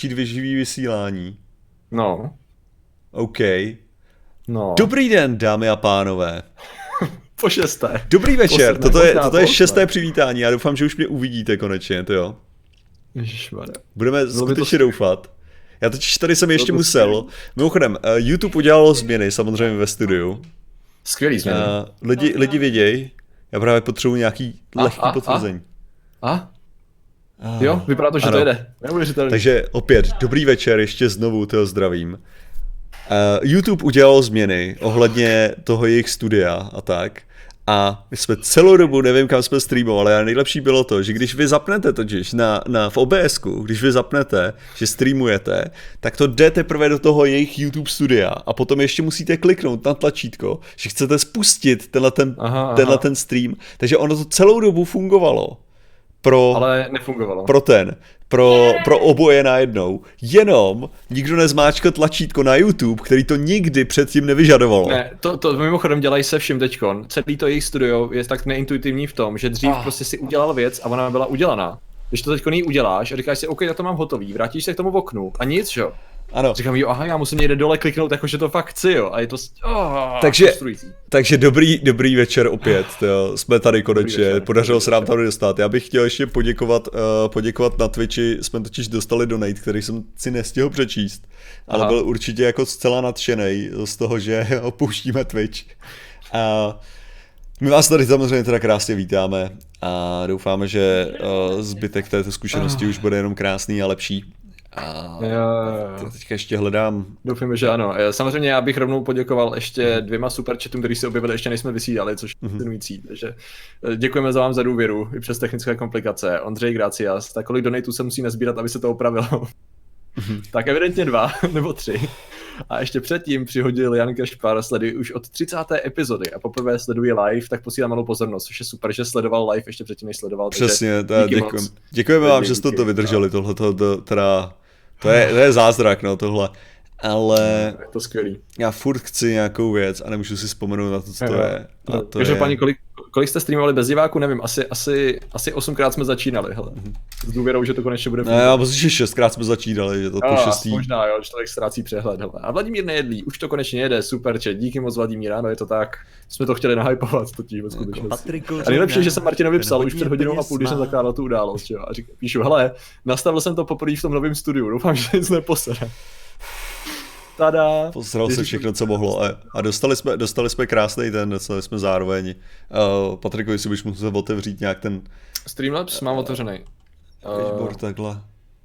začít živý vysílání. No. OK. No. Dobrý den, dámy a pánové. Po šesté. Dobrý večer, toto je šesté přivítání, já doufám, že už mě uvidíte konečně, to jo. Ježišmarja. Budeme skutečně doufat. Já totiž tady jsem ještě musel. Mimochodem, YouTube udělalo změny, samozřejmě ve studiu. Skvělý změny. Lidi věděj, já právě potřebuji nějaký lehký potvrzení. Jo, vypadá to, že to jede. Neuvěřitelný. Takže opět, dobrý večer, ještě znovu, toho zdravím. YouTube udělal změny ohledně toho jejich studia a tak. A my jsme celou dobu, nevím kam jsme streamovali, ale nejlepší bylo to, že když vy zapnete totiž v OBSku, když vy zapnete, že streamujete, tak to jde teprve do toho jejich YouTube studia a potom ještě musíte kliknout na tlačítko, že chcete spustit tenhle ten stream. Takže ono to celou dobu fungovalo. Ale nefungovalo. Pro oboje najednou. Jenom nikdo nezmáčkl tlačítko na YouTube, který to nikdy předtím nevyžadovalo. Ne, to mimochodem dělají se vším teďkon. Celý to jejich studio je tak neintuitivní v tom, že dřív prostě si udělal věc a ona byla udělaná. Když to teďko uděláš a říkáš si, OK, já to mám hotový, vrátíš se k tomu oknu a nic, že jo? Ano. Říkám, jo, já musím někde dole kliknout, jakože to fakt chci, jo, a je to takže dobrý večer opět, jo. Jsme tady konečně, podařilo se nám tady dostat. Já bych chtěl ještě poděkovat na Twitchi, jsme totiž dostali donate, který jsem si nestihl přečíst, ale byl určitě jako zcela nadšenej z toho, že opouštíme Twitch. A my vás tady samozřejmě teda krásně vítáme a doufáme, že zbytek této zkušenosti už bude jenom krásný a lepší. Jo. Teďka ještě hledám. Doufám, že ano. Samozřejmě já bych rovnou poděkoval ještě 2 superchatům, který se objevili ještě než jsme vysílali, což je fascinující. Takže děkujeme vám za důvěru i přes technické komplikace. Ondřej Gracias, tak kolik donatů se musí nazbírat, aby se to opravilo? Tak evidentně 2 nebo 3. A ještě předtím přihodil Jan Kašpar, sleduji už od 30. epizody a poprvé sleduje live, tak posílám malou pozornost, což je super, že sledoval live ještě předtím, než sledoval. Přesně, děkujeme vám, že jste to vydrželi, to je zázrak, no tohle. Ale je to skvělý. Já furt chci nějakou věc a nemůžu si vzpomenout na to, co to je. Takže paní, kolik jste streamovali bez diváků, nevím, asi 8krát jsme začínali, hele. S důvěrou, že to konečně bude fungovat. Ne, já myslím, že 6krát jsme začínali, že to po 6. Možná, jo, že člověk ztrácí přehled, hele. A Vladimír Nejedlý, už to konečně jede, super, díky moc Vladimíra, no je to tak. Jsme to chtěli nahypovat totiž ve skutečnosti. A nejlepší, že jsem Martinovi psal už před hodinou a půl, když jsem zakládal tu událost, jo. A píšu, hele, nastavil jsem to poprvé v tom novém studiu, doufám, že nic neposere. Tada. Posral se všechno, co mohlo. A dostali jsme krásný dostali jsme zároveň. Patriku, jestli byš musel otevřít nějak ten... Streamlabs mám otevřený. Dashboard takhle.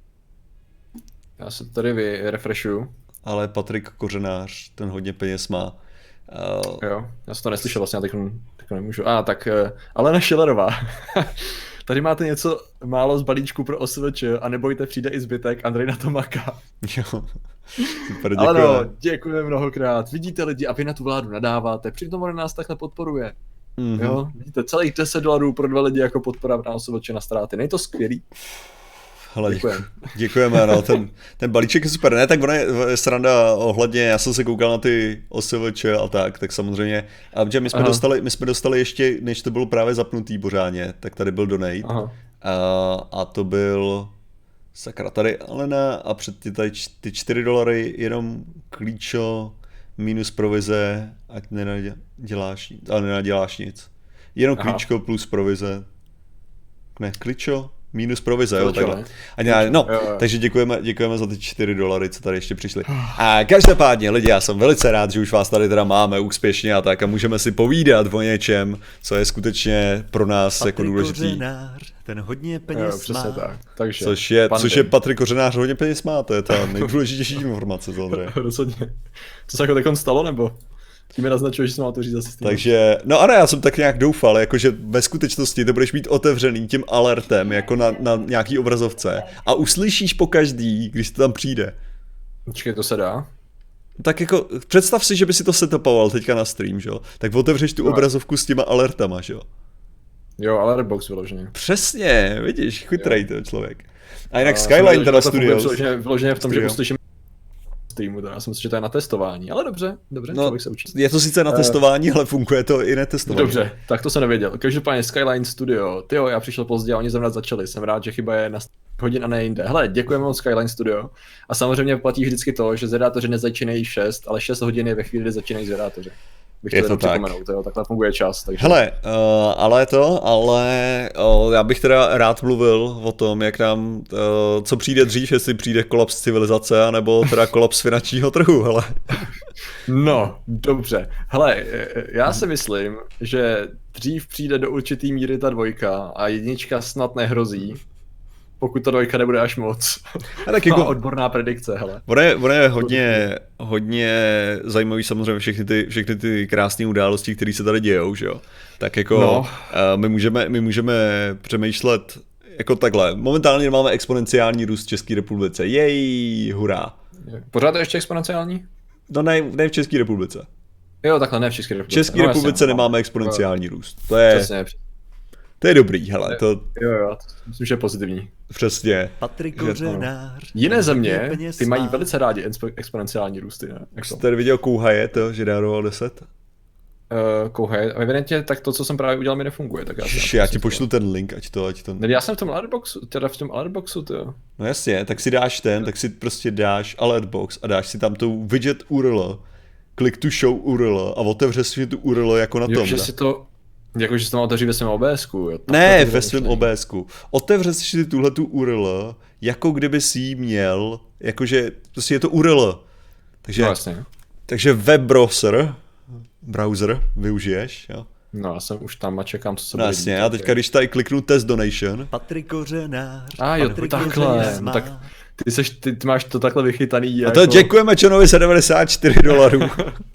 Já se tady refreshuju. Ale Patrik Kořenář, ten hodně peněz má. Jo, já jsem to neslyšel vlastně, já teď nemůžu. Tak Alena Schillerová. Tady máte něco málo z balíčku pro OSVČ a nebojte, přijde i zbytek, Andrej na to maká. Jo, super, děkujeme. Ano, děkujeme mnohokrát. Vidíte lidi a vy na tu vládu nadáváte, přitom ona nás takhle podporuje. Jo, vidíte, celých $10 pro 2 lidi jako podpora na OSVČ na ztráty. Není to skvělý? Hele, děkujeme, no, ten balíček je super, ne, tak ona je sranda ohledně, já jsem se koukal na ty OSVČ a tak samozřejmě, a my jsme dostali ještě, než to bylo právě zapnutý pořádně, tak tady byl donate, a to byl, sakra, tady Alena a před ty $4 jenom klíčo minus provize, ať nenaděláš nic, jenom klíčko plus provize, ne, klíčo minus provize, jo, takhle. Takže děkujeme za ty $4, co tady ještě přišli. A každopádně, lidi, já jsem velice rád, že už vás tady teda máme úspěšně a tak a můžeme si povídat o něčem, co je skutečně pro nás jako důležitý. Ten hodně peněz má. Tak. Takže, což je Patrik Kořenář, hodně peněz má, to je ta nejdůležitější informace, samozřejmě. Rozhodně. Co se jako takon stalo, nebo? Tím mi naznačuje, že jsem mal to říct zase. Takže, no ano, já jsem tak nějak doufal, jakože ve skutečnosti to budeš mít otevřený tím alertem, jako na nějaký obrazovce a uslyšíš po každý, když to tam přijde. Počkej, to se dá? Tak jako, představ si, že by si to setupoval teďka na stream, že jo? Tak otevřeš tu obrazovku s těma alertama, že jo? Jo, alertbox vyloženě. Přesně, vidíš, chytrej to člověk. A jinak Skyline teda Studios. Vyloženě v tom, že uslyším streamu, já jsem si, že to je na testování, ale dobře, člověk se učí. Je to sice na testování, ale funguje to i netestování. Dobře, tak to jsem nevěděl. Každopádně Skyline Studio, tyjo, já přišel pozdě a oni zrovna začali, jsem rád, že chyba je na... hodin a ne jinde. Hele, děkujeme moc Skyline Studio. A samozřejmě platí vždycky to, že zvědátoři nezačínají 6, ale 6 hodin je ve chvíli, kdy začínají zvědátoři. Bych je to tak. připomenout, jo, takhle funguje čas. Takže... Hele, já bych teda rád mluvil o tom, jak nám, co přijde dřív, jestli přijde kolaps civilizace, anebo teda kolaps finančního trhu, hele. No, dobře. Hele, já si myslím, že dřív přijde do určitý míry ta 2 a 1 snad nehrozí, pokud ta 2 nebude až moc. A tak jako odborná predikce, hele. Ono je hodně zajímavý samozřejmě všechny ty krásné události, které se tady dějou, že jo. Tak jako my můžeme přemýšlet jako takhle. Momentálně máme exponenciální růst v České republice. Jej, hurá. Pořád je ještě exponenciální? No ne v České republice. Jo, takhle ne v České republice. V České republice nemáme exponenciální růst. To je dobrý, hele. Jo, myslím, že je pozitivní. Přesně. Patrik Kořenář. Jiné země, ty mají velice rádi exponenciální růsty. Ne? Jak jsi tady viděl Kouhaje, to, že daroval 10? Kouhaje, evidentně tak to, co jsem právě udělal, mi nefunguje. Tak já ti pošlu ten link, ať to... Ne, já jsem v tom alertboxu, to. No jasně, tak si dáš tak si prostě dáš alertbox a dáš si tam tu widget URL, click to show URL a otevře si tu URL jako na tom. Že si to... Jakože jsi to má otevřít ve svém OBSku, jo? Ne, ve svém OBSku. Otevře si tuhletu URL, jako kdyby si ji měl, jakože prostě je to URL. Takže, no, jasně. Takže browser využiješ, jo? No, já jsem už tam a čekám, co se bude dít. Jasně, a teďka když tady kliknu test donation. Patrik Kořenář. Jo, takhle. No, tak ty máš to takhle vychytaný. A to jako... děkujeme Johnovi za $94.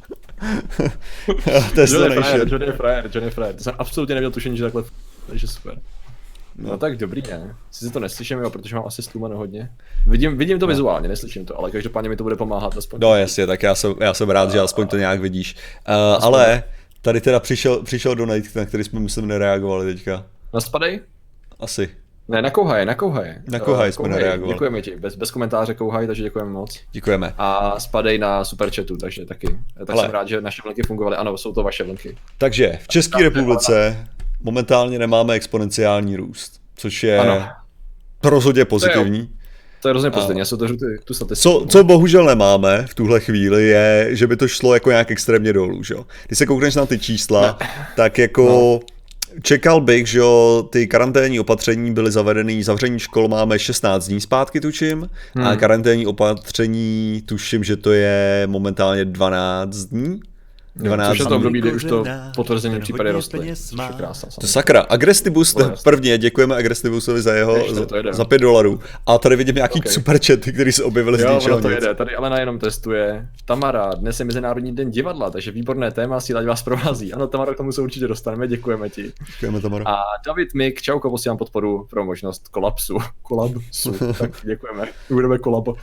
Johnny Fryer. To jsem absolutně neměl tušení, že takhle, takže super. No tak dobrý, ne? Sice to neslyším, jo, protože mám asi stlumeno hodně. Vidím to vizuálně, neslyším to, ale každopádně mi to bude pomáhat aspoň. No jasně, tak já jsem rád, že aspoň to nějak vidíš. Ale tady teda přišel donate, na který jsme myslím nereagovali teďka. Na Spadej? Asi. Ne, na Kouhaje. Na Kouhaje jsme nereagovali. Děkujeme ti, bez komentáře Kouhaj, takže děkujeme moc. Děkujeme. A Spadej na superchatu, takže taky. Tak jsem rád, že naše vlnky fungovaly, ano, jsou to vaše vlnky. Takže v České republice momentálně nemáme exponenciální růst, což je rozhodně pozitivní. To je hrozně pozitivní, já se otevřu tu statistiku. Co bohužel nemáme v tuhle chvíli je, že by to šlo jako nějak extrémně dolů, že jo. Když se koukneš na ty čísla, tak jako čekal bych, že jo, ty karanténní opatření byly zavedeny, zavření škol máme 16 dní zpátky, tuším, a karanténní opatření, tuším, že to je momentálně 12 dní. 12 což je to období, kdy už to potvrzení případy rostly. To sakra, Agrestibus, prvně děkujeme Agrestibusovi za jeho za $5. A tady vidím nějaký superchaty, který se objevily z ničeho nic. Jede. Tady Alena jenom testuje. Tamara, dnes je Mezinárodní den divadla, takže výborné téma, síla vás provází. Ano, Tamara, k tomu se určitě dostaneme, děkujeme ti. Děkujeme, Tamara. A David Mik, čauko, posílám podporu pro možnost kolapsu. Tak děkujeme. Budeme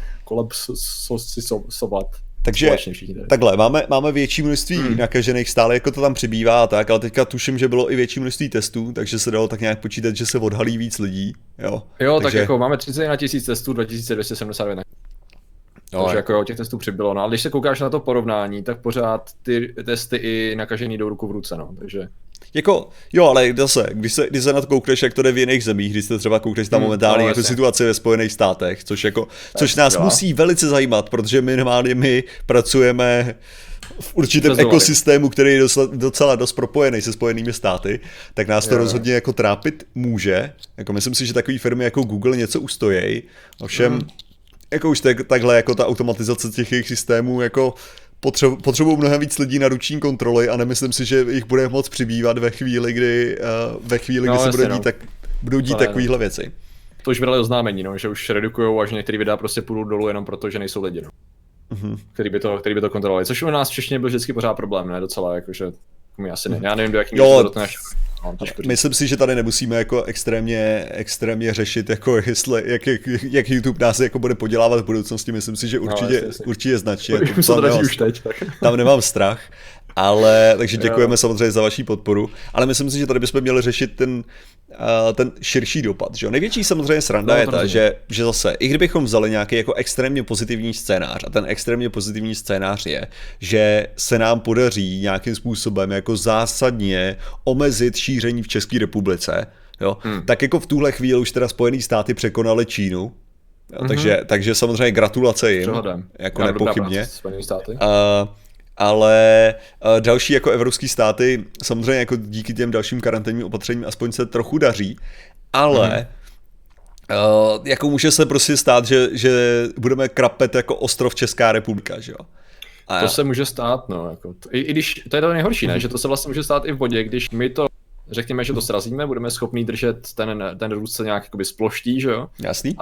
kolapsovat. Takže takhle, máme větší množství nakažených stále, jako to tam přibývá a tak, ale teďka tuším, že bylo i větší množství testů, takže se dalo tak nějak počítat, že se odhalí víc lidí, jo. Jo, takže... tak jako máme 31 000 testů, 2279. Takže jako těch testů přibylo, no ale když se koukáš na to porovnání, tak pořád ty testy i nakažený jdou ruku v ruce, no, takže... Jako, jo, ale zase, když se na to koukneš, jak to jde v jiných zemích, když se třeba koukneš tam momentálně jako situaci ve Spojených státech, což nás musí velice zajímat, protože minimálně my pracujeme v určitém ekosystému, který je docela dost propojený se Spojenými státy, tak nás to rozhodně jako trápit může. Jako myslím si, že takové firmy jako Google něco ustojí, ovšem jako už takhle jako ta automatizace těch jejich systémů jako potřebují mnohem víc lidí na ruční kontroly a nemyslím si, že jich bude moc přibývat ve chvíli, kdy se budou dít takovéhle věci. To už vydali oznámení, no, že už redukujou a že některé videa prostě půjdou dolů jenom proto, že nejsou lidi, no. Který by to kontrolovali, což u nás v češtině byl vždycky pořád problém, ne, docela, jakože my asi ne, já nevím, do jakým to dotkneš. Myslím si, že tady nemusíme jako extrémně řešit, jako jestli, jak YouTube nás jako bude podělávat v budoucnosti, myslím si, že určitě značně. Tam nemám strach, ale takže děkujeme samozřejmě za vaši podporu, ale myslím si, že tady bychom měli řešit ten širší dopad. Že? Největší samozřejmě sranda je ta, že zase, i kdybychom vzali nějaký jako extrémně pozitivní scénář, a ten extrémně pozitivní scénář je, že se nám podaří nějakým způsobem jako zásadně omezit šíření v České republice, jo, tak jako v tuhle chvíli už teda Spojené státy překonaly Čínu, jo, takže samozřejmě gratulace jim, jako nepochybně. Ale další jako evropské státy samozřejmě jako díky těm dalším karanténním opatřením aspoň se trochu daří, ale jako může se prostě stát, že budeme krapet jako ostrov Česká republika, že jo? To se může stát, no, jako, i když, to je to nejhorší, ne, že to se vlastně může stát i v vodě, když my to, řekněme, že to srazíme, budeme schopní držet ten růst se nějak jakoby sploští, že jo? Jasný.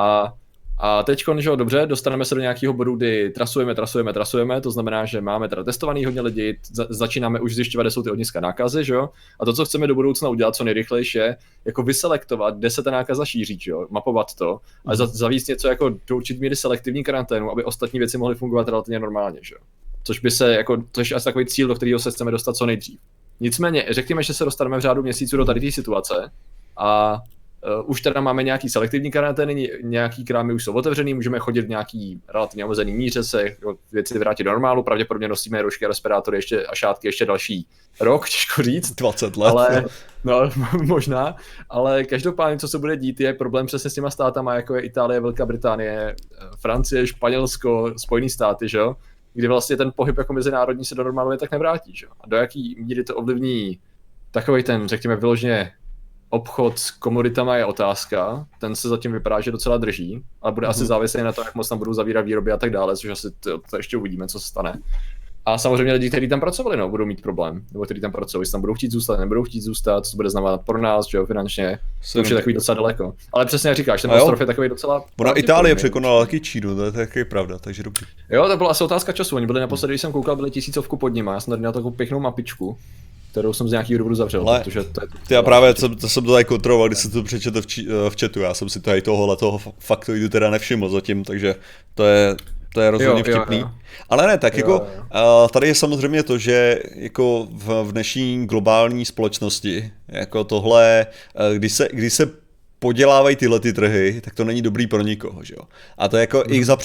A teďkon, že jo, dobře, dostaneme se do nějakého bodu, kdy trasujeme, to znamená, že máme teda testovaný hodně lidí, začínáme už zjišťovat, kde jsou ty ohniska nákazy, že jo, a to, co chceme do budoucna udělat co nejrychlejší, je jako vyselektovat, kde se ta nákaza šíří, že jo, mapovat to a zavíst něco jako do určitý míry selektivní karanténu, aby ostatní věci mohly fungovat relativně normálně, že jo. Což je asi takový cíl, do kterého se chceme dostat co nejdřív. Nicméně, řekněme, že se dostaneme v řádu měsíců do tady té situace a už teda máme nějaký selektivní karantény, nějaký krámy už jsou otevřený, můžeme chodit v nějaký relativně omezený míře, se věci vrátit do normálu, pravděpodobně nosíme roušky a respirátory ještě, a šátky ještě další rok, těžko říct. 20 let. Ale, no, možná, ale každopádně, co se bude dít, je problém přesně s těma státama, jako je Itálie, Velká Británie, Francie, Španělsko, Spojené státy, že jo? Kdy vlastně ten pohyb jako mezinárodní se do normálu tak nevrátí, že jo? A do jaký míry to ovlivní takovej ten, řekněme, vyloženě obchod s komoditama je otázka, ten se zatím vypadá, že docela drží, ale bude asi závislý na to, jak moc tam budou zavírat výroby a tak dále, což asi to ještě uvidíme, co se stane. A samozřejmě lidi, kteří tam pracovali, no, budou mít problém, nebo kteří tam pracovali, jestli tam budou chtít zůstat, nebudou chtít zůstat, co bude znamenat pro nás, že jo, finančně, to už je takový docela daleko. Ale přesně jak říkáš, ten ostrov je takový docela... Ona Itálie překonala taky Čínu, to je taky pravda, takže dobrý. Jo, to byla asi otázka času, oni byli naposledy, když jsem koukal, byli 1000 pod nima, já jsem tady měl takovou pěknou mapičku, kterou jsem z nějakých důvodů zavřel, protože to je... Já právě jsem to tady kontroloval, když jsem to přečetl v chatu, já jsem si tady toho faktoidu teda nevšiml zatím, takže to je rozhodně vtipný. Jo. Ale ne, tak jako tady je samozřejmě to, že jako v dnešní globální společnosti, jako tohle, když se podělávají tyhle ty trhy, tak to není dobrý pro nikoho, že jo. A to je jako i za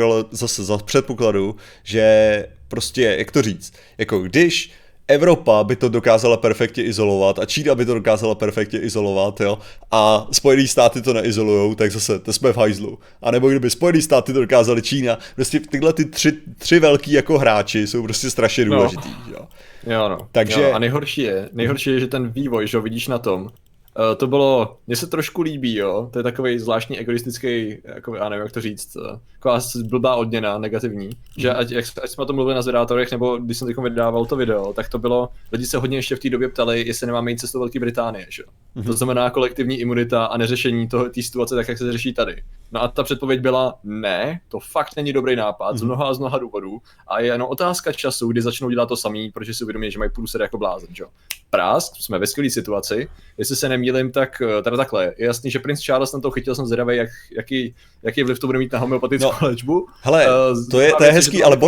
předpokladu, že prostě, jak to říct, jako když Evropa by to dokázala perfektně izolovat a Čína by to dokázala perfektně izolovat, jo, a Spojené státy to neizolujou, tak zase to jsme v hajzlu. A nebo kdyby Spojené státy to dokázali, Čína, prostě tyhle ty tři velký jako hráči jsou prostě strašně důležitý, jo. Jo, no. Takže... Jo, a nejhorší je, že ten vývoj, že ho vidíš na tom, to bylo, mně se trošku líbí, jo, to je takový zvláštní egoistický, jako, já nevím, jak to říct, taková blbá odměna, negativní, že ať jsme o tom mluvili na zvědátorech, nebo když jsem teď vydával to video, tak to bylo, lidi se hodně ještě v té době ptali, jestli nemáme jít cestou Velké Británie, že? To znamená kolektivní imunita a neřešení té situace tak, jak se řeší tady. No a ta předpověď byla, ne, to fakt není dobrý nápad, z mnoha důvodů, a je jenom otázka času, kdy začnou dělat to samý, protože si uvědomí, že mají průser jako blázen, že? Prásk, jsme ve skvělé situaci, jestli se nemýlím, tak teda takhle. Je jasný, že princ Charles na to chytil, jsem zvědavý, jaký vliv to bude mít na homeopatickou léčbu. Hele, to je hezký, ale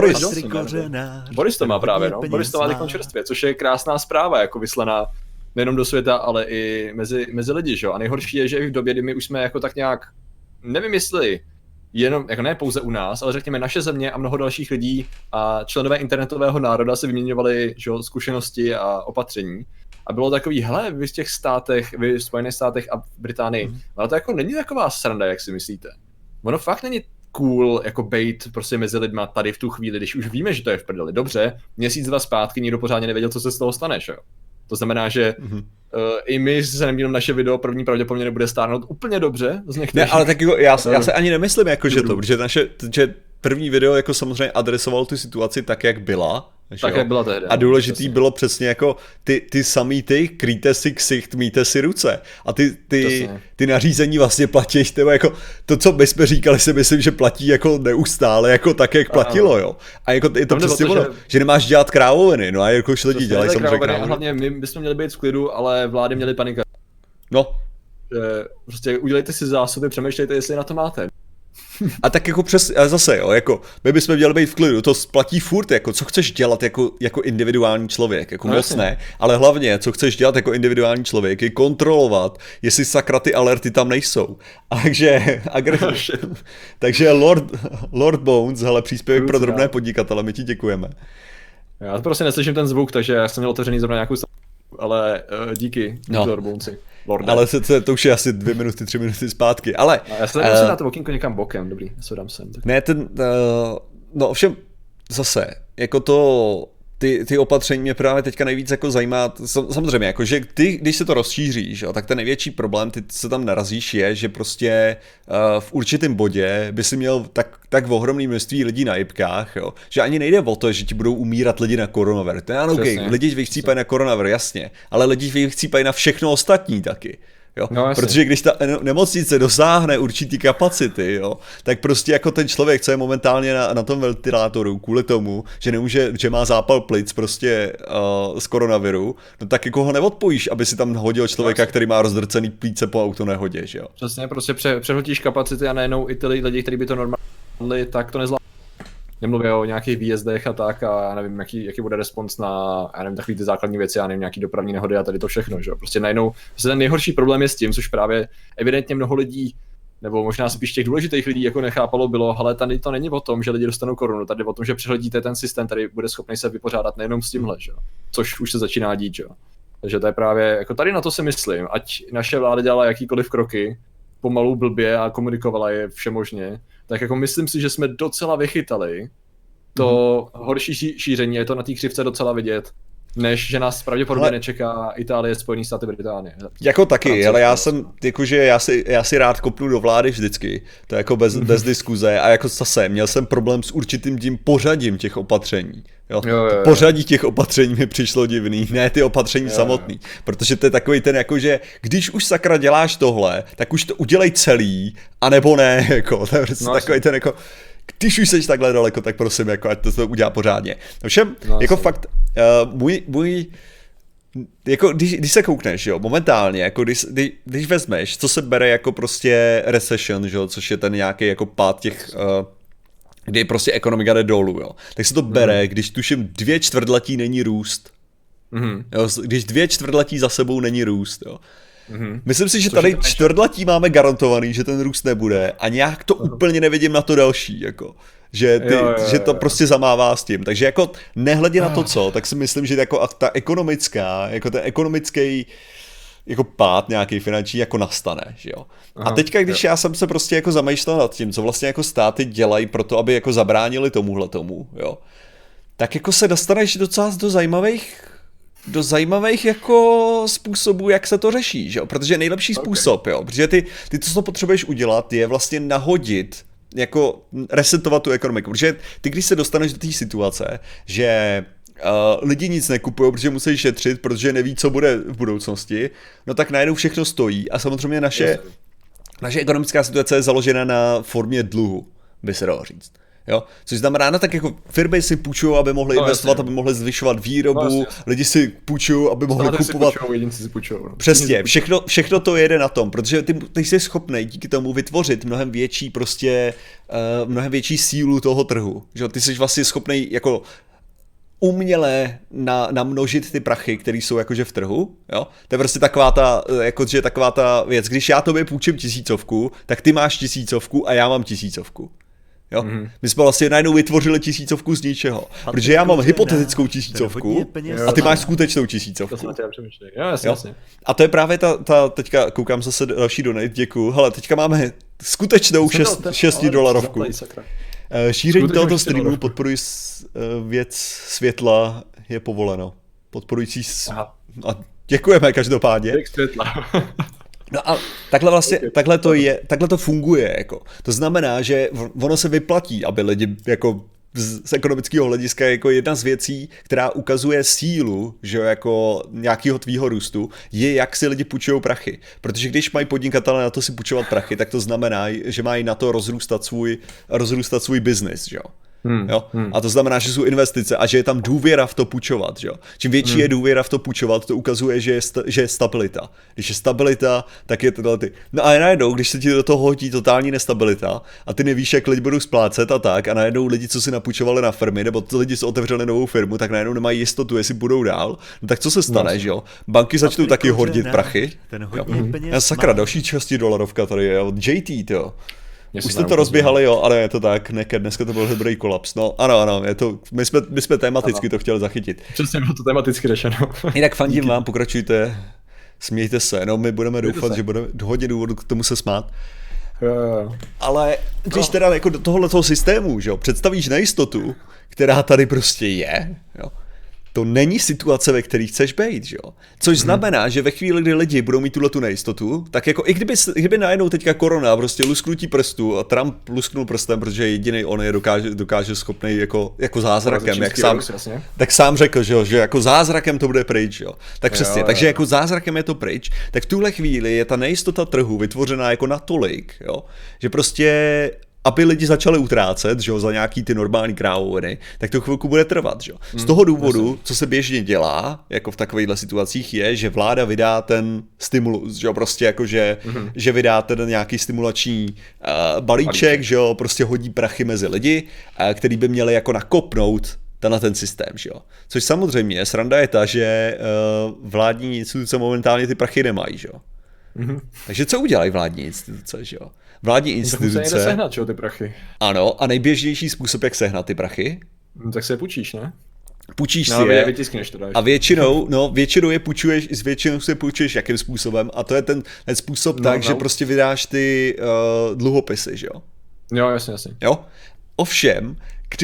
Boris to má právě, no. Boris to má teď čerstvě, což je krásná zpráva, jako vyslaná nejenom do světa, ale i mezi lidi, že jo. A nejhorší je, že i v době, kdy my už jsme jako tak nějak, nevím jestli jenom, jako ne pouze u nás, ale řekněme naše země a mnoho dalších lidí a členové internetového národa se vyměňovali, že jo, zkušenosti a opatření. A bylo takový, hele, vy v těch státech, vy v Spojených státech a v Británii, ale to jako není taková sranda, jak si myslíte. Ono fakt není cool jako bejt prostě mezi lidma tady v tu chvíli, když už víme, že to je v prdeli. Dobře, měsíc, 2 zpátky nikdo pořádně nevěděl, co se z toho stane, že jo. To znamená, že i my se nemýlím, naše video první pravděpodobně nebude stárnout úplně dobře z některých. Ne, ale tak jako já se ani nemyslím jako, že to, protože že první video jako samozřejmě adresoval tu situaci tak, jak byla. Tak, jak byla tehdy. A důležitý bylo přesně jako ty samý kryjte si ksicht, mýjte si ruce. A ty nařízení vlastně platí, jako to, co my jsme říkali, si myslím, že platí jako neustále, jako tak, jak platilo, jo. A jako je to přesně ono, že nemáš dělat krávoviny, no a jako už lidi dělají samozřejmě krávoviny. Hlavně my bychom měli být v klidu, ale vlády měly panika. No. Že prostě udělejte si zásoby, přemýšlejte, jestli na to máte. A tak jako zase, jo, jako my bychom měli být v klidu, to platí furt, jako co chceš dělat jako individuální člověk, jako no, moc ne, ale hlavně, co chceš dělat jako individuální člověk, je kontrolovat, jestli sakra ty alerty tam nejsou. Takže Lord Bones, hele, příspěvek pro drobné podnikatele, my ti děkujeme. Já prostě neslyším ten zvuk, takže já jsem měl otevřený zrovna nějakou ale díky Lord Bonesi. Lorde. Ale to už je asi 2 minuty, 3 minuty zpátky, ale... No, já se tady musím dát to okýnko někam bokem, dobrý, já se dám sem. Tak. Ne, no ovšem zase, jako ty opatření mě právě teďka nejvíc jako zajímá, samozřejmě, jako, že ty, když se to rozšíříš, jo, tak ten největší problém, ty se tam narazíš, je, že prostě v určitém bodě by si měl tak ohromný množství lidí na jipkách, jo, že ani nejde o to, že ti budou umírat lidi na koronavir. To je ano, okay, lidi vychcípají na koronavir, jasně, ale lidi vychcípají na všechno ostatní taky. Jo? No, protože když ta nemocnice dosáhne určitý kapacity, jo, tak prostě jako ten člověk, co je momentálně na tom ventilátoru kvůli tomu, že nemůže, že má zápal plic prostě z koronaviru, no tak jako ho neodpojíš, aby si tam hodil člověka, který má rozdrcený plíce po autonehodě, že jo. Přesně, prostě přehodíš kapacity a najednou i ty lidi, kteří by to normálně, tak to nezvládnou. Nemluví o nějakých výjezdech a tak a já nevím, jaký bude respons na, já nevím, takový ty základní věci, já nevím, nějaký dopravní nehody a tady to všechno, že jo. Prostě najednou, ten nejhorší problém je s tím, což právě evidentně mnoho lidí, nebo možná spíš těch důležitých lidí jako nechápalo, bylo, ale tady to není o tom, že lidi dostanou korunu, tady o tom, že přehledíte ten systém, tady bude schopný se vypořádat nejenom s tímhle, že jo. Což už se začíná dít, že jo. Takže to je právě, jako tady na to si myslím, ať naše vláda dělala jakýkoliv kroky, pomalu blbě a komunikovala je všemožně, tak jako myslím si, že jsme docela vychytali to horší šíření, je to na té křivce docela vidět, než že nás pravděpodobně nečeká Itálie, Spojené státy, Británie. Jako taky, ale já jsem, jakože já si rád kopnu do vlády vždycky, to je jako bez diskuze a jako zase měl jsem problém s určitým tím pořadím těch opatření. Jo. Pořadí těch opatření mi přišlo divný, ne ty opatření samotný, protože to je takový ten jako, že když už sakra děláš tohle, tak už to udělej celý, anebo ne, jako, to je prostě takový ten jako, když už seš takhle daleko, tak prosím, jako, ať to udělá pořádně. Všem, jako fakt, můj jako když se koukneš, jo, momentálně, jako když vezmeš, co se bere jako prostě recession, jo, což je ten nějaký jako pád těch, kdy prostě ekonomika jde dolů, jo, tak se to bere, když tuším 2 čtvrtletí není růst. Jo, když 2 čtvrtletí za sebou není růst, jo. Myslím si, že tady čtvrtletí máme garantovaný, že ten růst nebude a nějak to úplně nevidím na to další, jako. Že to prostě zamává s tím. Takže jako nehledě na to co, tak si myslím, že jako ta ekonomická, jako ten ekonomický jako pád nějaký finanční jako nastane, že jo. A teďka, když já jsem se prostě jako zamýšlel nad tím, co vlastně jako státy dělají pro to, aby jako zabránili tomu, jo. Tak jako se dostaneš docela do zajímavých jako způsobů, jak se to řeší, že jo? Protože nejlepší způsob, jo, protože ty co potřebuješ udělat, je vlastně nahodit, jako resetovat tu ekonomiku, protože ty, když se dostaneš do té situace, že lidi nic nekupují, protože musí šetřit, protože neví, co bude v budoucnosti, no tak najednou všechno stojí a samozřejmě naše ekonomická situace je založena na formě dluhu, by se dalo říct. Jo? Což znamená, no tak jako firmy si půjčují, aby mohly investovat, aby mohly zvyšovat výrobu, lidi si půjčují, aby mohli kupovat. Jedinci si půjčují. Přesně, všechno to jede na tom, protože ty jsi schopný díky tomu vytvořit mnohem větší sílu toho trhu. Že? Ty jsi vlastně schopný jako uměle namnožit ty prachy, které jsou jakože v trhu, jo? To je prostě taková ta věc, když já tobě půjčím 1000, tak ty máš 1000 a já mám 1000. Jo? My jsme vlastně najednou vytvořili 1000 z ničeho, protože já mám hypotetickou 1000 a ty máš skutečnou 1000. To jsem tě přemýšlel. Jo, jasně. A to je právě ta teďka koukám zase další donate, děkuju. Hele, teďka máme skutečnou 6 dolarovku. Šíření tohoto streamu podporuji věc světla je povoleno. Podporující a děkujeme každopádně. No a takhle to funguje, jako. To znamená, že ono se vyplatí, aby lidi jako z ekonomického hlediska jako jedna z věcí, která ukazuje sílu, že jako nějakého tvýho růstu, je, jak si lidi půjčují prachy. Protože když mají podnikatelé na to si půjčovat prachy, tak to znamená, že mají na to rozrůstat svůj biznis, že jo. A to znamená, že jsou investice a že je tam důvěra v to půjčovat, že jo. Čím větší je důvěra v to půjčovat, to ukazuje, že je stabilita. Když je stabilita, tak je tohle ty. No a najednou, když se ti do toho hodí totální nestabilita a ty nevíš, jak lidi budou splácet a tak, a najednou lidi, co si napůjčovali na firmy, nebo lidi, co otevřeli novou firmu, tak najednou nemají jistotu, jestli budou dál. No tak co se stane, že jo? Banky začnou taky hordit prachy. Sakra, další 6 dolarovka tady je od JT, jo. Už jste to rozběhali, jo, ale je to tak, dneska to byl dobrý kolaps. No ano, je to, my jsme tematicky to chtěli zachytit. Přesně bylo to tematicky řešeno. Jinak fandím vám, pokračujte. Smějte se, no my budeme doufat, že bude hodně důvodu k tomu se smát. Jo. Ale když teda jako do tohoto systému, že jo, představíš nejistotu, která tady prostě je, jo, to není situace, ve které chceš být, že jo. Což znamená, že ve chvíli, kdy lidi budou mít tuhletu nejistotu, tak jako i kdyby najednou teďka korona prostě lusknutí prstu a Trump lusknul prstem, protože jediný on je dokáže schopný jako zázrakem, jak sám, tak sám řekl, že jako zázrakem to bude pryč, jo. Tak přesně, jo. Takže jako zázrakem je to pryč, tak v tuhle chvíli je ta nejistota trhu vytvořená jako natolik, jo, že prostě aby lidi začali utrácet, že jo, za nějaký ty normální krávoviny, tak to chvilku bude trvat, že jo. Z toho důvodu, co se běžně dělá, jako v takovýchhle situacích, je, že vláda vydá ten stimulus, že jo, prostě jako, že vydá ten nějaký stimulační balíček, že jo, prostě hodí prachy mezi lidi, který by měli jako nakopnout na ten systém, že jo. Což samozřejmě, sranda je ta, že vládní instituce momentálně ty prachy nemají, že jo. Takže co udělají vládní instituce, že jo? Vládní instituce... Tak musí sehnat, čo, ty prachy. Ano, a nejběžnější způsob, jak sehnat ty prachy? Tak se je půjčíš, ne? Půjčíš si je vytiskneš to dáš. A většinou je půjčuješ, většinou si půjčuješ jakým způsobem a to je ten způsob že prostě vydáš ty dluhopisy, že jo? Jo, jasně. Jo? Ovšem,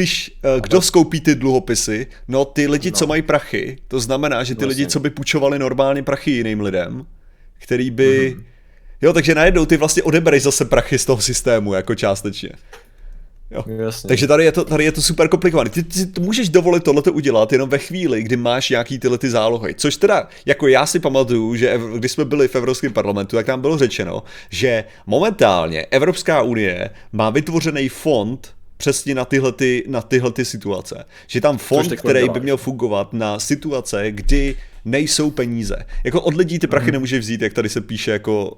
kdo skoupí ty dluhopisy, no ty lidi, co mají prachy, to znamená, že ty lidi, co by půjčovali normálně prachy jiným lidem, který by... Jo, takže najednou ty vlastně odebereš zase prachy z toho systému, jako částečně. Jo. Takže tady je to super komplikované. Ty můžeš dovolit tohleto udělat jenom ve chvíli, kdy máš nějaký tyhle ty zálohy. Což teda, jako já si pamatuju, že když jsme byli v Evropském parlamentu, tak tam bylo řečeno, že momentálně Evropská unie má vytvořený fond přesně na tyhle situace. Že tam fond, který by měl fungovat na situace, kdy nejsou peníze. Jako od lidí ty prachy nemůžeš vzít, jak tady se píše jako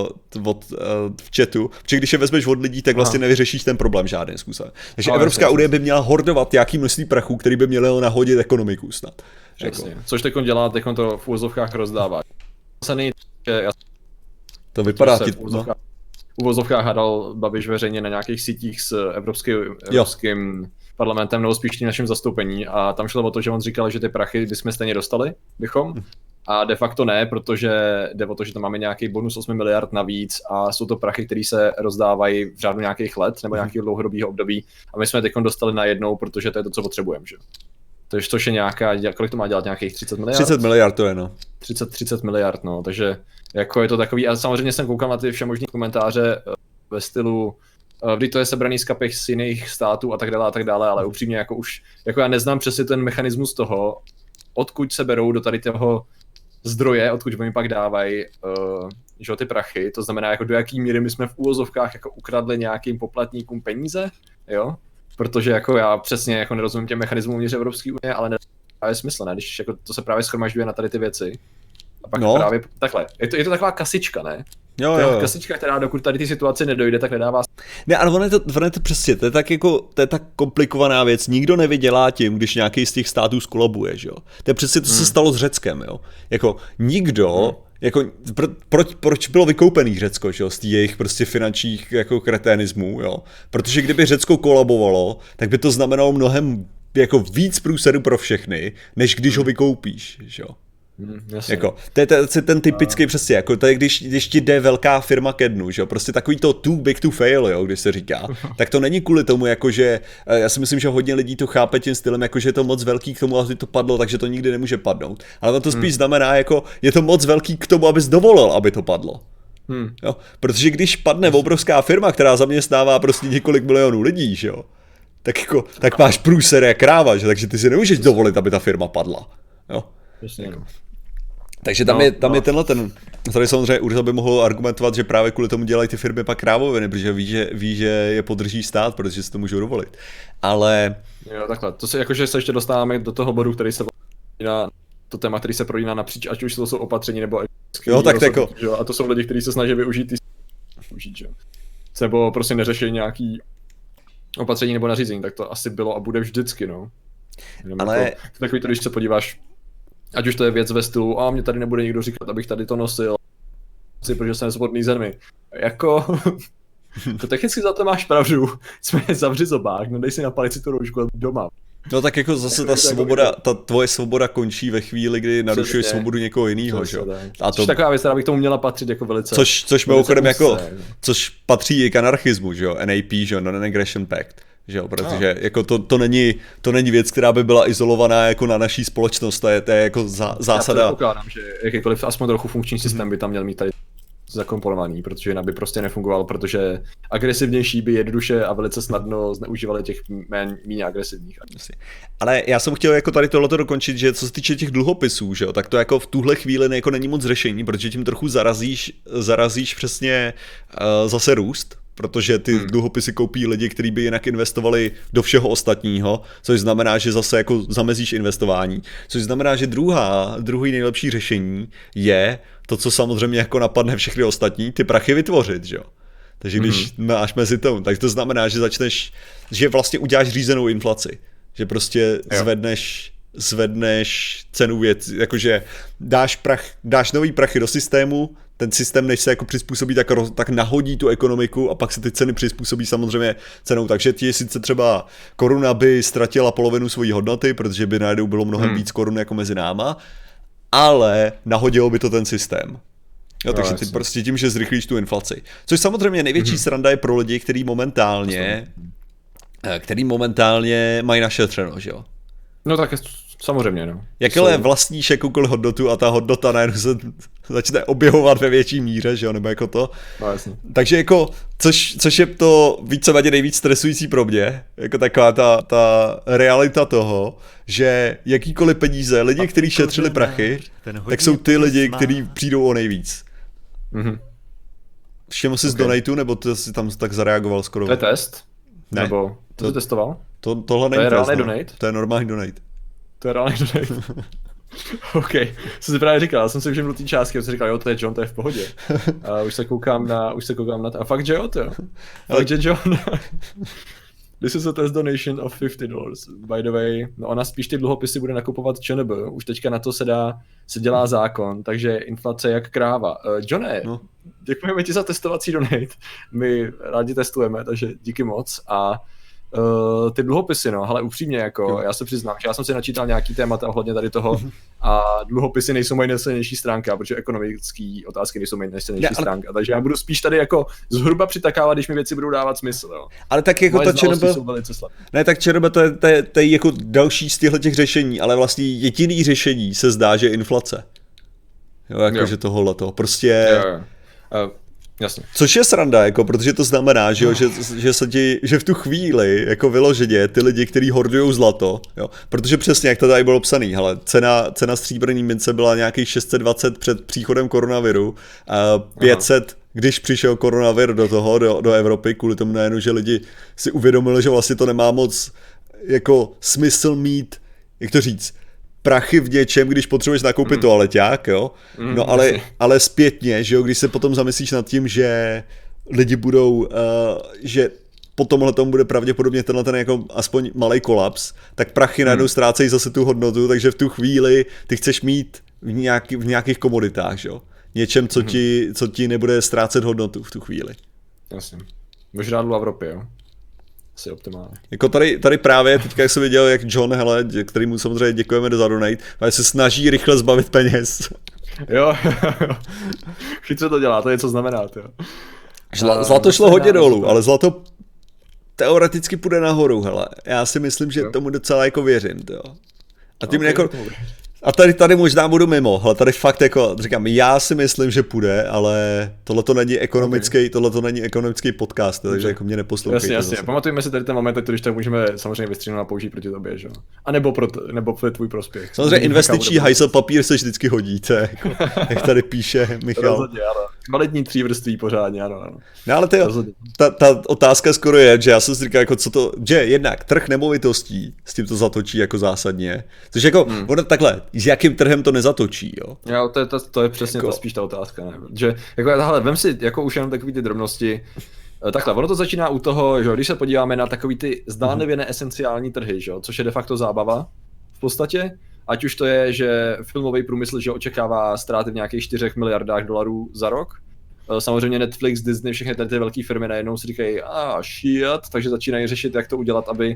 v chatu, protože když je vezmeš od lidí, tak vlastně nevyřešíš ten problém žádným způsobem. Takže Evropská unie by měla hordovat nějaký množství prachů, který by měl nahodit ekonomiku snad. Jako. Což teď dělá, teď to v úvozovkách rozdává. To vypadá ti... V uvozovkách hádal Babiš veřejně na nějakých sítích s evropským parlamentem, nebo spíš tím naším zastoupení, a tam šlo o to, že on říkal, že ty prachy bychom stejně dostali, a de facto ne, protože jde o to, že tam máme nějaký bonus 8 miliard navíc a jsou to prachy, které se rozdávají v řádu nějakých let nebo nějakého dlouhodobého období a my jsme teď dostali najednou, protože to je to, co potřebujeme, že? Což je nějaká, kolik to má dělat, nějakých 30 miliard? 30 miliard to je, no. 30 miliard, no, takže jako je to takový, a samozřejmě jsem koukal na ty všemožný komentáře ve stylu, kdy to je sebraný z kapech z jiných států a tak dále, ale upřímně jako už, jako já neznám přesně ten mechanismus toho, odkud se berou do tady toho zdroje, odkud oni pak dávají že ty prachy, to znamená jako do jaký míry my jsme v úvozovkách jako ukradli nějakým poplatníkům peníze, jo? Protože jako já přesně jako nerozumím těm mechanismům uvnitř Evropské unie, ale je smysl, ne? Když jako to se právě shromažďuje na tady ty věci. A pak právě takhle. Je to taková kasička, ne? Jo. Kasička, která dokud tady ty situace nedojde, tak nedává. Ne, ale ono je to přesně, to je tak komplikovaná věc. Nikdo nevydělá tím, když nějaký z těch států skolabuje, že jo. To je přesně to, co se stalo s Řeckem, jo. Jako nikdo, jako proč bylo vykoupený Řecko, že jo, z těch jejich prostě finančních jako kreténismů, jo. Protože kdyby Řecko kolabovalo, tak by to znamenalo mnohem jako víc průseru pro všechny, než když ho vykoupíš, že jo. Jako, to je ten typický přesně, jako to je, když ti jde velká firma ke dnu, že jo, prostě takový to too big to fail, jo, když se říká, tak to není kvůli tomu, jakože, já si myslím, že hodně lidí to chápe tím stylem, jakože je to moc velký k tomu, aby to padlo, takže to nikdy nemůže padnout, ale to spíš znamená, jako, je to moc velký k tomu, abys dovolil, aby to padlo. Jo, protože když padne obrovská firma, která zaměstnává prostě několik milionů lidí, že jo, tak máš průser jak kráva, že, takže ty si nemůžeš dovolit, aby ta firma padla, jo. Jako. Takže tam je tenhle ten, tady samozřejmě Urza by mohl argumentovat, že právě kvůli tomu dělají ty firmy pak krávoviny, protože ví, že je podrží stát, protože si to můžou dovolit. Ale... Jo, takhle, to se jakože se ještě dostáváme do toho bodu, který se na to téma, který se projíná napříč, ať už to jsou opatření nebo jo, tak jako. A to jsou lidi, kteří se snaží využít že? Nebo prostě neřeší nějaký opatření nebo nařízení, tak to asi bylo a bude vždycky, no. Ale... Jako, takový to, když se podíváš, ať už to je věc ve stylu, a mě tady nebude nikdo říkat, abych tady to nosil, protože jsem svobodný zemi. Jako, to technicky za to máš pravdu, jsme zavři zobák, no dej si na palici tu roušku doma. No tak jako zase ta svoboda, ta tvoje svoboda končí ve chvíli, kdy narušuješ svobodu někoho jiného, že jo? A to taková věc, která bych tomu měla patřit jako velice. Což mimochodem jako, což patří i k anarchismu, že jo? NAP, že jo? Non-Aggression Pact. Že jo, protože jako to není věc, která by byla izolovaná jako na naší společnost, to je jako zásada. Já pokládám, že jakýkoliv aspoň trochu funkční systém by tam měl mít tady zakomponovaný, protože jinak by prostě nefungoval, protože agresivnější by jednoduše a velice snadno zneužívali těch méně agresivních. Ale já jsem chtěl jako tady tohleto dokončit, že co se týče těch dluhopisů, že jo, tak to jako v tuhle chvíli jako není moc řešení, protože tím trochu zarazíš přesně zase růst. Protože ty dluhopisy koupí lidi, kteří by jinak investovali do všeho ostatního, což znamená, že zase jako zamezíš investování. Což znamená, že druhý nejlepší řešení je to, co samozřejmě jako napadne všechny ostatní, ty prachy vytvořit, že jo. Takže když máš mezi tomu, tak to znamená, že vlastně uděláš řízenou inflaci. Že prostě zvedneš cenu věc, jakože dáš nový prachy do systému, ten systém, než se jako přizpůsobí, tak nahodí tu ekonomiku a pak se ty ceny přizpůsobí samozřejmě cenou. Takže ti sice třeba koruna by ztratila polovinu svojí hodnoty, protože by najednou bylo mnohem víc korun jako mezi náma, ale nahodilo by to ten systém. Jo, takže ty prostě tím, že zrychlíš tu inflaci. Což samozřejmě největší sranda je pro lidi, který momentálně mají našetřeno, že jo? No tak samozřejmě, no. Jakhle vlastníš jakoukoliv hodnotu a ta hodnota najednou se začne objevovat ve větší míře, že jo, nebo jako to. No, jasně. Takže jako, což je to víceméně nejvíc stresující pro mě, jako taková ta realita toho, že jakýkoliv peníze, lidi, kteří šetřili prachy, tak jsou ty lidi, kteří přijdou o nejvíc. Všemu si z donatu, nebo ty jsi tam tak zareagoval skoro? To je test? Ne. Nebo to jsi testoval? Tohle není test, donate? To je normální donate. To je reálný donate. OK, jsem si právě říkal, já jsem si všiml té částky, a jsem říkal, jo, to je John, to je v pohodě. A už se koukám na to. A fakt, že jo, to jo. Fakt, že John. This is a test donation of $50. By the way, no ona spíš ty dluhopisy bude nakupovat ČNB, už teďka na to se dělá zákon, takže inflace jak kráva. Johne, děkujeme ti za testovací donate, my rádi testujeme, takže díky moc a ty dluhopisy, no, ale upřímně, jako, já se přiznám, že já jsem si načítal nějaký témata ohledně tady toho a dluhopisy nejsou moje nejsilnější stránka, protože ekonomické otázky nejsou moje nejsilnější stránka, takže já budu spíš tady jako zhruba přitakávat, když mi věci budou dávat smysl, jo. Ale tak jako ta ČNB, ne, tak ČNB to je jako další z těch řešení, ale vlastně jediný řešení se zdá, že je inflace. Jo, jakože tohleto, prostě... Jo. Jasně. Což je sranda, jako, protože to znamená, že, jo, že v tu chvíli jako vyloženě ty lidi, kteří hordujou zlato, jo, protože přesně jak to tady bylo psaný, hele, cena stříbrný mince byla nějakých 620 před příchodem koronaviru, a 500, když přišel koronavir do Evropy, kvůli tomu najednou, že lidi si uvědomili, že vlastně to nemá moc jako smysl mít, jak to říct, prachy v něčem, když potřebuješ nakoupit toaleťák, jo? No ale zpětně, že jo, když se potom zamyslíš nad tím, že lidi budou, že po tomhle tomu bude pravděpodobně tenhle ten jako aspoň malej kolaps, tak prachy najednou ztrácejí zase tu hodnotu, takže v tu chvíli ty chceš mít v nějakých komoditách, že jo? Něčem, co ti nebude ztrácet hodnotu v tu chvíli. Jasně. Možná v Evropě, jo? Asi optimálně. Jako tady právě, teďka jak jsem viděl, jak John, hele, kterýmu samozřejmě děkujeme za donate, ale se snaží rychle zbavit peněz. Jo. Chytře to dělá, to je co znamená, jo. Zlato šlo hodně dolů, ale zlato teoreticky půjde nahoru, hele. Já si myslím, že tomu docela jako věřím, jo. A tím jako... A tady možná budu mimo, hele, tady fakt jako, říkám, já si myslím, že půjde, ale tohleto není ekonomický podcast, takže jako mě neposlouchejte. Jasně, pamatujeme si tady ten moment, když tak můžeme samozřejmě vystříhnout a použít proti tobě, že jo? A nebo pro tvůj prospěch. Samozřejmě investiční hajsel papír se vždycky hodí, to je, jak tady píše Michal. Rozhodně, ano. Kvalitní třívrství pořádně, ano. No ale ta otázka skoro je, že já jsem si říkal, jako co to, že jednak trh nemovitostí s tím to zatočí jako zásadně, což jako, ono takhle, s jakým trhem to nezatočí, jo? Jo, to je přesně jako... spíš ta otázka, ne? Že, jako, hele, vem si jako už jenom takový ty drobnosti, takhle, ono to začíná u toho, že když se podíváme na takový ty zdánlivě neesenciální trhy, že? Což je de facto zábava v podstatě, ať už to je, že filmový průmysl, že očekává ztráty v nějakých 4 miliardách dolarů za rok. Samozřejmě Netflix, Disney, všechny tady ty velké firmy najednou si říkají, shit, takže začínají řešit, jak to udělat, aby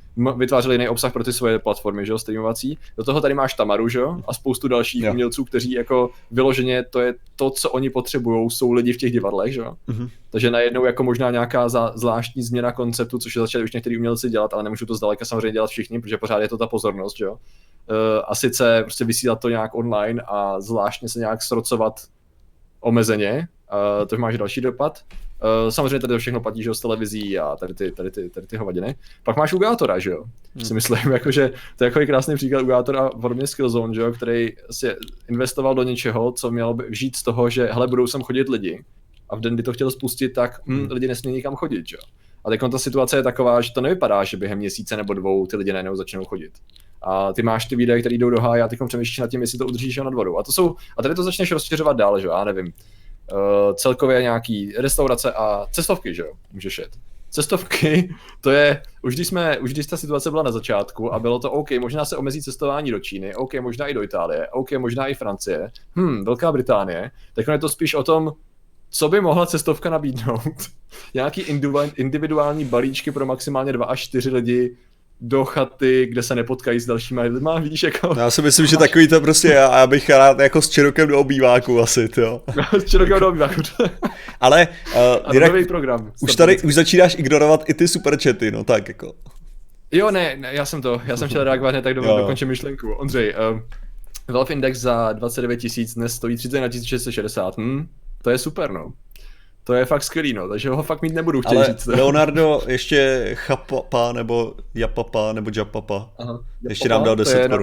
vytvářeli jiný obsah pro ty svoje platformy, že jo, streamovací. Do toho tady máš Tamaru, že jo, a spoustu dalších umělců, kteří jako vyloženě, to je to, co oni potřebujou, jsou lidi v těch divadlech, že jo. Takže najednou jako možná nějaká zvláštní změna konceptu, což je začali už některý umělci dělat, ale nemůžou to zdaleka samozřejmě dělat všichni, protože pořád je to ta pozornost, že jo. A sice prostě vysílat to nějak online a zvláštně se nějak srocovat omezeně, to máš další dopad. Samozřejmě tady to všechno platí, že jo, z televizí a tady ty hovadiny. Pak máš Ugátora, že jo, si myslím, jakože to je jako krásný příklad Ugátora v formě Skillzone, že jo, který si investoval do něčeho, co mělo by žít z toho, že hele, budou sem chodit lidi a v den, kdy to chtěl spustit, tak lidi nesmí nikam chodit, že jo. A teď ta situace je taková, že to nevypadá, že během měsíce nebo 2 ty lidi najednou začnou chodit. A ty máš ty videa, které jdou do háje a ty přemýšlíš nad tím, jestli to udržíš nad vodou. A tady to začneš rozšiřovat dál, že jo, já nevím. Celkově nějaký restaurace a cestovky, že jo, můžeš jet. Cestovky, to je, už když ta situace byla na začátku a bylo to OK, možná se omezí cestování do Číny, OK, možná i do Itálie, OK, možná i Francie, Velká Británie, tak je to spíš o tom, co by mohla cestovka nabídnout. Nějaký individuální balíčky pro maximálně 2 až 4 lidi do chaty, kde se nepotkají s dalšíma lidma, víš, jako... Já si myslím, že takový to prostě já bych rád jako s Čerokem do obýváku asi, jo. S Čerokem do obýváku. Ale nový program. Už začínáš ignorovat i ty superchaty, no tak jako. Jo, ne, já jsem chtěl reagovat hned, tak dokončím myšlenku. Ondřej, Valve Index za 29 000 dnes stojí 31 660, to je super, no. To je fakt skvělý, no, takže ho fakt mít nebudu chtět říct. Leonardo ještě chapapa, nebo japapa, nebo japapa. Aha, ještě nám dal 10 korun.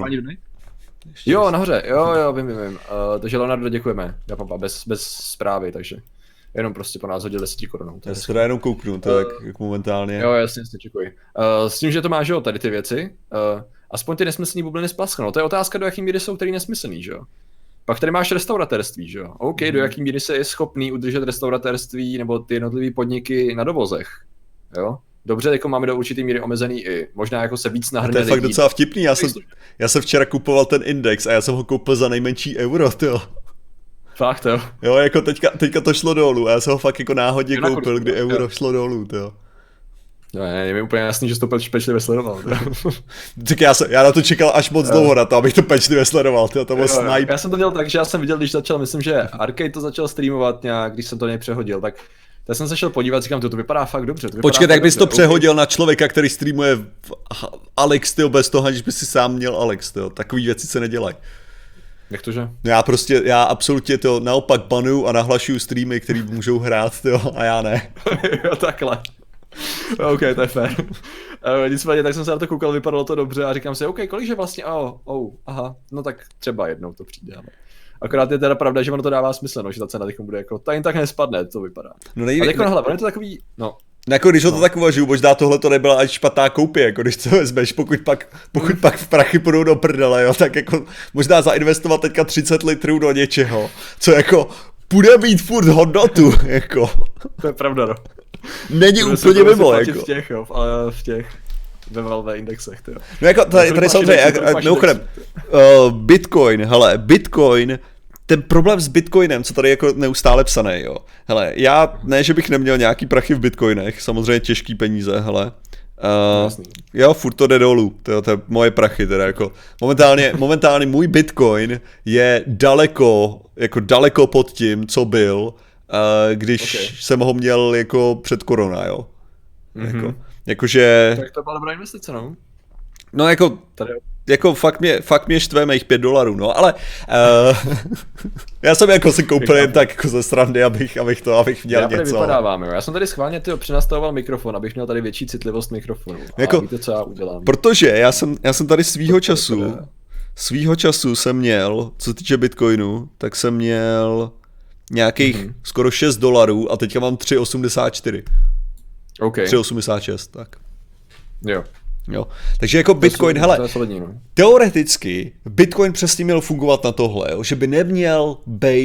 Jo, nahoře, jo, vím. Takže Leonardo děkujeme, japapa, bez zprávy, takže jenom prostě po nás hodil 10 korun. Já se teda jenom kouknu, to jak momentálně. Jo, jasně, děkuji. S tím, že to máš, jo, tady ty věci, aspoň ty nesmyslný bubliny splasknou. To je otázka, do jaký míry jsou tady nesmyslný, že jo. Pak tady máš restauratérství, že jo? OK, do jaký míry se je schopný udržet restauratérství nebo ty jednotlivé podniky na dovozech, jo? Dobře, jako máme do určitý míry omezený i možná jako se víc nahrne. To je fakt docela vtipný, já jsem včera kupoval ten index a já jsem ho koupil za nejmenší euro, jo. Fakt, jo? Jo, jako teďka to šlo dolů a já jsem ho fakt jako náhodně koupil, kdy euro šlo dolů, jo. No, je mi úplně jasný, že jsi to pečlivě sledoval. Tak já na to čekal až moc dlouho na to, abych to pečlivě sledoval, to bylo snipe. Já jsem to dělal tak, že já jsem viděl, když začal, myslím, že Arcade to začal streamovat nějak, když jsem to něj přehodil, tak jsem se šel podívat, říkám, to vypadá fakt dobře. Počkej, jak bys to přehodil na člověka, který streamuje Alex, tyjo, bez toho, aniž by si sám měl Alex, tyjo, takový věci se nedělají. Jak to, že? Já absolutně to naopak banuju a nahlašuju streamy, který můžou hrát, tyjo, a já ne. Jo, takhle. OK, to je fér. Nicméně, tak jsem se na to koukal, vypadalo to dobře a říkám si, OK, kolikže vlastně, aha, no tak třeba jednou to přijde. Akorát je teda pravda, že ono to dává smysl, no, že ta cena teď bude jako, ta jen tak nespadne, to vypadá. No ale jako hele, ono je to takový, no. Jako když ho to tak uvažuju, možná tohle to nebyla až špatná koupě, jako když to vezmeš, pokud pak v prachy půjdou do prdele, jo, tak jako možná zainvestovat teďka 30 litrů do něčeho, co jako bude mít furt hodnotu, jako. To je pravda, no. Není úplně mimo, jako. V těch ve Valve indexech, to jo. No jako tady samozřejmě, mimochodem, Bitcoin, ten problém s Bitcoinem, co tady jako neustále psaný, jo. Hele, já ne, že bych neměl nějaký prachy v Bitcoinech, samozřejmě těžký peníze, hele. Jo, furt to jde dolů, to je moje prachy teda jako. Momentálně můj Bitcoin je daleko pod tím, co byl, když jsem ho měl jako před korona, jo. Jakože... Tak to byla dobrá investice, no. No jako fakt mě štve mých $5, no, ale já jsem jako si koupil jen tak jako ze srandy, abych měl já něco. Vypadávám, jo. Já jsem tady schválně přenastavoval mikrofon, abych měl tady větší citlivost mikrofonu. Jako, a víte, co já udělám. Protože já jsem tady svýho času jsem měl, co se týče Bitcoinu, tak jsem měl nějakých skoro $6 a teďka mám 3,84. OK. 3,86, tak. Jo. Takže jako Bitcoin, hele, solidní, no. Teoreticky Bitcoin přesně měl fungovat na tohle, jo, že by neměl být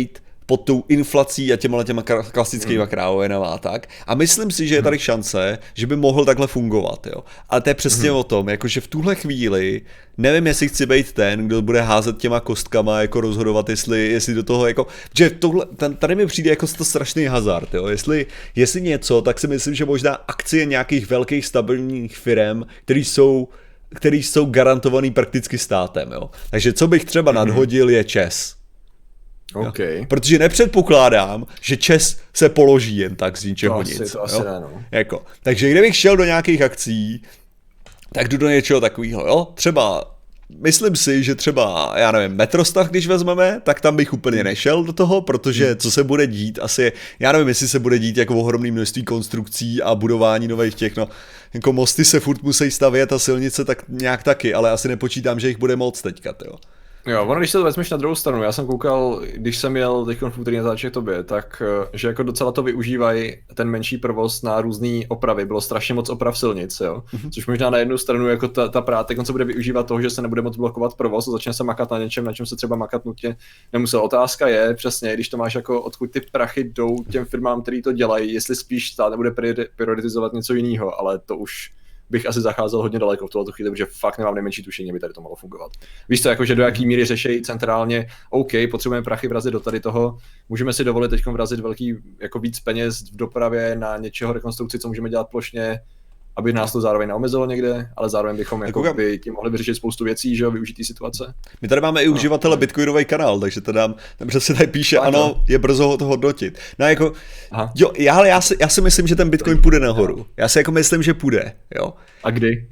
pod tou inflací a těma klasickýma krávovinama a tak. A myslím si, že je tady šance, že by mohl takhle fungovat, jo. Ale to je přesně o tom, jakože v tuhle chvíli nevím, jestli chci být ten, kdo bude házet těma kostkama, jako rozhodovat, jestli do toho, jako, že tady mi přijde jako to strašný hazard, jo. Jestli něco, tak si myslím, že možná akcie nějakých velkých stabilních firm, který jsou garantovaný prakticky státem, jo. Takže co bych třeba nadhodil je ČEZ. Okay. Protože nepředpokládám, že ČEZ se položí jen tak z ničeho nic. To asi ne, no. Jako. Takže kdybych šel do nějakých akcí, tak jdu do něčeho takového, jo. Třeba, myslím si, že třeba, já nevím, Metrostach, když vezmeme, tak tam bych úplně nešel do toho, protože co se bude dít, asi, já nevím, jestli se bude dít jako ohromné množství konstrukcí a budování nových těch, no, jako mosty se furt musí stavět a silnice tak nějak taky, ale asi nepočítám, že jich bude moc teďka, jo. Jo, ono, když se to vezmeš na druhou stranu, já jsem koukal, když jsem jel teď v úterý na začátku tobě, tak že jako docela to využívají ten menší provoz na různé opravy, bylo strašně moc oprav silnic, jo, což možná na jednu stranu jako ta práce, on se bude využívat toho, že se nebude moc blokovat provoz a začne se makat na něčem, na čem se třeba makat nutně nemusel. Otázka je přesně, když to máš jako odkud ty prachy jdou těm firmám, který to dělají, jestli spíš stát nebude prioritizovat něco jiného, ale to už bych asi zacházel hodně daleko v tuhle chvíli, protože fakt nemám nejmenší tušení, aby tady to mohlo fungovat. Víš to, jako, že do jaký míry řešejí centrálně, OK, potřebujeme prachy vrazit do tady toho, můžeme si dovolit teď vrazit velký, jako víc peněz v dopravě na něčeho rekonstrukci, co můžeme dělat plošně, aby nás to zároveň neomezilo někde, ale zároveň bychom jako by tím mohli vyřešit spoustu věcí, že jo, využít té situace. My tady máme i uživatele Bitcoinový kanál, takže to dám, přesně tady píše, ano, je brzo to hodnotit. No jako, jo, já si myslím, že ten Bitcoin půjde nahoru. Já si jako myslím, že půjde, jo. A kdy?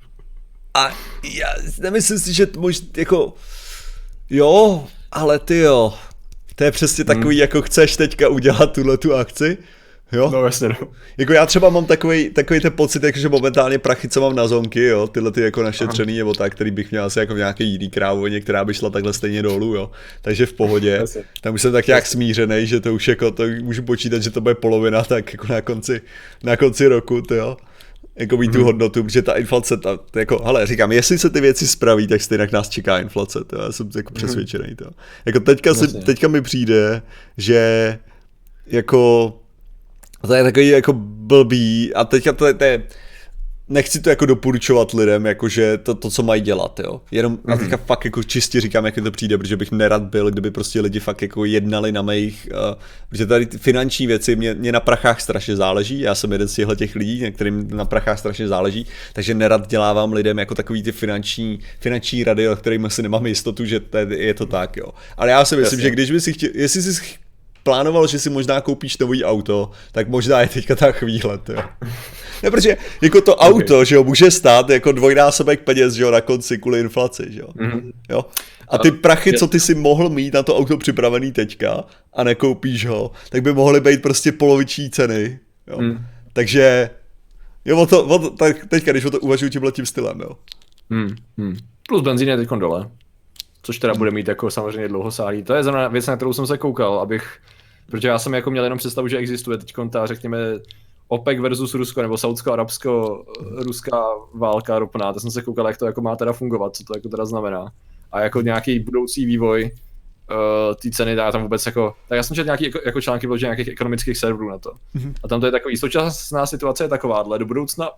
A já nemyslím si, že možná jako, jo, ale ty jo, to je přesně takový, jako chceš teďka udělat tu akci. Jo? No jasně, no. Jako já třeba mám takový ten pocit, jako, že momentálně prachy, co mám na zonky, jo, tyhle ty jako našetřený nebo tak, který bych měl asi jako v nějaký jiný krávovině, která by šla takhle stejně dolů, jo. Takže v pohodě. Tam už jsem tak nějak smířenej, že to už jako, to můžu počítat, že to bude polovina, tak jako na konci roku, to jo. Jako mít tu hodnotu, protože ta inflace, jako, hele, říkám, jestli se ty věci spraví, tak stejně nás čeká inflace, to já jsem jako přesvědčený, to. Jako teďka mi přijde, že jako to je takový jako blbý a teďka to je nechci to jako doporučovat lidem, jakože to co mají dělat, jo. Jenom a teďka fakt jako čistě říkám, jak mi to přijde, protože bych nerad byl, kdyby prostě lidi fakt jako jednali na mých, protože tady ty finanční věci mě na prachách strašně záleží, já jsem jeden z těch lidí, kterým na prachách strašně záleží, takže nerad dělávám lidem jako takový ty finanční rady, o kterým asi nemám jistotu, že je to tak, jo. Ale já si myslím, že když by si chtěl, jestli si plánoval, že si možná koupíš nový auto, tak možná je teďka ta chvíle, jo. Ne, protože jako to auto, že jo, může stát jako dvojnásobek peněz, že jo, na konci kvůli inflaci, že jo. Jo. A ty prachy, co ty si mohl mít na to auto připravený teďka a nekoupíš ho, tak by mohly být prostě poloviční ceny, jo. Takže jo, tak teďka, když o to uvažuji tím stylem, jo. Plus benzín je teďkon dole, což teda bude mít jako samozřejmě dlouhosáhlý. To je zrovna věc, na kterou jsem se koukal, protože já jsem jako měl jenom představu, že existuje teďkon ta, řekněme, OPEC versus Rusko, nebo saudsko-arabsko-ruská válka ropná, tak jsem se koukal, jak to jako má teda fungovat, co to jako teda znamená. A jako nějaký budoucí vývoj té ceny, já tam vůbec jako, tak já jsem četl nějaký jako články vložení nějakých ekonomických serverů na to. A tam to je takový, současná situace je takováhle, do budoucna,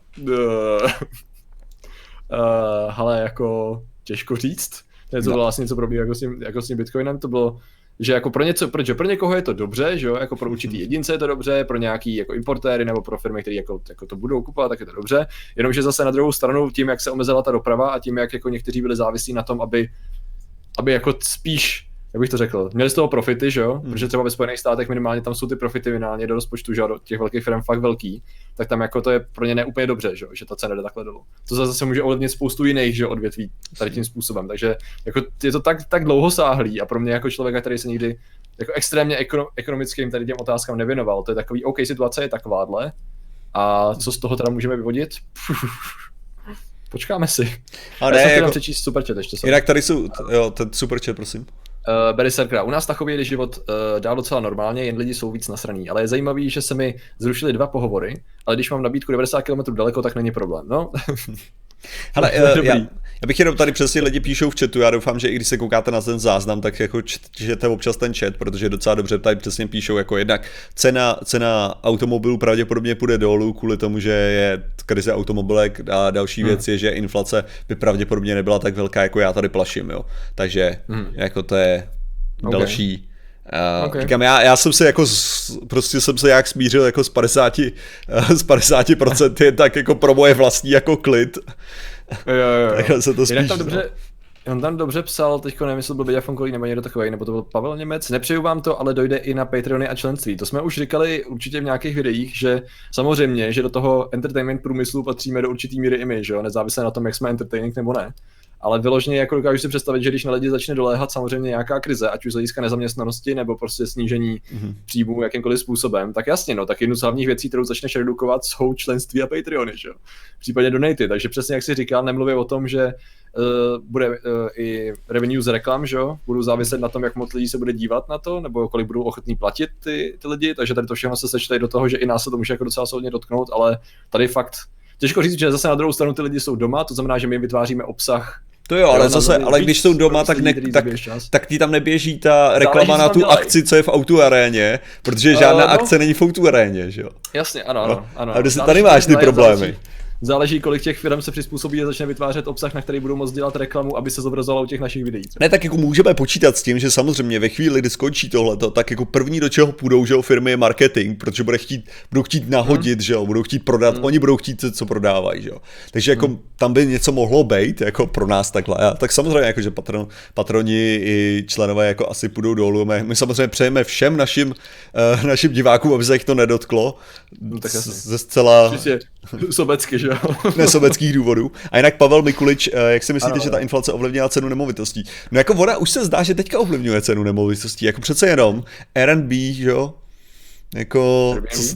ale jako těžko říct. To bylo vlastně něco probíhá jako s tím Bitcoinem, to bylo, že jako pro někoho je to dobře, že jo, jako pro určitý jedince je to dobře, pro nějaký jako importéry nebo pro firmy, které jako to budou kupovat, tak je to dobře, jenomže zase na druhou stranu tím, jak se omezila ta doprava a tím, jak jako někteří byli závislí na tom, aby jako spíš, jak bych to řekl, měli z toho profity, že jo, protože třeba ve Spojených státech minimálně tam jsou ty profity minimálně do rozpočtu, že jo, do těch velkých firm fakt velký, tak tam jako to je pro ně neúplně dobře, že jo, že ta cena jde takhle dolů. To zase může ovlivnit spoustu jiných, že jo, odvětví tady tím způsobem, takže jako je to tak dlouhosáhlý a pro mě jako člověka, který se nikdy jako extrémně ekonomickým tady těm otázkám nevěnoval, to je takový, OK, situace je takováhle a co z toho teda můžeme vyvodit? Počkáme si. A ne, jako přečíst superchat ještě. Jinak tady jsou, jo, ten superchat, prosím. Berserkera. U nás takový je život dál docela normálně, jen lidi jsou víc nasraný, ale je zajímavý, že se mi zrušily 2 pohovory, ale když mám nabídku 90 km daleko, tak není problém, no. Hele, Dobrý. já bych jenom tady přesně lidi píšou v chatu, já doufám, že i když se koukáte na ten záznam, tak jako čtěte občas ten chat, protože docela dobře tady přesně píšou jako jednak cena automobilů pravděpodobně půjde dolů kvůli tomu, že je krize automobilek a další věc je, že inflace by pravděpodobně nebyla tak velká, jako já tady plaším, jo. Takže jako to je další. Okay. Říkám, já jsem se jako prostě jsem se nějak smířil jako z 50% je tak jako pro moje vlastní jako klid. Jo. Takhle se to spíš, On tam dobře psal, teďko nevím, jestli byl Beďa Fonkolík nebo někdo takový, nebo to byl Pavel Němec. Nepřeju vám to, ale dojde i na Patreony a členství. To jsme už říkali určitě v nějakých videích, že samozřejmě, že do toho entertainment průmyslu patříme do určitý míry i my, že jo, nezávisle na tom, jak jsme entertaining nebo ne. Ale vyloženě jako dokážu si představit, že když na lidi začne doléhat samozřejmě nějaká krize, ať už z hlediska nezaměstnanosti nebo prostě snížení příjmů jakýmkoliv způsobem, tak jasně, no, tak jednu z hlavních věcí, kterou začneš redukovat, jsou členství a Patreony, že jo. V případě donaty, takže přesně jak si říkal, nemluvě o tom, že bude i revenue z reklam, že jo, budou záviset na tom, jak moc lidí se bude dívat na to, nebo kolik budou ochotní platit ty lidi, takže tady to všechno se sečte do toho, že i nás se to může jako docela solidně dotknout, ale tady fakt těžko říct, že zase na druhou stranu ty lidi jsou doma, to znamená, že my vytváříme obsah. To jo, ale zase, ale když jsou doma, tak ti tam neběží ta reklama na tu akci, co je v autoaréně, protože žádná akce není v autoaréně, že jo? Jasně, ano. A tady máš ty problémy. Záleží, kolik těch firm se přizpůsobí a začne vytvářet obsah, na který budou moct dělat reklamu, aby se zobrazovalo u těch našich videí. Ne, tak jako můžeme počítat s tím, že samozřejmě ve chvíli, kdy skončí tohleto, tak jako první do čeho půjdou, že jo, firmy je marketing, protože budou chtít nahodit, že jo, budou chtít prodat, oni budou chtít co prodávají, že jo. Takže jako tam by něco mohlo být, jako pro nás takhle. A tak samozřejmě jako, že patroni i členové jako asi půjdou dolů. My samozřejmě přejeme všem našim divákům, aby se jich to nedotklo. No, tak ze zcela sobecky, že jo. Nesobeckých důvodů. A jinak Pavel Mikulič, jak si myslíte, že ta inflace ovlivnila cenu nemovitostí? No jako ona už se zdá, že teďka ovlivňuje cenu nemovitostí, jako přece jenom Airbnb, že jo? Jako,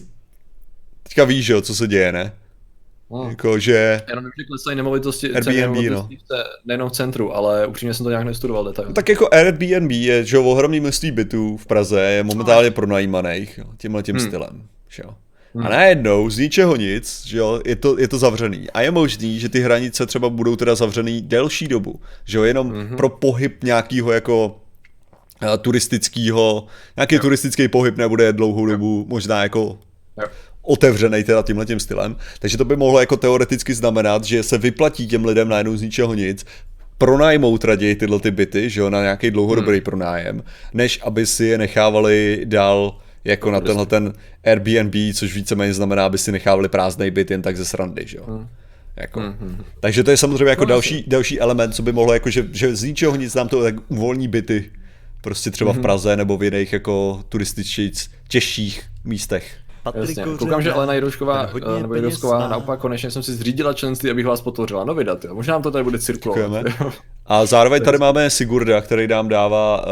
teďka víš, že jo, co se děje, ne? Jako, že... Já nevím, že klesají nemovitosti, Airbnb, no. Nejenom v centru, ale upřímně jsem to nějak nestudoval detailně. No, tak jako Airbnb je, že jo, ohromný množství bytů v Praze, je momentálně pronajímaných tímhletím stylem, že jo. A najednou z ničeho nic, že jo, je to zavřený. A je možný, že ty hranice třeba budou teda zavřený delší dobu, že jo, jenom pro pohyb nějakého jako nějaký turistický pohyb nebude dlouhou dobu možná jako otevřenej teda tímhletím stylem. Takže to by mohlo jako teoreticky znamenat, že se vyplatí těm lidem najednou z ničeho nic, pronajmout raději tyhle ty byty, že jo, na nějaký dlouhodobý pronájem, než aby si je nechávali dál jako na tenhle ten Airbnb, což víceméně znamená, aby si nechávali prázdnej byt jen tak ze srandy, že jo. Jako. Takže to je samozřejmě jako další element, co by mohlo, jako, že z ničeho nic nám to tak uvolní byty, prostě třeba v Praze nebo v jiných jako turističtějších těžších místech. Jasně. Koukám, že Alena Jiroušková naopak konečně jsem si zřídila členství, abych vás podpořila. No vydat, jo. Možná nám to tady bude cirkulovat. A zároveň tady máme Sigurda, který nám dává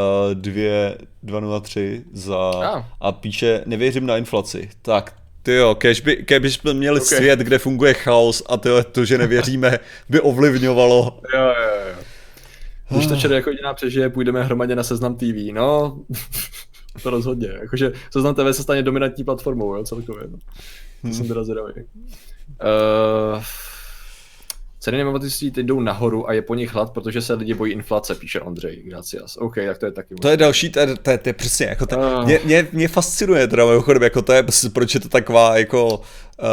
203 a píše, nevěřím na inflaci. Tak, tyjo, kež jsme měli svět, kde funguje chaos a to, že nevěříme, by ovlivňovalo. Jo. Když to ČR jako jediná přežije, půjdeme hromadě na Seznam TV, no... To rozhodně, jakože Seznam TV se stane dominantní platformou, jo, celkově. No. To jsem teda zvědavý. Ceny nemovitostí teď jdou nahoru a je po nich hlad, protože se lidi bojí inflace, píše Ondřej, gracias. OK, tak to je taky. To je další, to je přesně, jako mě fascinuje teda mimochodem, jako to je, proč je to taková, jako...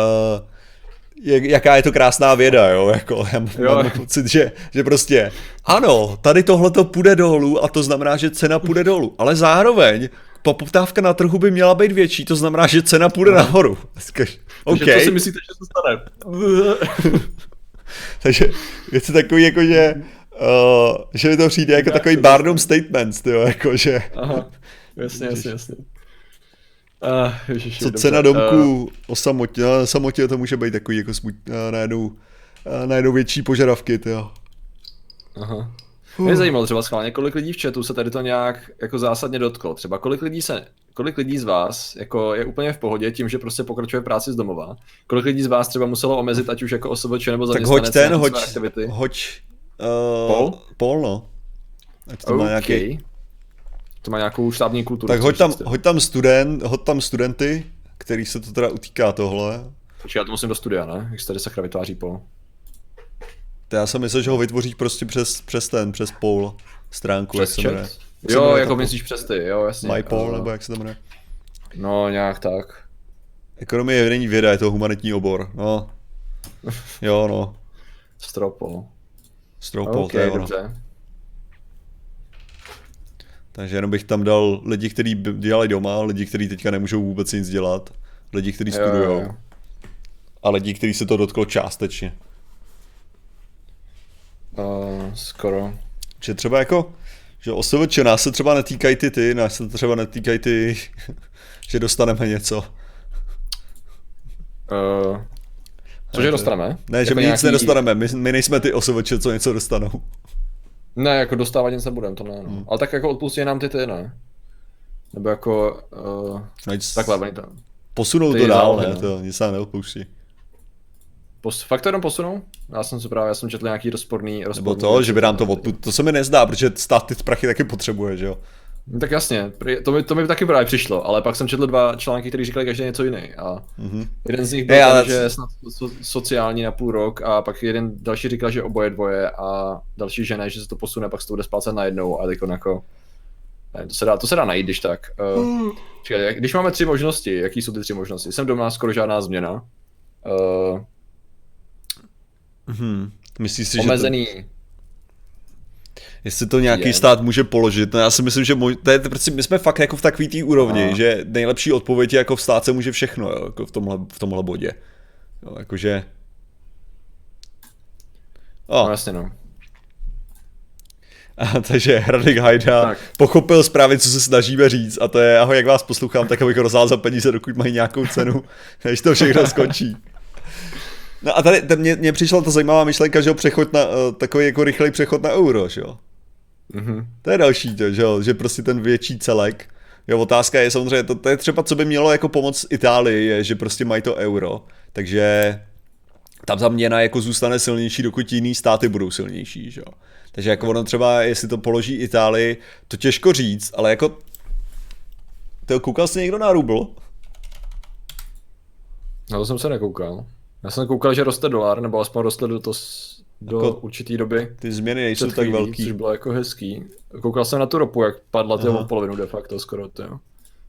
jaká je to krásná věda, jo, jako já mám pocit, že prostě ano, tady tohleto půjde dolů a to znamená, že cena půjde dolů, ale zároveň poptávka na trhu by měla být větší, to znamená, že cena půjde nahoru. Okay. Takže co si myslíte, že se stane? Takže je to takový, jako že mi to přijde jako takový Barnum statement, jo, jako že... Aha, jasně. Co cena domku o samotě to může být takový jako najednou větší požadavky, jo. Aha. Mě zajímalo třeba schválně, kolik lidí v chatu se tady to nějak jako zásadně dotklo. Třeba kolik lidí z vás jako je úplně v pohodě tím, že prostě pokračuje práci z domova. Kolik lidí z vás třeba muselo omezit, ať už jako OSVČ nebo zaměstnanec své aktivity. Paul, no. Ať to má nějaký... To má nějakou štábní kulturu. Tak hoď tam studenty, který se to teda utýká tohle. Počkej, já to musím do studia, ne? Jak se tady sakra vytváří Paul. To já jsem myslel, že ho vytvoříš prostě přes poll stránku, Přes jak se jmenuje. chat? Jak se Jo, jmenuje jako ta myslíš přes ty, jo, jasně. MyPoll, nebo jak se to jmenuje? No, nějak tak. Ekonomie není věda, je to humanitní obor, no. Jo, no. Stropol. Stropol, OK, to je ono. dobře. Takže jenom bych tam dal lidi, kteří dělají doma, lidi, kteří teďka nemůžou vůbec nic dělat, lidi, kteří studujou Jo. a lidi, kteří se to dotklo částečně. Skoro. Že třeba jako, že OSVČ nás se třeba netýkají nás se třeba netýkají že dostaneme něco. Cože dostaneme? Ne, že Jako my nic nedostaneme, my nejsme ty OSVČ, co něco dostanou. Ne, jako dostávat nic nebudem, to ne, no. Ale tak jako odpustí nám ty, ne? Nebo jako, takhle, oni to... Posunou Ty to dál, zálohy, ne, no. to nic se neodpouští. Fakt to jenom posunou? Já jsem četl nějaký rozporný Nebo to, že by nám to odpustil, to se mi nezdá, protože stát ty prachy taky potřebuje, že jo. No, tak jasně, to mi taky právě přišlo, ale pak jsem četl 2 články, které říkali každý něco jiný a jeden z nich byl ten, že je snad sociální na půl rok a pak jeden další říkal, že oboje dvoje a další že ne, že se to posune, pak se to bude splácet najednou a teď jako, ne, to se dá najít, když tak. Čekaj, když máme 3 možnosti, jaký jsou ty 3 možnosti? Jsem doma, skoro žádná změna. Myslíš si, Omezený. Jestli to nějaký stát může položit, no já si myslím, že to je, prostě, my jsme fakt jako v takový té úrovni, že nejlepší odpověď je jako v stát se může všechno, jo, jako v tomhle bodě. Jo, jakože... No jasně no. Takže Radek Hajda pochopil správně, co se snažíme říct a to je, ahoj, jak vás poslouchám, tak abych rozdál za peníze, dokud mají nějakou cenu, než to všechno skončí. No a tady mně přišla ta zajímavá myšlenka, že přechod na, takový jako rychlej přechod na euro, že jo. To je další to, že jo, že prostě ten větší celek. Jo, otázka je samozřejmě, to je třeba, co by mělo jako pomoct Itálii, je, že prostě mají to euro, takže tam ta měna jako zůstane silnější, dokud jiný státy budou silnější, že jo. Takže jako ono třeba, jestli to položí Itálii, to těžko říct, ale jako... Koukal jsi někdo na rubl? No to jsem se nekoukal. Já jsem koukal, že roste dolar, nebo aspoň roste do jako určitý doby. Ty změny nejsou tak velký. Což bylo jako hezký. Koukal jsem na tu ropu, jak padla o polovinu de facto skoro, jo.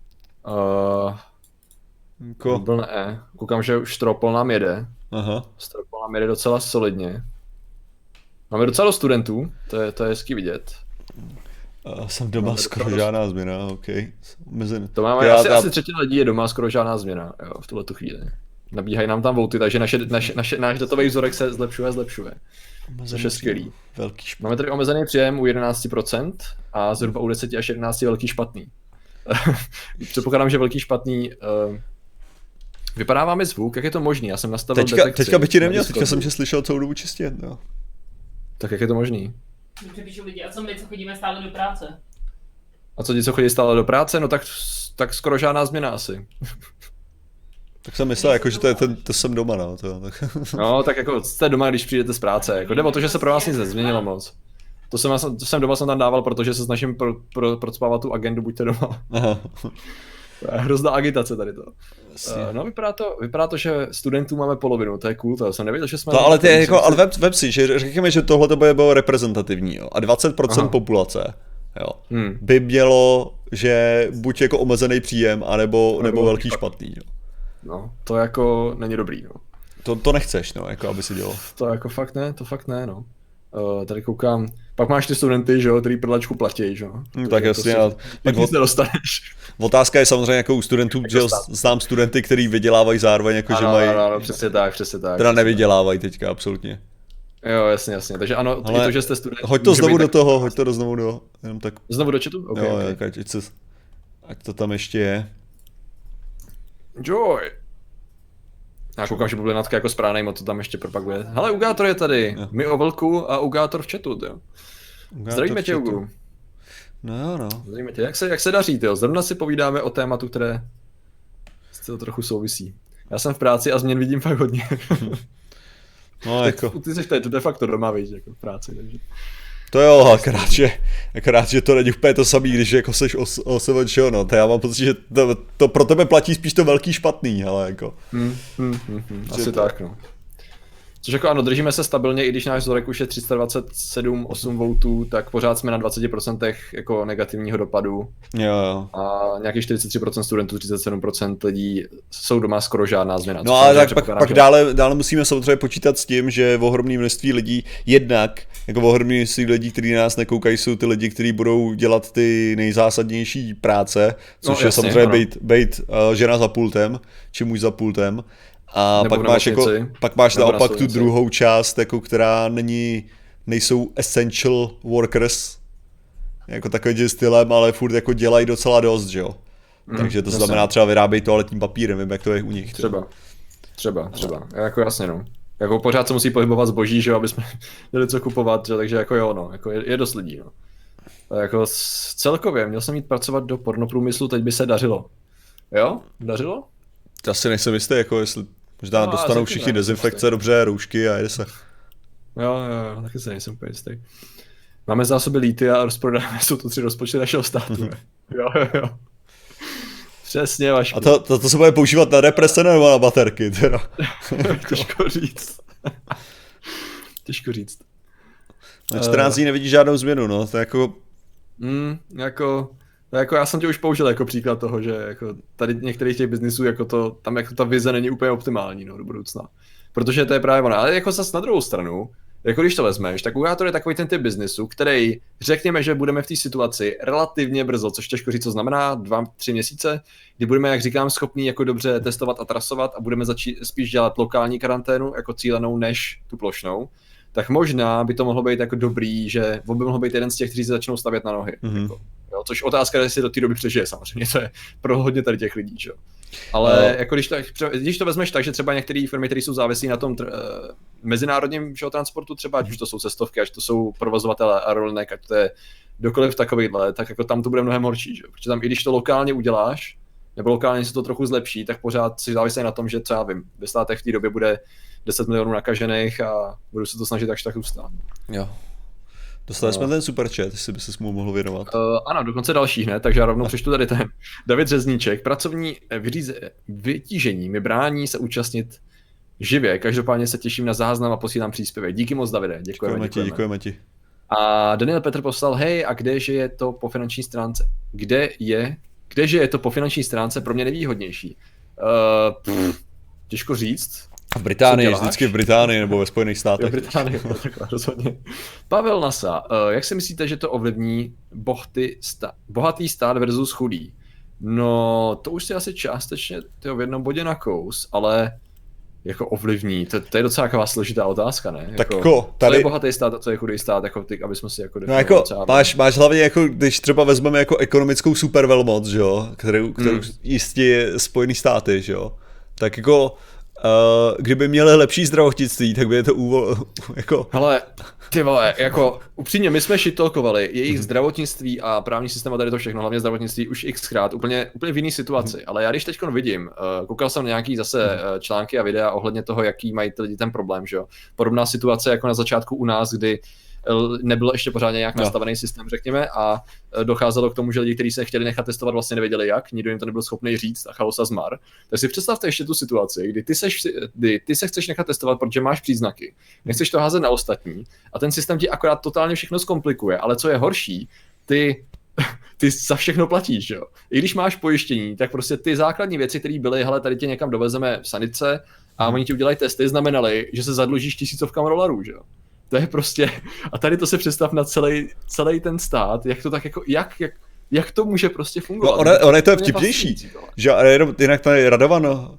Rubl ne. Koukám, že už Stropol nám jede. Stropol nám jede docela solidně. Máme docela dost studentů, to je hezký vidět. Jsem doma, skoro žádná změna, OK. To máme asi třetina lidí je doma, skoro žádná změna, jo, v tuhletu chvíli. Nabíhají nám tam vouty, takže náš datový vzorek se zlepšuje. Což je skvělý. Máme tady omezený příjem u 11% a zhruba u 10 až 11 velký špatný. Předpokládám, že velký špatný... Vypadá vám zvuk, jak je to možný? Já jsem nastavil detekci. Teďka by ti neměl, teďka jsem tě slyšel celou dobu čistě, no. Tak jak je to možný? Přepíšu lidi, a co my, co chodíme stále do práce? A co ti, co chodí stále do práce? No tak skoro žádná změna asi. Tak jsem myslel, jako, že to jsem doma, no. No, tak jako jste doma, když přijdete z práce. Jako jde o to, že se pro vás nic nezměnilo moc. To jsem doma tam dával, protože se snažím procpávat tu agendu, buďte doma. Aha. To je hrozná agitace tady to. No vypadá to, že studentů máme polovinu, to je cool, to jsem nevěděl, že jsme... No ale ty jako, ale vem si, že řekněme, že tohle to bylo reprezentativní, jo, a 20% populace, jo, by mělo, že buď jako omezený příjem, anebo velký špatný, jo. No, to jako není dobrý, no. To nechceš, no, jako aby si dělal. To jako fakt ne, no. Tady koukám, pak máš ty studenty, že jo, který prdlačku platí, že jo. Tak jasně, tak nic nedostaneš. Otázka je samozřejmě jako u studentů, že znám studenty, kteří vydělávají zároveň, jako že mají... Ano, přesně tak. Teda nevydělávají teďka, absolutně. Jo, jasně, takže ano, i to, že jste student... Hoď to znovu do toho, hoď to znovu do... Jenom tak... Znovu do chatu? Okay, jo, okay. Ať to tam ještě je. Joy! Já koukám, že bublinatka jako správnej mod to tam ještě propaguje. Hele, Ugátor je tady, my o vlku a Ugátor v chatu, jo. Zdravíme tě, Ugu. No. Zdravíme tě, jak se daří, jo. Zrovna si povídáme o tématu, které s to trochu souvisí. Já jsem v práci a změn vidím fakt hodně. No, jako... Ty jsi tady de facto doma, víš, jako v práci, takže... To jo, akorát, že to není úplně to samý, když jako seš OSVČ, no, to já mám pocit, že to pro tebe platí spíš to velký špatný, ale jako. Asi tak, no. Což jako ano, držíme se stabilně, i když náš vzorek už je 327,8 V, tak pořád jsme na 20% jako negativního dopadu. Jo. A nějakých 43% studentů, 37% lidí jsou doma, skoro žádná změna. No ale tak pak dále musíme samozřejmě počítat s tím, že ohromné množství lidí jednak, jako ohromné množství lidí, kteří na nás nekoukají, jsou ty lidi, kteří budou dělat ty nejzásadnější práce, což je samozřejmě být žena za pultem, či muž za pultem. A pak máš naopak tu druhou část, jako, která nejsou essential workers, jako takovým stylem, ale furt jako dělají docela dost, že jo. Takže to znamená třeba vyrábějí toaletním papírem, vím, jak to je u nich. Třeba. Jako jasně, no. Jako pořád se musí pohybovat zboží, že jo, aby jsme měli co kupovat, že? Takže jako jo, no. Jako je dost lidí, no. A jako celkově, měl jsem jít pracovat do pornoprůmyslu, teď by se dařilo. Jo? Dařilo? Já si nejsem jistý, jako jestli možná dostanou všichni dezinfekce, dobře, roušky a jede se. Jo, taky se nejsem úplně jistý. Máme zásoby líty a rozprodáme, jsou to 3 rozpočty našeho státu. Jo. Přesně, Vašku. A to se bude používat na represe nebo na baterky, teda? Těžko říct. Na 14 dní nevidíš žádnou změnu, no, to je jako... Jako já jsem tě už použil jako příklad toho, že jako tady některých těch biznisů jako to, tam jako ta vize není úplně optimální, no, do budoucna. Protože to je právě ono, ale jako zase na druhou stranu, jako když to vezmeš, tak Ugátor je takový ten typ biznisu, který řekněme, že budeme v té situaci relativně brzo, což těžko říct, co znamená 2-3 měsíce, kdy budeme, jak říkám, schopní jako dobře testovat a trasovat a budeme spíš dělat lokální karanténu jako cílenou než tu plošnou, tak možná by to mohlo být jako dobrý, že on by mohl být jeden z těch, kteří se začnou stavět na nohy. Jako, jo, což otázka, jestli do té doby přežije samozřejmě, to je pro hodně tady těch lidí, čo? Ale jako když to vezmeš tak, že třeba některé firmy, které jsou závislí na tom mezinárodním transportu, třeba ať už to jsou cestovky, ať to jsou provozovatelé aerolinek, ať to je kdokoliv takovýhle, tak jako tam to bude mnohem horší, že? Protože tam i když to lokálně uděláš, nebo lokálně se to trochu zlepší, tak pořád si závisí na tom, že třeba vím, ve státech v té době bude 10 milionů nakažených a budu se to snažit tak ustát. Jo. Dostali jsme ten superchat, jestli by se mu mohl věnovat. Ano, dokonce další hned, takže já rovnou přečtu tady ten. David Řezníček, pracovní vytížení mi brání se účastnit živě, každopádně se těším na záznam a posílám příspěvek. Díky moc, Davide, děkujeme ti. A Daniel Petr poslal, hej, a kdeže je to po finanční stránce? Kdeže je to po finanční stránce pro mě nevýhodnější? Těžko říct. V Británii, vždycky v Británii nebo ve Spojených státech. V Británii, takhle, rozhodně. Pavel Nasa, jak si myslíte, že to ovlivní bohatý stát versus chudý? No, to už si asi částečně v jednom bodě nakous, ale jako ovlivní, to je docela taková složitá otázka, ne? Tak jako tady... Co je bohatý stát a co je chudý stát, jako ty, aby jsme si jako definovali. No jako máš hlavně jako, když třeba vezmeme jako ekonomickou supervelmoc, že jo, kterou jistě je Spojený státy, že jo, tak jako kdyby měli lepší zdravotnictví, tak by je to jako... Hele, ty vole, jako upřímně, my jsme shittalkovali jejich zdravotnictví a právní systém a tady to všechno, hlavně zdravotnictví už xkrát, úplně v jiný situaci, ale já když teďko vidím, koukal jsem na nějaký zase články a videa ohledně toho, jaký mají ty lidi ten problém, že jo. Podobná situace jako na začátku u nás, kdy nebyl ještě pořádně nějak nastavený systém, řekněme, a docházelo k tomu, že lidi, kteří se chtěli nechat testovat, vlastně nevěděli jak, nikdo jim to nebyl schopný říct a chaos a zmar. Tak si představte ještě tu situaci, kdy ty se chceš nechat testovat, protože máš příznaky, nechceš to házet na ostatní a ten systém ti akorát totálně všechno zkomplikuje, ale co je horší, ty za všechno platíš, jo. I když máš pojištění, tak prostě ty základní věci, které byly, hele, tady tě někam dovezeme v sanice a oni ti udělají testy, znamenaly, že se zadlužíš $1000, že jo. To je prostě, a tady to se představ na celý ten stát, jak to tak jako, jak to může prostě fungovat. No, ono je to vtipnější, že jinak tady Radovan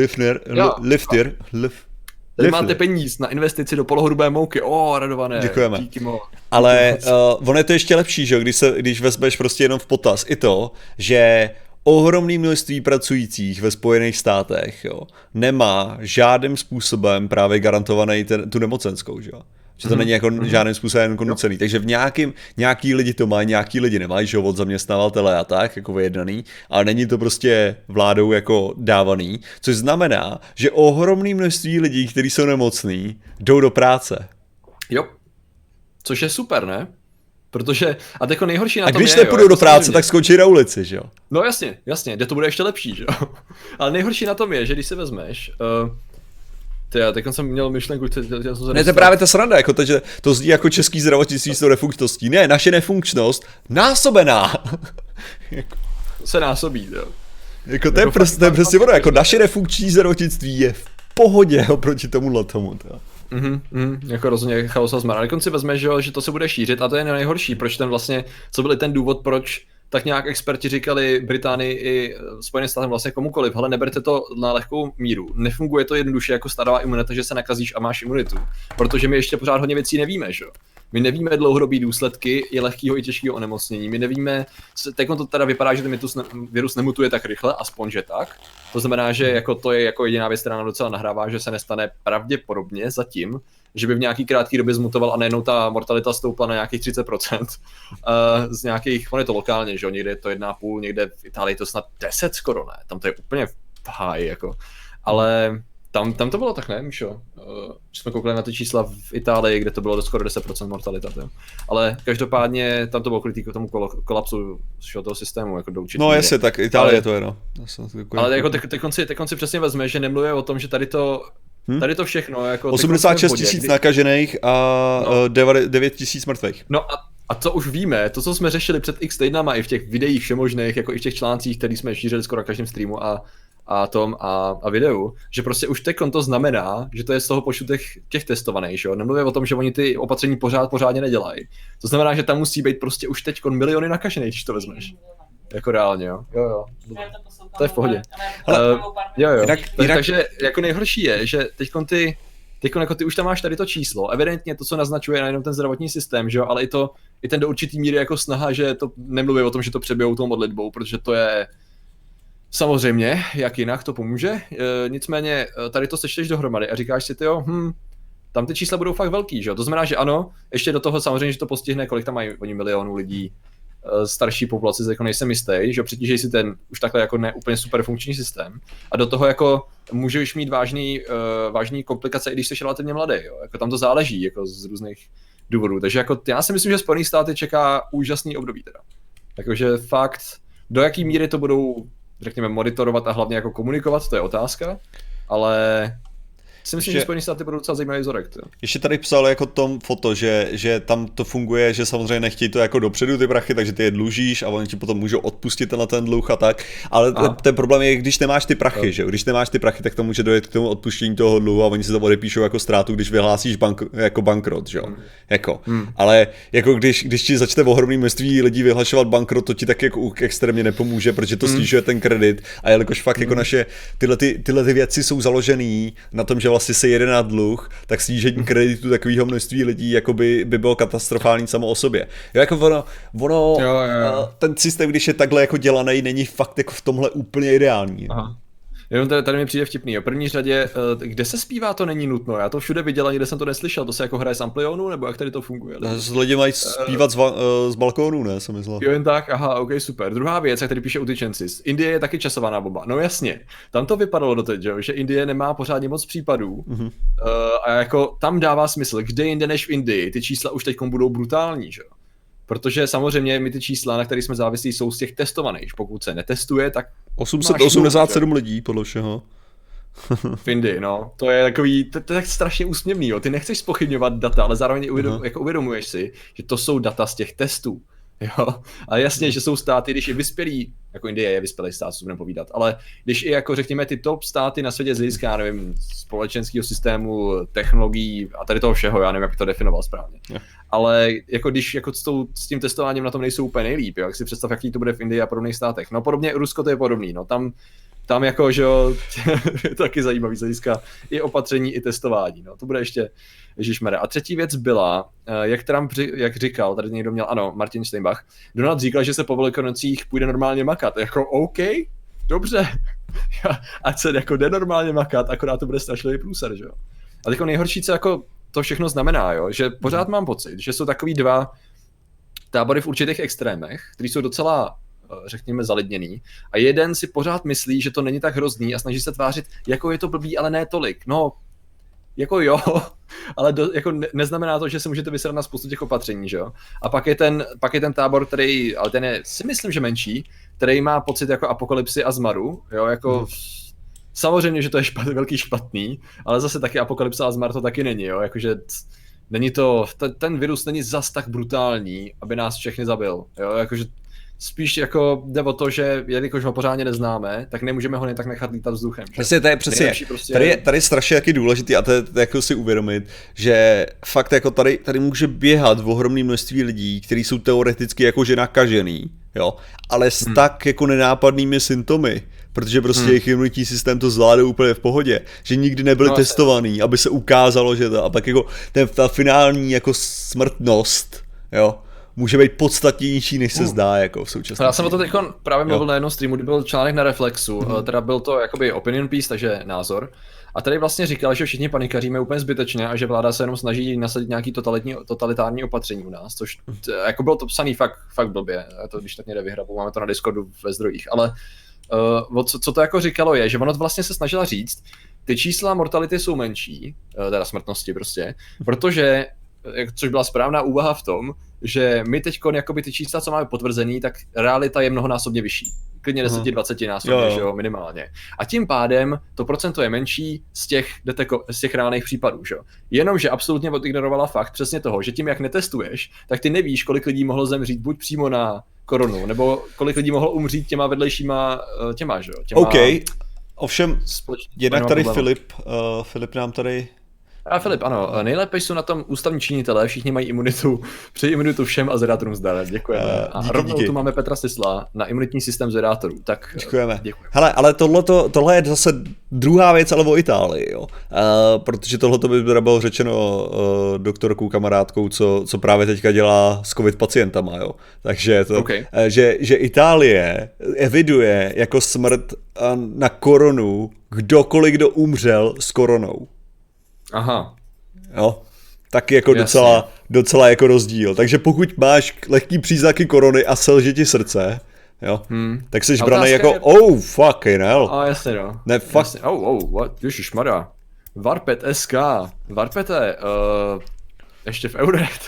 Lifter. Tady máte peníz na investici do polohrubé mouky, Radované, děkujeme. Díky moc. Ale ono je to ještě lepší, že když vezmeš prostě jenom v potaz i to, že ohromné množství pracujících ve Spojených státech nemá žádným způsobem právě garantovaný tu nemocenskou, že jo. Že to není jako žádným způsobem jako nucený. Takže v nějaký lidi to mají, nějaký lidi nemají, že od zaměstnavatele a tak, jako vyjednaný, ale není to prostě vládou jako dávaný, což znamená, že ohromné množství lidí, kteří jsou nemocní, jdou do práce. Jo, což je super, ne? Protože, a jako nejhorší na tom je... A když nepůjdou do práce, tak skončí na ulici, že jo? No jasně, kde to bude ještě lepší, že jo? Ale nejhorší na tom je, že když si vezmeš... Teď jsem měl myšlenku, Ne, to je právě ta sranda, jako to zní jako český zdravotnictví s tou nefunkčností. Ne, naše nefunkčnost násobená. Se násobí, jo. Jako to je prostě ono, jako naše nefunkční zdravotnictví je v pohodě oproti tomuhle tomu. Jako rozhodně chaos a zmar. Ale konci vezme, že to se bude šířit a to je nejhorší, proč ten vlastně, co byl ten důvod, proč tak nějak experti říkali Británii i Spojeným státům vlastně komukoliv, hele, neberte to na lehkou míru. Nefunguje to jednoduše jako starová imunita, že se nakazíš a máš imunitu, protože my ještě pořád hodně věcí nevíme, že jo. My nevíme dlouhodobý důsledky i lehkého i těžkého onemocnění. My nevíme, teď to teda vypadá, že ten virus nemutuje tak rychle, aspoň že tak. To znamená, že jako to je jako jediná věc, která nám docela nahrává, že se nestane pravděpodobně zatím, že by v nějaký krátký době zmutoval a najednou ta mortalita stoupla na nějakých 30%. Z nějakých, on je to lokálně, že jo, někde je to 1,5, někde v Itálii to snad 10 skoro, ne, tam to je úplně v háji, jako. Ale tam to bylo tak, ne, Míšo? Jsme koukali na ty čísla v Itálii, kde to bylo skoro 10% mortalita, jo. Ale každopádně tam to bylo kvůli tomu kolapsu toho systému, jako do určitý. No jasně, tak Itálie to je, no. Ale jako teď konci přesně vezme, že nemluvíme o tom, že tady to všechno, jako 86 000 nakažených a 9 000 mrtvých. No a co už víme, to, co jsme řešili před x týdnama i v těch videích všemožných, jako i v těch článcích, který jsme šířili skoro na každém streamu a videu, že prostě už teďkon to znamená, že to je z toho počtu těch testovaných, jo. Nemluvím o tom, že oni ty opatření pořádně nedělají. To znamená, že tam musí být prostě už teďkon miliony nakažených, když to vezmeš. Jako reálně, jo. Jo. To je v pohodě. Jo. Takže jako nejhorší je, že teďkon jako ty už tam máš tady to číslo, evidentně to, co naznačuje nejenom ten zdravotní systém, že jo, ale i ten do určitý míry jako snaha, že to nemluví o tom, že to přebijou tou modlitbou, protože to je samozřejmě, jak jinak to pomůže, nicméně tady to sečteš dohromady a říkáš si, tam ty čísla budou fakt velký, že jo, to znamená, že ano, ještě do toho samozřejmě, že to postihne, kolik tam mají oni milionů lidí, starší populace, jako nejsem jistý, že přitížej si ten už takhle jako ne úplně super funkční systém a do toho jako můžeš mít vážný komplikace, i když jsi relativně mladý, jo, jako tam to záleží jako z různých důvodů, takže jako já si myslím, že Spojené státy čeká úžasný období teda, jakože fakt, do jaký míry to budou, řekněme, monitorovat a hlavně jako komunikovat, to je otázka, ale si myslím, že Spojené státy budou docela zajímavý vzorek. Ještě tady psal jako Tom foto, že tam to funguje, že samozřejmě nechtějí to jako dopředu ty prachy, takže ty je dlužíš a oni ti potom můžou odpustit na ten dluh a tak, ale ten problém je, když nemáš ty prachy, že jo, když nemáš ty prachy, tak to může dojít k tomu odpuštění toho dluhu a oni si to odepíšou jako ztrátu, když vyhlásíš jako bankrot, že jo, jako, ale jako když ti začne ohromný množství lidí vyhlašovat bankrot, to ti tak jako extrémně nepomůže, protože to snižuje ten kredit a jelikož fakt jako naše tyhle věci jsou založený na tom, že vlastně se jede na dluh, tak snížení kreditu takového množství lidí jako by bylo katastrofální samo o sobě. Jo, jako ono ten systém, když je takhle jako dělaný, není fakt jako v tomhle úplně ideální. Aha. Jenom tady mi přijde vtipný, jo. V první řadě, kde se zpívá, to není nutno, já to všude viděl, nikde jsem to neslyšel, to se jako hraje z amplionu, nebo jak tady to funguje? Lidi mají zpívat z balkónu, ne, jsem myslel. Jo, jen tak, aha, ok, super. Druhá věc, jak tady píše Utečencis, Indie je taky časovaná bomba, no jasně, tam to vypadalo doteď, že Indie nemá pořádně moc případů a jako tam dává smysl, kde jinde než v Indii, ty čísla už teďkom budou brutální, že jo. Protože samozřejmě my ty čísla, na kterých jsme závislí, jsou z těch testovaných. Pokud se netestuje, tak 887 lidí, podle všeho. V Indii, no. To je takový, to je tak strašně úsměvný, jo. Ty nechceš zpochybňovat data, ale zároveň jako uvědomuješ si, že to jsou data z těch testů. Jo, a jasně, že jsou státy, když je vyspělý, jako Indie je vyspělý stát, co budeme povídat, ale když i jako řekněme ty top státy na světě z hlediska, nevím, společenského systému, technologií a tady toho všeho, já nevím, jak to definoval správně. Ale jako když jako s tím testováním na tom nejsou úplně nejlíp, jo, jak si představ, jaký to bude v Indii a podobných státech. No podobně Rusko to je podobný, no tam jako, že jo, je to taky zajímavý z hlediska i opatření, i testování, no to bude ještě ježišmarja. A třetí věc byla, jak Trump, jak říkal, tady někdo měl, ano, Martin Steinbach, Donald říkal, že se po Velikonocích půjde normálně makat, jako OK, dobře, ať se jako jde normálně makat, akorát to bude strašlivý průser, že jo. A jako nejhorší, co jako to všechno znamená, jo, že pořád mám pocit, že jsou takový dva tábory v určitých extrémech, který jsou docela, řekněme, zalidněný a jeden si pořád myslí, že to není tak hrozný a snaží se tvářit, jako je to blbý, ale ne tolik. No, jako jo, ale jako neznamená to, že se můžete vysrat na spoustu těch opatření, že jo. A pak je ten tábor, který, ale ten je, si myslím, že menší, který má pocit jako apokalypsy a zmaru, jo, jako samozřejmě, že to je velký špatný, ale zase taky Apokalypsa a Zmar to taky není, jo, jakože není to, ten virus není zas tak brutální, aby nás všechny zabil, jo, jakože spíš jako jde o to, že jelikož ho pořádně neznáme, tak nemůžeme ho jen tak nechat lítat vzduchem. Přesně, to je přesně. Prostě... Tady je strašně taky důležitý a to je jako si uvědomit, že fakt jako tady může běhat v ohromné množství lidí, kteří jsou teoreticky jakože nakažený, jo, ale s tak jako nenápadnými symptomy, protože prostě jejich imunitní systém to zvládá úplně v pohodě, že nikdy nebyli testovaný, aby se ukázalo, že to, a pak jako ta finální jako smrtnost, jo, může být podstatnější, než se zdá jako v současnosti. Já jsem o to teď právě mluvil na jednom streamu, kdy byl článek na Reflexu, teda byl to jakoby opinion piece, takže názor. A tady vlastně říkal, že všichni panikaříme úplně zbytečně a že vláda se jenom snaží nasadit nějaký totalitární opatření u nás, což jako bylo to psaný fakt blbě, to když tak někde vyhrabou, máme to na Discordu ve zdrojích, ale co to jako říkalo je, že ono vlastně se snažila říct, ty čísla mortality jsou menší, teda smrtnosti prostě, protože, což byla správná úvaha v tom, že my teďkon jakoby ty čísla, co máme potvrzený, tak realita je mnohonásobně vyšší. Klidně 10-20 násobně, že jo, minimálně. A tím pádem to procento je menší z těch reálných případů, že jo. Jenomže absolutně odignorovala fakt přesně toho, že tím, jak netestuješ, tak ty nevíš, kolik lidí mohlo zemřít buď přímo na koronu, nebo kolik lidí mohlo umřít těma vedlejšíma těma, že jo. OK, ovšem, jednak tady Filip nám tady... A Filip, ano, nejlépe jsou na tom ústavní činitelé, všichni mají imunitu, přeji imunitu všem a zvedátorům zdar, děkujeme. A rovnou tu máme Petra Sisla na imunitní systém zvedátorů, tak děkujeme. Hele, ale tohle je zase druhá věc, ale o Itálii, jo. Protože tohleto by bylo řečeno doktorkou, kamarádkou, co právě teďka dělá s covid pacientama, jo. Takže to, že Itálie eviduje jako smrt na koronu kdo umřel s koronou. Aha. Jo, taky jako docela jako rozdíl. Takže pokud máš lehký příznaky korony a selže ti srdce, jo, tak jsi braný jako fucking hell. A jasně no. Ne, fakt. What? Ježišmarja. Varpet SK. Varpete, ještě v Euronet.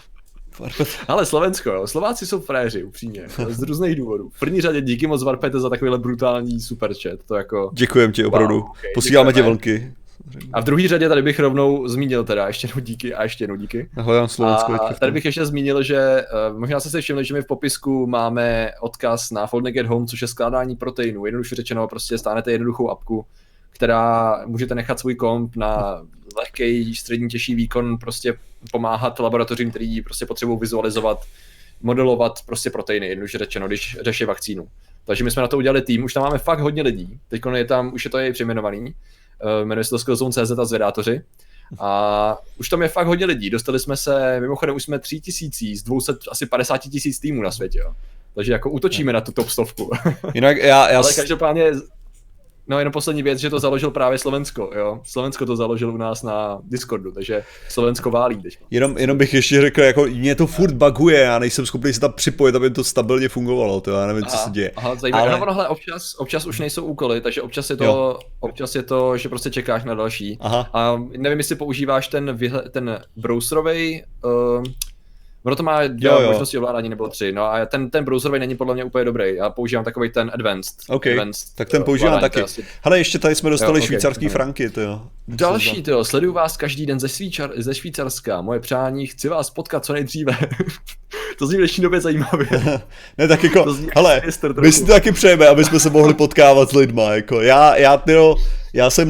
Ale Slovensko, jo. Slováci jsou fréři, upřímně, z různých důvodů. V první řadě díky moc Varpete za takovýhle brutální superchat, to jako... Děkujem ti opravdu, posíláme ti vlnky. A v druhé řadě tady bych rovnou zmínil teda ještě jednou díky. Hledám Slovensko. A tady bych ještě zmínil, že možná jste si všimli, že my v popisku máme odkaz na Fold Get Home, což je skládání proteinů. Jednoduše řečeno, prostě stáhnete jednoduchou apku, která můžete nechat svůj komp na lehký, střední, těžší výkon, prostě pomáhat laboratořím, který prostě potřebují vizualizovat, modelovat prostě proteiny, jednoduše řečeno, když řeší vakcínu. Takže my jsme na to udělali tým, už tam máme fakt hodně lidí, teď je tam, už je to jej přejmenovaný. Jmenuje se to Skillzone.cz a zvedátoři. A už tam je fakt hodně lidí. Dostali jsme se, mimochodem už jsme 3000 z 250 000 týmů na světě. Jo. Takže jako útočíme na tu top 100. Jinak Ale každopádně, no jenom poslední věc, že to založil právě Slovensko. Jo. Slovensko to založil u nás na Discordu, takže Slovensko válí teď. Jenom bych ještě řekl, jako mě to furt buguje, já nejsem schopný se tam připojit, aby to stabilně fungovalo, to já nevím, co se děje. Aha, zajímavé. Ale... No, občas už nejsou úkoly, takže občas je to, že prostě čekáš na další. Aha. A nevím, jestli používáš ten browserovej, ono to má dvě možnosti ovládání nebo 3, no a ten browserový není podle mě úplně dobrý, já používám takový ten advanced. Tak ten používám taky. Hele, ještě tady jsme dostali švýcarský franky, tyjo. Další, tyjo, sleduju vás každý den ze Švýcarska, moje přání, chci vás potkat co nejdříve. To zní v dnešní době zajímavě. Ne, tak jako, hele, my si taky přejeme, aby jsme se mohli potkávat s lidma, jako, já jsem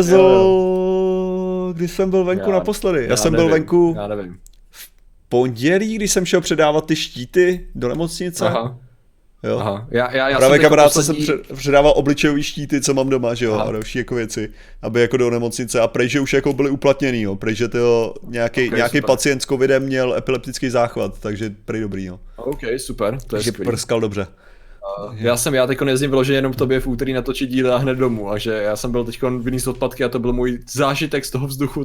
nevylezl, když jsem byl venku naposledy, já jsem byl venku. Já nevím. Pondělí, když jsem šel předávat ty štíty do nemocnice. Aha. Jo. Aha. Já právě kamarádce jsem předával obličejový štíty, co mám doma, že jo, a další jako věci, aby jako do nemocnice a prej, že už jako byly uplatněný, jo, prej, že to nějaký pacient s covidem měl epileptický záchvat, takže prej dobrý, jo. OK, super, to je takže prskal dobře. Já teďko nejezdím vyloženě jenom tobě v úterý natočit díly a hned domů, a že já jsem byl teďko vyníst odpadky a to byl můj zážitek z toho vzduchu,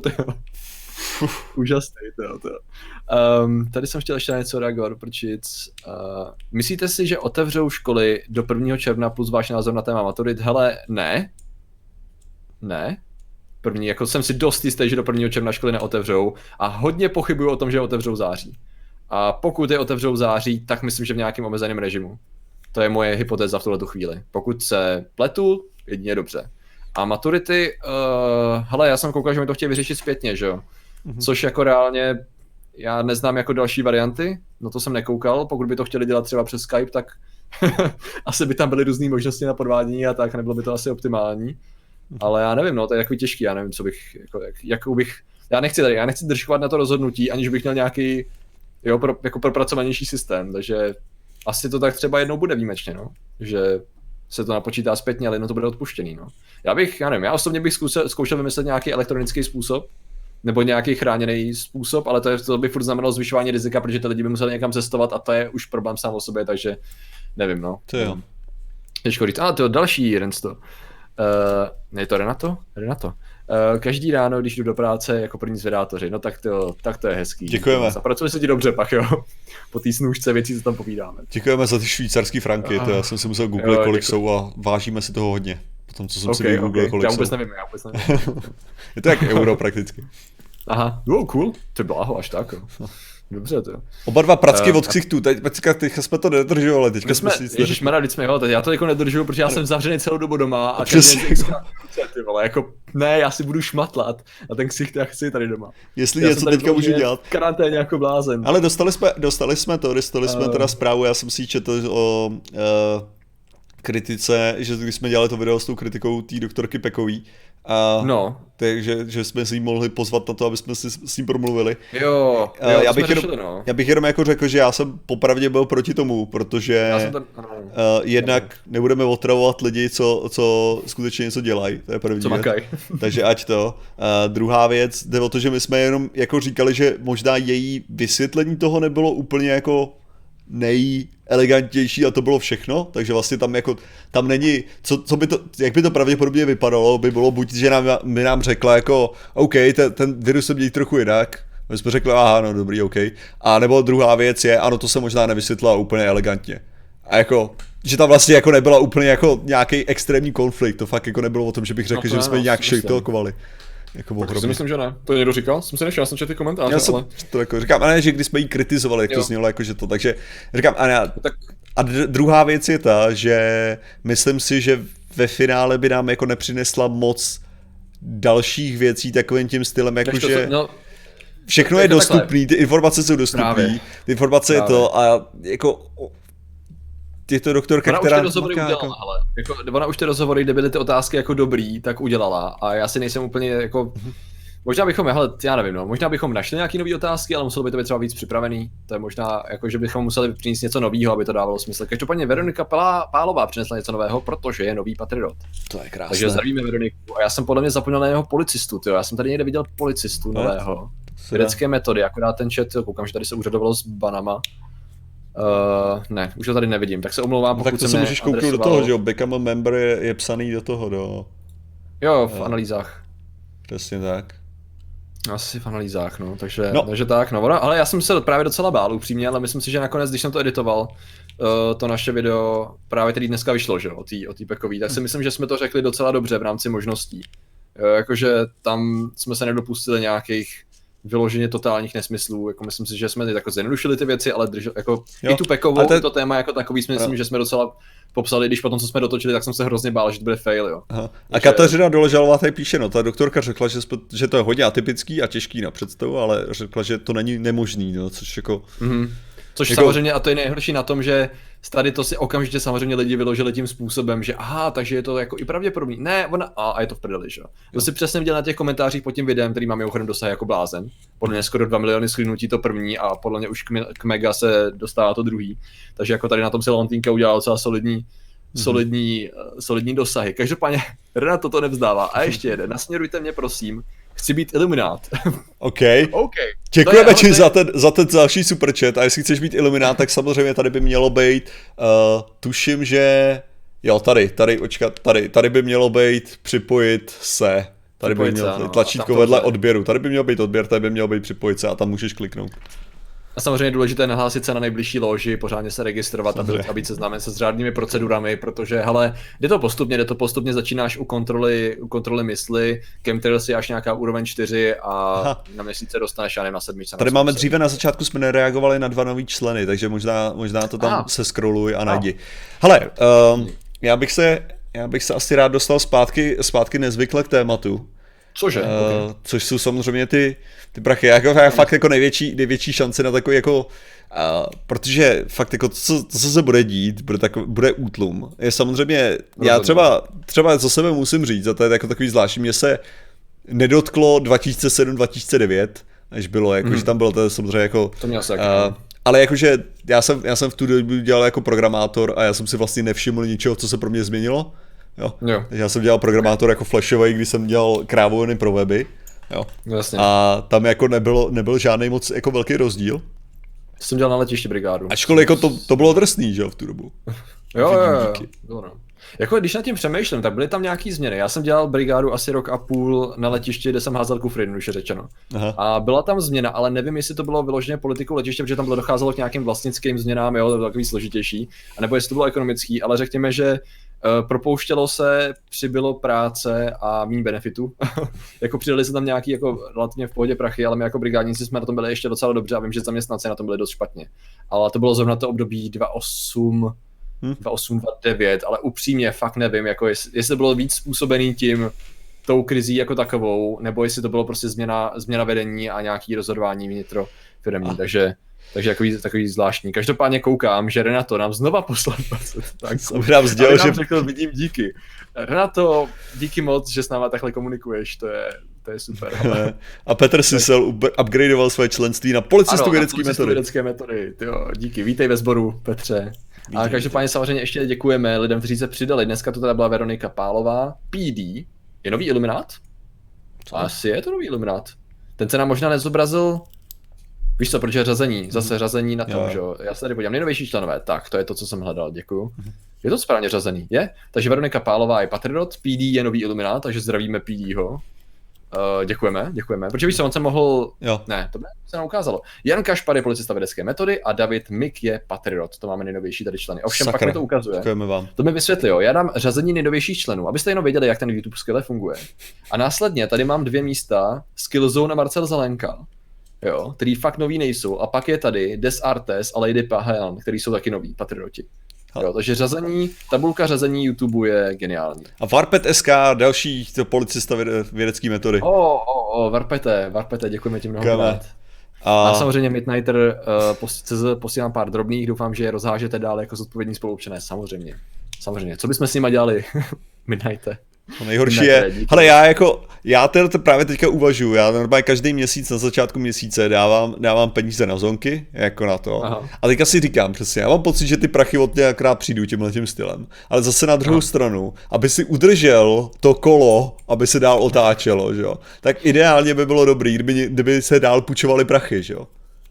úžasný, to. Tady jsem chtěl ještě na něco reagovat, doprčit. Myslíte si, že otevřou školy do 1. června plus váš názor na téma maturit? Hele, ne. První, jako jsem si dost jistý, že do 1. června školy neotevřou a hodně pochybuju o tom, že otevřou v září. A pokud je otevřou v září, tak myslím, že v nějakém omezeném režimu. To je moje hypotéza v tuhletu chvíli. Pokud se pletu, jedině dobře. A maturity, hele, já jsem koukal, že mi to chtěli vyřešit zpětně, že jo? Což jako reálně, já neznám jako další varianty, no to jsem nekoukal, pokud by to chtěli dělat třeba přes Skype, tak asi by tam byly různé možnosti na podvádění a tak, nebylo by to asi optimální. Ale já nevím, no, to je takový těžký, já nevím, co bych, jakou bych, já nechci držkovat na to rozhodnutí, aniž bych měl nějaký, jo, jako propracovanější systém, takže asi to tak třeba jednou bude výjimečně, no, že se to napočítá zpětně, ale jednou to bude odpuštěný, no. Já nevím, já osobně bych zkoušel vymyslet nějaký elektronický způsob, nebo nějaký chráněný způsob, ale to by furt znamenalo zvyšování rizika, protože ty lidi by museli někam cestovat a to je už problém sám o sobě, takže nevím, no. To jo. Těžko říct, to další Rensto. Je to Renato? Každý ráno, když jdu do práce, jako první zvedátoři, no tak to je hezký. Děkujeme. A pracuje se ti dobře, pak jo. Po té snůžce věcí, co tam povídáme. Děkujeme za ty švýcarský franky, to já jsem si musel googlit, kolik jsou a vážíme si toho hodně. Potom, co jsem si vygooglil, kolik já jsou. vůbec nevím. Je to jak euro prakticky. Aha, cool, to bláho, až tak, jo. Dobře to. Oba dva pracky od ksichtů, teď jsme to nedržovali, teďka jsme si... Ježišmarja, já to jako nedržuju, protože já jsem zavřený celou dobu doma a ty vole, jako, ne, já si budu šmatlat a ten ksicht já chci tady doma. Jestli něco teďka můžu dělat. Karanténě jako blázen. Ale dostali jsme teda zprávu, já jsem si četl o kritice, že když jsme dělali to video s tou kritikou té doktorky Pekový, takže jsme si jí mohli pozvat na to, aby jsme si s ním promluvili. Jo, já bych jenom jako řekl, že já jsem popravdě byl proti tomu, protože jednak nebudeme otravovat lidi, co skutečně něco dělají, to je první věc. Takže ať to. Druhá věc, jde o to, že my jsme jenom jako říkali, že možná její vysvětlení toho nebylo úplně jako nejelegantnější a to bylo všechno, takže vlastně tam není, jak by to pravděpodobně vypadalo, by bylo buď, že by nám řekla jako OK, ten virus se mění trochu jinak, my jsme řekli aha, no dobrý, OK, a nebo druhá věc je, ano, to se možná nevysvětlila úplně elegantně. A jako, že tam vlastně jako nebyla úplně jako nějaký extrémní konflikt, to fakt jako nebylo o tom, že bych řekl, že jsme nějak šejtolkovali. Jako tak si myslím, že ne. To někdo říkal? Jsem si nešel, já jsem četl ty komentáře, já jsem to jako říkám, ale ne, že když jsme jí kritizovali, jak to znělo, jako že to, takže říkám, a druhá věc je ta, že myslím si, že ve finále by nám jako nepřinesla moc dalších věcí takovým tím stylem, jakože všechno je dostupný, ty informace jsou dostupné, ty informace je to a jako je to doktorka, která... Ona už ty rozhovory udělala, ona už ty rozhovory, kde byly ty otázky jako dobrý, tak udělala a já si nejsem úplně jako... Možná bychom, já nevím, no, možná bychom našli nějaký nový otázky, ale muselo by to být třeba víc připravený. To je možná, jako, že bychom museli přinést něco nového, aby to dávalo smysl. Každopádně Veronika Pálová přinesla něco nového, protože je nový Patriot. To je krásné. Takže zdravíme Veroniku. A já jsem podle mě zapomněl na jeho policistu, tyjo. Já jsem tady někde viděl policistu nového. Vědecké metody, akorát ten chat, koukám, že tady se úřadovalo s banama. Ne, už ho tady nevidím, tak se omlouvám, pokud tak to se můžeš kouknout do toho, že jo, Become a Member je psaný do toho, Jo, v analýzách. Přesně tak. Asi v analýzách, no, takže tak, no, ale já jsem se právě docela bál upřímně, ale myslím si, že nakonec, když jsem to editoval, to naše video, právě který dneska vyšlo, že o té Pekový, tak si myslím, že jsme to řekli docela dobře v rámci možností. Jakože tam jsme se nedopustili nějakých vyloženě totálních nesmyslů, jako myslím si, že jsme jako zjednodušili ty věci, ale jako i tu Pekovou, to téma jako takový, myslím, že jsme docela popsali, když potom, co jsme dotočili, tak jsem se hrozně bál, že to bude fail, jo. Aha. A Kateřina Doležalová tady píše, no, ta doktorka řekla, že to je hodně atypický a těžký na představu, ale řekla, že to není nemožný, no, což jako... Což jako... samozřejmě, a to je nejhorší na tom, že tady to si okamžitě samozřejmě lidi vyložili tím způsobem, že aha, takže je to jako i pravděpodobný. Ne, a je to v prdeli, že jo. To si přesně viděl na těch komentářích pod tím videem, který mám mimochodem dosah jako blázen. Podle mě skoro 2 miliony shlédnutí to první a podle mě už k mega se dostává to druhý. Takže jako tady na tom si Leontýnka udělal docela solidní dosahy. Každopádně Renato to nevzdává. A ještě jeden, nasměrujte mě prosím. Chci být iluminát. OK. Děkujeme ti za ten další superchat a jestli chceš být iluminát, tak samozřejmě tady by mělo být, tuším, že jo, tady by mělo být připojit se. Tady by mělo být tlačítko vedle odběru. Tady by měl být odběr, tady by mělo být připojit se a tam můžeš kliknout. A samozřejmě je důležité nahlásit se na nejbližší loži, pořádně se registrovat a být seznámen se s řádnými procedurami, protože hele, jde to postupně, začínáš u kontroly mysli, chemtrails je až nějaká úroveň 4 a na měsíce dostaneš, já nevím, na 7. Tady máme dříve na začátku jsme nereagovali na 2 nový členy, takže možná to tam se scrolluj a najdi. Hele, já bych se já bych se asi rád dostal zpátky nezvykle k tématu. Cože? Okay. Což jsou samozřejmě ty prachy. Já fakt jako největší šance na takový jako, protože fakt jako co se bude dít, bude útlum. Je samozřejmě, já třeba za sebe musím říct, a to je jako takový zvláštní, mě se nedotklo 2007-2009, až bylo, jako, že tam bylo to samozřejmě jako... To mě asi ale jakože já jsem v tu dobu dělal jako programátor a já jsem si vlastně nevšiml ničeho, co se pro mě změnilo. Jo. Takže já jsem dělal programátor jako flashový, když jsem dělal krávoviny pro weby. Jo. Jasně. A tam jako nebyl žádný moc jako velký rozdíl. Jsem dělal na letišti brigádu. Ačkoliv jako to bylo drsný, že jo, v tu dobu. Jo. No. Jako když nad tím přemýšlím, tak byly tam nějaký změny. Já jsem dělal brigádu asi rok a půl na letišti, kde jsem házel kufry, už je řečeno. Aha. A byla tam změna, ale nevím, jestli to bylo vyloženě politikou letiště, protože tam bylo docházelo k nějakým vlastnickým změnám, jo, to bylo takový složitější. A nebo jestli to bylo ekonomický, ale řekněme, že propouštělo se, přibylo práce a méně benefitů. Jako přidali se tam nějaký jako relativně v pohodě prachy, ale my jako brigádníci jsme na tom byli ještě docela dobře a vím, že zaměstnanci na tom byli dost špatně. Ale to bylo zrovna to období 2008, 2009, ale upřímně fakt nevím, jako jestli bylo víc způsobený tím tou krizí jako takovou, nebo jestli to bylo prostě změna vedení a nějaký rozhodování vnitrofiremní, takže takový zvláštní. Každopádně koukám, že Renato nám znova poslal 20. Tak nám sdělil, že řekl, vidím díky. Renato, díky moc, že s náma takhle komunikuješ, to je super. A Petr Sisel upgradeoval své členství na policistu vědecké metody. Tyjo, díky, vítej ve sboru, Petře. A každopádně samozřejmě ještě děkujeme lidem, kteří se přidali. Dneska to teda byla Veronika Pálová. PD je nový iluminát? Asi je to nový iluminát. Ten se nám možná nezobrazil. Víš co, protože řazení, zase řazení na tom, že jo. Já se tady podívám, nejnovější členové. Tak, to je to, co jsem hledal, děkuju. Je to správně řazený, je? Takže Veronika Pálová je Patriot, PD je nový iluminát, takže zdravíme PDho. Děkujeme, protože víš co, on se mohl... Jo. Ne, to by se nám ukázalo. Jan Kašpar je policista vědecké metody a David Mik je Patriot, to máme nejnovější tady členy. Ovšem Sakra. Pak mi to ukazuje. Děkujeme vám. To mi vysvětlí, jo. Já dám řazení nejnovějších členů, abyste jenom věděli, jak ten YouTube skvěle funguje. A následně tady mám 2 místa, Skillzone a Marcel Zelenka, jo, který fakt noví nejsou. A pak je tady Des Artes a Lady Pahelan, který jsou taky noví Patrioti. Jo, takže tabulka řazení YouTube je geniální. A Varpet SK, další policista vědecké metody. Varpete, děkujeme ti mnohokrát. A samozřejmě Midnighter posílám pár drobných, doufám, že je rozhážete dál jako zodpovědní spoluobčané, samozřejmě. Co bychom s nima dělali, Midnighter? To nejhorší je, hele já právě teďka uvažuju, já normálně každý měsíc na začátku měsíce dávám peníze na zonky, jako na to. Aha. A teďka si říkám přesně, já mám pocit, že ty prachy od nějakkrát přijdou tímhletím stylem, ale zase na druhou stranu, aby si udržel to kolo, aby se dál otáčelo, že jo, tak ideálně by bylo dobrý, kdyby se dál půjčovaly prachy, že jo.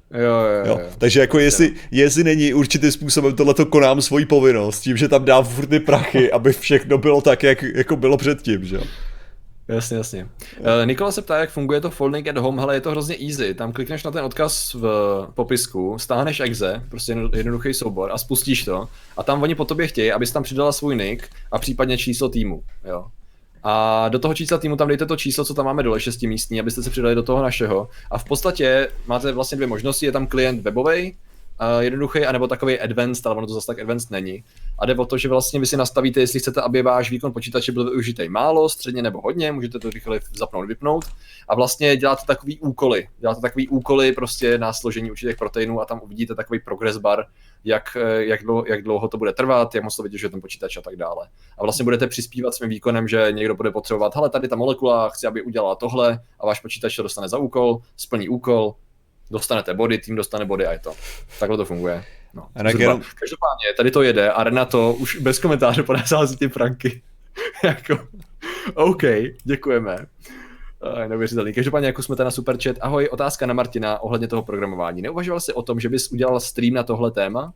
Jo. Takže jako jestli není určitým způsobem tohleto konám svoji povinnost, tím, že tam dám furt ty prachy, aby všechno bylo tak, jak jako bylo předtím, že jo? Jasně. Nikola se ptá, jak funguje to Folding at Home, hele, je to hrozně easy, tam klikneš na ten odkaz v popisku, stáhneš exe, prostě jednoduchý soubor a spustíš to a tam oni po tobě chtějí, abys tam přidala svůj nick a případně číslo týmu, jo. A do toho čísla týmu tam dejte to číslo, co tam máme dole, 6 místní, abyste se přidali do toho našeho. A v podstatě máte vlastně 2 možnosti, je tam klient webový, jednoduchý, anebo takový advanced, ale ono to zase tak advanced není. A jde o to, že vlastně vy si nastavíte, jestli chcete, aby váš výkon počítače byl využitý málo, středně nebo hodně, můžete to rychle zapnout, vypnout. A vlastně děláte takový úkoly prostě na složení určitých proteinů a tam uvidíte takový progress bar, jak dlouho to bude trvat, jak moc to vytěžuje ten počítač a tak dále. A vlastně budete přispívat svým výkonem, že někdo bude potřebovat, hele, tady ta molekula, chci, aby udělala tohle a váš počítač to dostane za úkol, splní úkol, dostanete body, tým dostane body a je to. Takhle to funguje. No, každopádně, tady to jede a Renato už bez komentáře podází ty pranky. Jako, OK, děkujeme. Neuvěřitelný. Každopádně, jako jsme tady na Superchat. Ahoj, otázka na Martina ohledně toho programování. Neuvažoval jsi o tom, že bys udělal stream na tohle téma?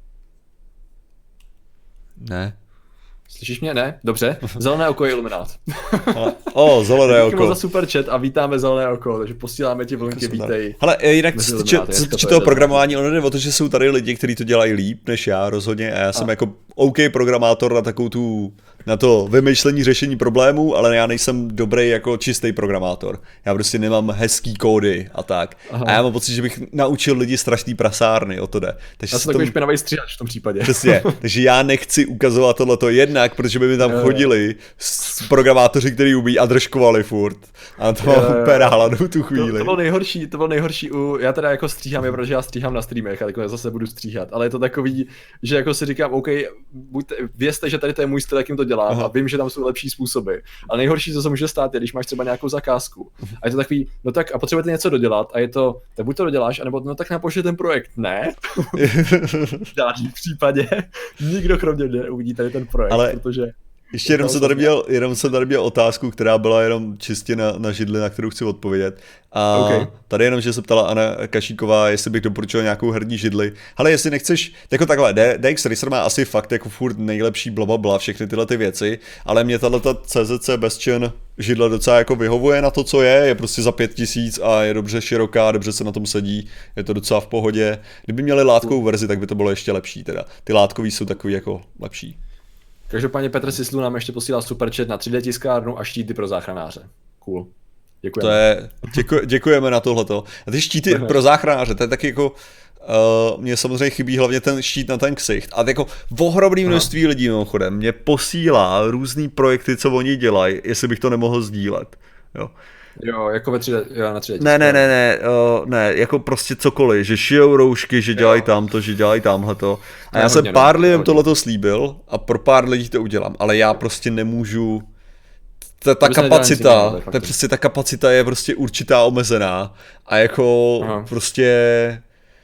Ne. Slyšíš mě? Ne? Dobře. Zelené oko je iluminát. Zelené oko. Děkujeme za Superchat a vítáme Zelené oko, takže posíláme ti vlnky, vítej. Hele, jinak co se týče toho programování, ono jde o to, že jsou tady lidi, kteří to dělají líp než já rozhodně a já jsem jako OK programátor na takovou na to vymýšlení řešení problémů, ale já nejsem dobrý jako čistý programátor. Já prostě nemám hezký kódy a tak. Aha. A já mám pocit, že bych naučil lidi strašný prasárny, o to jde. Takže já jsem takový špinavý stříhač v tom případě. Přesně, takže já nechci ukazovat tohleto jednak jinak, protože by mi tam chodili programátoři, kteří umí a držkovali furt. A to mám úplně náladu tu chvíli. To bylo nejhorší já teda jako stříhám, protože já stříhám na streamech a takhle zase budu stříhat, ale je to takový, že jako si říkám, OK, vězte, že tady to je můj styl, jak jim to dělám a vím, že tam jsou lepší způsoby. Ale nejhorší, co se může stát, je, když máš třeba nějakou zakázku a je to takový, no tak a potřebujete něco dodělat a je to, tak buď to doděláš, anebo no tak nám pošli ten projekt. Ne. V žádném případě nikdo kromě mě uvidí tady ten projekt, ale protože... Ještě jenom jsem tady měl otázku, která byla jenom čistě na židli, na kterou chci odpovědět. A tady jenom, že se ptala Anna Kašíková, jestli bych doporučil nějakou herní židli. Ale jestli nechceš, jako takhle, DX Racer má asi fakt jako furt nejlepší blablabla, všechny tyhle ty věci, ale mě tato CZC Bastion židla docela jako vyhovuje na to, co je prostě za 5000 a je dobře široká, dobře se na tom sedí, je to docela v pohodě. Kdyby měli látkovou verzi, tak by to bylo ještě lepší teda. Ty látkový jsou takový jako lepší. Každopádně Petr Sislu nám ještě posílá superchat na 3D tiskárnu a štíty pro záchranáře. Cool. Děkujeme. Děkujeme na tohleto. A ty štíty pro záchranáře, to je taky jako... mně samozřejmě chybí hlavně ten štít na ten ksicht. A jako ohromné množství lidí mimochodem mě posílá různý projekty, co oni dělají, jestli bych to nemohl sdílet. Jo, jako na 3D. Ne, jako prostě cokoliv, že šijou roušky, že dělají tamto, že dělají tamhleto. A já jsem pár lidem tohleto slíbil a pro pár lidí to udělám, ale já prostě nemůžu, ta kapacita je prostě určitá omezená a jako prostě...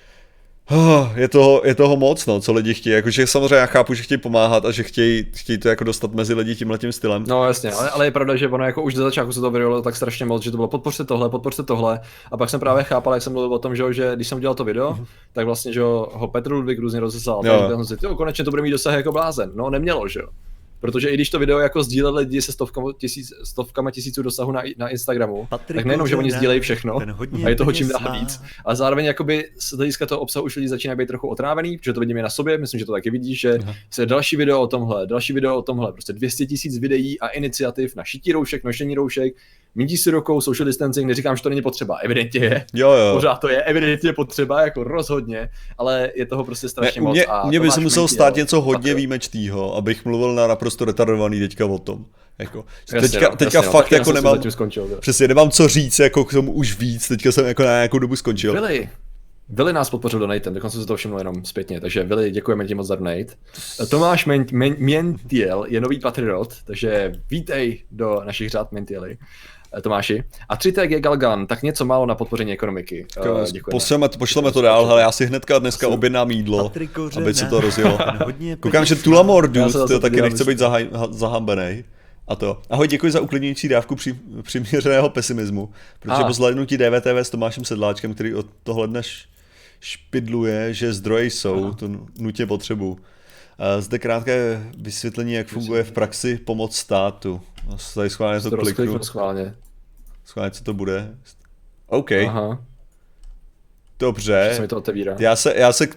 Je toho moc, no, co lidi chtějí, jakože samozřejmě já chápu, že chtějí pomáhat a že chtějí to jako dostat mezi lidi tímhletím stylem. No jasně, ale je pravda, že ono jako už ze začátku se to vyrojilo tak strašně moc, že to bylo podpořte tohle a pak jsem právě chápal, jak jsem mluvil o tom, že když jsem dělal to video, tak vlastně, že ho Petr Ludvík různě rozesál, tak jsem si, konečně to bude mít dosah jako blázen, no nemělo, že jo. Protože i když to video jako sdíleli lidi se stovkama tisíců dosahu na Instagramu, tak nejenom, že oni sdílejí všechno a je toho čím dál víc, a zároveň jakoby z hlediska toho obsahu už lidi začínají být trochu otrávený, protože to vidím i na sobě, myslím, že to taky vidíš, že se další video o tomhle, prostě 200 000 videí a iniciativ na šití roušek, nošení roušek, mítí si rukou, social distancing, neříkám, že to není potřeba, evidentně je, pořád to je, evidentně potřeba, jako rozhodně, ale je toho prostě strašně moc. Mně by se muselo stát něco hodně výjimečného, abych mluvil na naprosto retardovaný teďka o tom. Jako, teďka fakt jako nemám, přesně nemám co říct, jako k tomu už víc, teďka jsem jako na nějakou dobu skončil. Vili nás podpořil donatem, dokonce se to všiml jenom zpětně, takže Vili, děkujeme ti moc za donate. Tomáš Mentiel je nový patriot, takže vítej do našich řad Mentieli. Tomáši. A 3TG Galgan, tak něco málo na podpoření ekonomiky. Pošleme to dál, hele, já si hnedka dneska objednám jídlo, aby se to rozjelo. Koukám, že Tulamor Dude taky nechce být zahambenej. A to. Ahoj, děkuji za uklidňující dávku přiměřeného pesimismu, protože po zhlédnutí DVTV s Tomášem Sedláčkem, který od tohle dnes špidluje, že zdroje jsou, to nutně potřebuju. Zde krátké vysvětlení, jak funguje v praxi pomoc státu. Tady schválně to kliknu. Schválně, co to bude. OK. Aha. Dobře. Se mi to otevírá. Já se...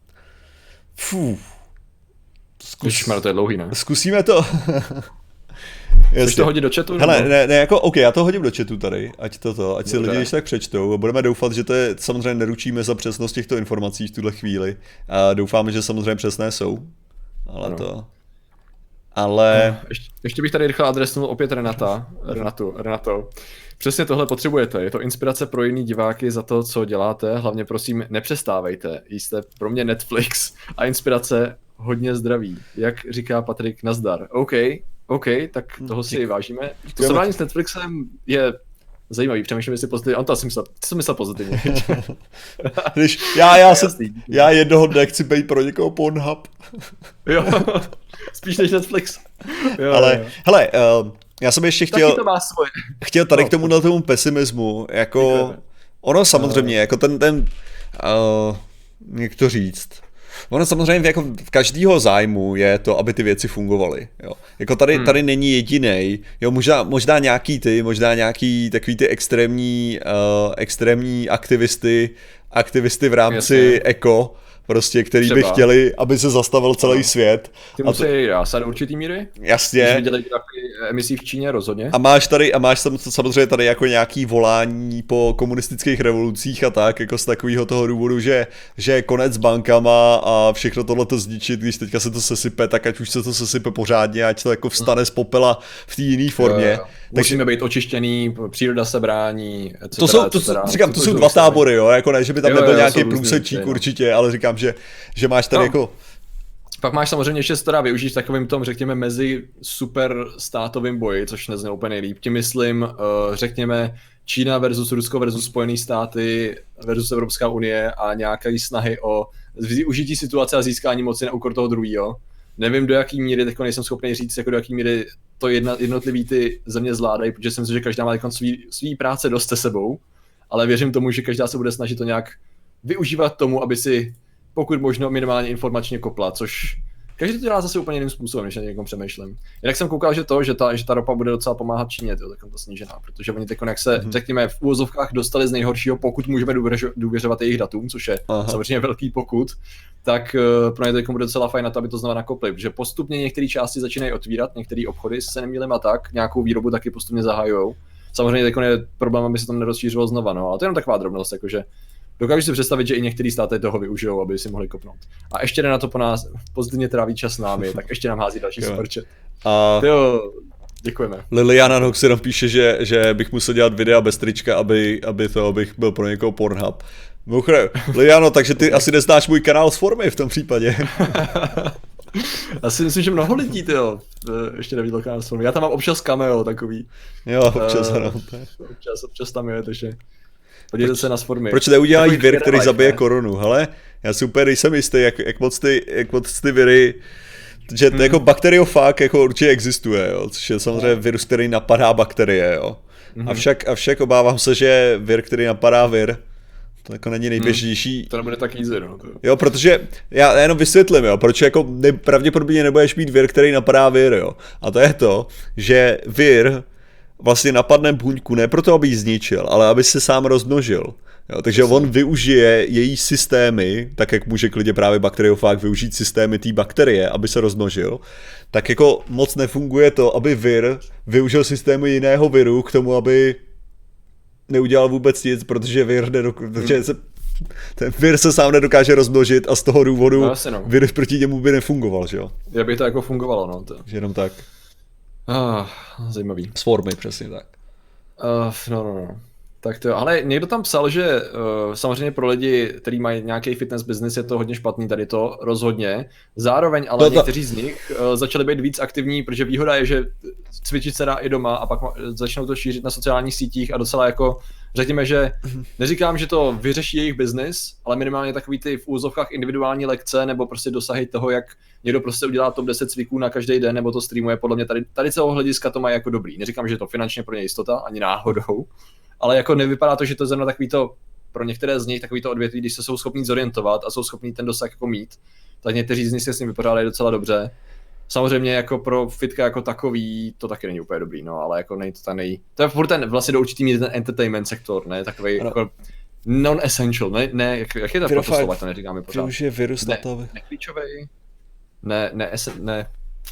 To je dlouhý, ne? Zkusíme to... Chceš to hodit do chatu? Hele, ne, jako, OK, já to hodím do chatu tady, ať si lidi ještě tak přečtou a budeme doufat, že to je, samozřejmě neručíme za přesnost těchto informací v tuhle chvíli a doufáme, že samozřejmě přesné jsou, ale Ještě bych tady rychle adresnul opět Renato. Přesně tohle potřebujete, je to inspirace pro jiný diváky za to, co děláte, hlavně prosím nepřestávejte, jste pro mě Netflix a inspirace hodně zdraví, jak říká Patrik, nazdar. OK, tak toho si vážíme. To srovnání s Netflixem je zajímavý, přemýšlím, jestli pozitivně, on to asi myslel pozitivně. já jednoho dne chci být pro někoho Pornhub. Jo, spíš než Netflix. Jo, hele, já jsem ještě chtěl tady k tomu pesimismu, jako ono samozřejmě, jako jak to říct, ono samozřejmě jako v každého zájmu je to, aby ty věci fungovaly. Jo. Jako tady není jedinej. Jo, možná nějaký takový ty extrémní aktivisty v rámci eko, prostě, který by Třeba. chtěli, aby se zastavil celý svět. Ty A musí jásat do určitý míry? Když Jasně. viděli grafy emisí v Číně, rozhodně. A máš tam samozřejmě tady jako nějaký volání po komunistických revolucích a tak, jako z takového toho důvodu, že je konec s bankama a všechno tohle to zničit, když teďka se to sesype, tak ať už se to sesype pořádně, ať to jako vstane z popela v té jiné formě. Jo. Musíme být očištěný, příroda se brání, etc. Říkám, to jsou dva tábory, jo, jako ne, že by tam nebyl nějaký průsečík no. určitě, ale říkám, že máš tady jako... Pak máš samozřejmě ještě se teda využít v takovým tom, řekněme, mezi super státovým boji, což nezní úplně nejlíp. Tím myslím, řekněme, Čína versus Rusko versus Spojené státy versus Evropská unie a nějaké snahy o využití situace a získání moci na úkor toho druhého. Nevím, do jaký míry, teď nejsem schopný říct, jako do jaký míry to jednotlivý ty země zvládají, protože si myslím, že každá má svý práce dost se sebou, ale věřím tomu, že každá se bude snažit to nějak využívat tomu, aby si pokud možno minimálně informačně kopla, což každý to dělá zase úplně jiným způsobem, než na někom přemýšlím. Jinak jsem koukal, že ta ropa bude docela pomáhat Číně, tak to snížená, protože oni teď, jak se, řekněme, v úvozovkách dostali z nejhoršího, pokud můžeme důvěřovat jejich datům, což je samozřejmě velký pokud, tak pro ně teď bude docela fajn na to, aby to znova nakopli, protože postupně některé části začínají otvírat, některé obchody se nemýlím a tak, nějakou výrobu taky postupně zahajujou. Samozřejmě teď je problém, aby se tam nerozšířilo znova, no, ale to je jenom taková drobnost, jakože dokážu si představit, že i některý státy toho využijou, aby si mohli kopnout. A ještě na to po nás pozitivně tráví čas s námi, tak ještě nám hází další superchat. Jo, děkujeme. Liliana Nox jenom píše, že bych musel dělat videa bez trička, abych byl pro někoho Pornhub. Liliano, takže ty asi neznáš můj kanál z Formy v tom případě. Já si myslím, že mnoho lidí, ještě neviděl kanál z Formy. Já tam mám občas cameo takový. Jo, občas ano. Občas tam je, takže... Podívejte se na Formy. Proč neudělají vir, který zabije koronu? Hele, já si úplně nejsem jistý, jak moc ty viry, že to jako bakteriofag jako určitě existuje, jo, což je samozřejmě virus, který napadá bakterie, jo. Avšak obávám se, že vir, který napadá vir, to jako není nejběžnější. To nebude tak easy, no. Jo, protože já jenom vysvětlím, jo, proč jako pravděpodobně nebudeš mít vir, který napadá vir, jo. A to je to, že vir vlastně napadne buňku ne proto, aby ji zničil, ale aby se sám rozmnožil. Jo, takže on využije její systémy, tak jak může klidně právě bakteriofág využít systémy té bakterie, aby se rozmnožil, tak jako moc nefunguje to, aby vir využil systémy jiného viru k tomu, aby neudělal vůbec nic, protože ten vir se sám nedokáže rozmnožit a z toho důvodu vir proti němu by nefungoval, že jo? Já by to jako fungovalo, no. Že jenom tak. Zajímavý. Z Formy, přesně tak. No. Tak to jo, ale někdo tam psal, že samozřejmě pro lidi, kteří mají nějaký fitness business, je to hodně špatný tady to, rozhodně. Zároveň ale někteří z nich začali být víc aktivní, protože výhoda je, že cvičit se dá i doma a pak začnou to šířit na sociálních sítích a docela jako, řekněme, že neříkám, že to vyřeší jejich business, ale minimálně takový ty v úzovkách individuální lekce nebo prostě dosahy toho, jak někdo prostě udělá top 10 cviků na každý den nebo to streamuje, podle mě tady celého hlediska to má jako dobrý. Neříkám, že je to finančně pro ně jistota, ani náhodou. Ale jako nevypadá to, že to je zrovna takový to, pro některé z nich takový to odvětví, když se jsou schopní zorientovat a jsou schopní ten dosah jako mít, tak někteří z nich se s ním vypořádají docela dobře. Samozřejmě jako pro fitka jako takový, to taky není úplně dobrý, no, ale jako není to to je furt ten vlastně do určitý míry ten entertainment sektor, ne, takový jako non-essential, ne, jak je to proto slova, to neříkáme pořád. Už je virus na to. Neklíčovej, ne.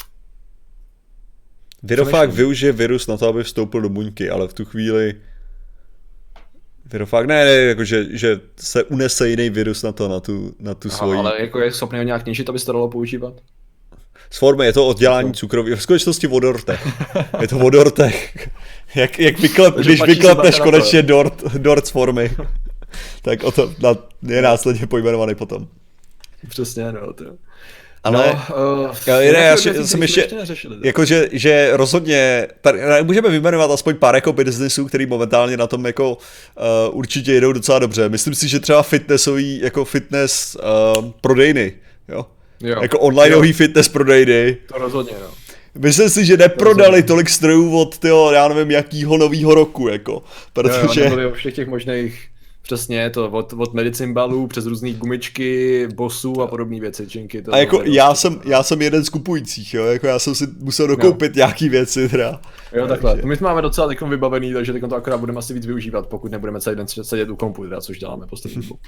Virofák využije virus na to, aby vstoupil do buňky, ale v tu chvíli Virofák ne, jako že se unese jiný virus na tu svoji. Ale jako je schopný ho nějak ničit, aby se to dalo používat? Z Formy je to oddělání cukroví, v skutečnosti vodortech. Je to vodortech. Když vyklepneš konečně dort z Formy, tak o to je následně pojmenovaný potom. Přesně, no, to. Ale já jsem ještě, jakože rozhodně, můžeme vyjmenovat aspoň pár jako businessů, který momentálně na tom jako určitě jedou docela dobře. Myslím si, že třeba fitness prodejny, jo? Jako onlineový fitness prodejny. To rozhodně, no. Myslím si, že neprodali tolik strojů od já nevím jakýho novýho roku, jako, protože... Jo, nebyli všech těch možných, přesně, to od medicimbalů přes různý gumičky, bossů a podobné věci, činky. A jako já jsem jeden z kupujících, jo, jako já jsem si musel dokoupit nějaký věci, teda. Jo, takhle, my máme docela teďkom vybavený, takže teďkom to akorát budeme asi víc využívat, pokud nebudeme celý den sedět u kompu, teda, což děláme poslední dobu.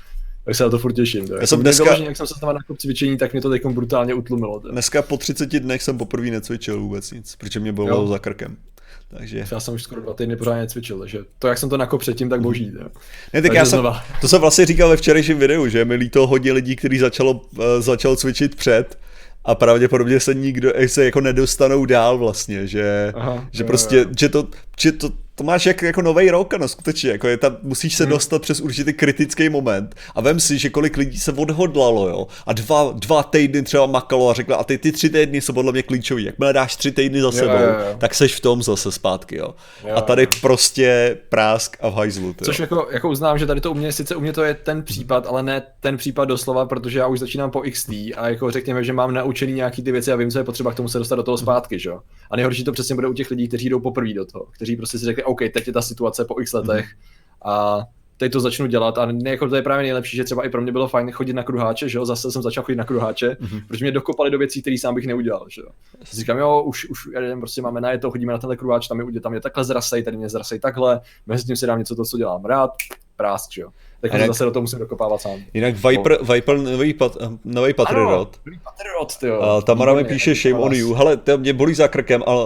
Tak se na to furt těším. Já jsem dneska... Jak jsem se tam na cvičení, tak mě to teď brutálně utlumilo. Dneska po 30 dnech jsem poprvé necvičil vůbec nic, protože mě bolelo za krkem. Takže... Já jsem už skoro 2 týdny pořádně cvičil, takže to, jak jsem to nakop předtím, tak boží. Ne, tak to jsem vlastně říkal ve včerejším videu, že mi líto hodně lidí, kteří začal cvičit před a pravděpodobně se jako nedostanou dál vlastně, že prostě, že to máš jako novej rok, no skutečně, jako musíš se dostat přes určitý kritický moment a vem si, že kolik lidí se odhodlalo, jo, a dva týdny třeba makalo a řekla, a ty 3 týdny jsou podle mě klíčový, jakmile dáš 3 týdny za sebou, tak seš v tom zase zpátky, jo. A tady prostě prásk a v hajzlu, Což jako uznám, že tady to u mě to je ten případ, ale ne ten případ doslova, protože já už začínám po XT a jako řekněme, že mám naučený nějaký ty věci a vím, co je potřeba k tomu se dostat do toho zpátky, že jo. A nejhorší to přesně bude u těch lidí, kteří jdou poprvé do toho, kteří prostě si řekli, OK, teď je ta situace po x letech a teď to začnu dělat a jako to je právě nejlepší, že třeba i pro mě bylo fajn chodit na kruháče, že jo, zase jsem začal chodit na kruháče, protože mě dokopali do věcí, které sám bych neudělal, že jo. Říkám, jo, už jeden prostě máme na to, chodíme na tenhle kruháč, tam je takhle zrasej, tady mě zrasej takhle, mezi tím si dám něco to, co dělám rád, prásk, že jo. Tak zase do toho musím dokopávat sám. Jinak Viper nový Patriot. Tamara mi píše shame on you. Hele, to mě bolí za krkem, ale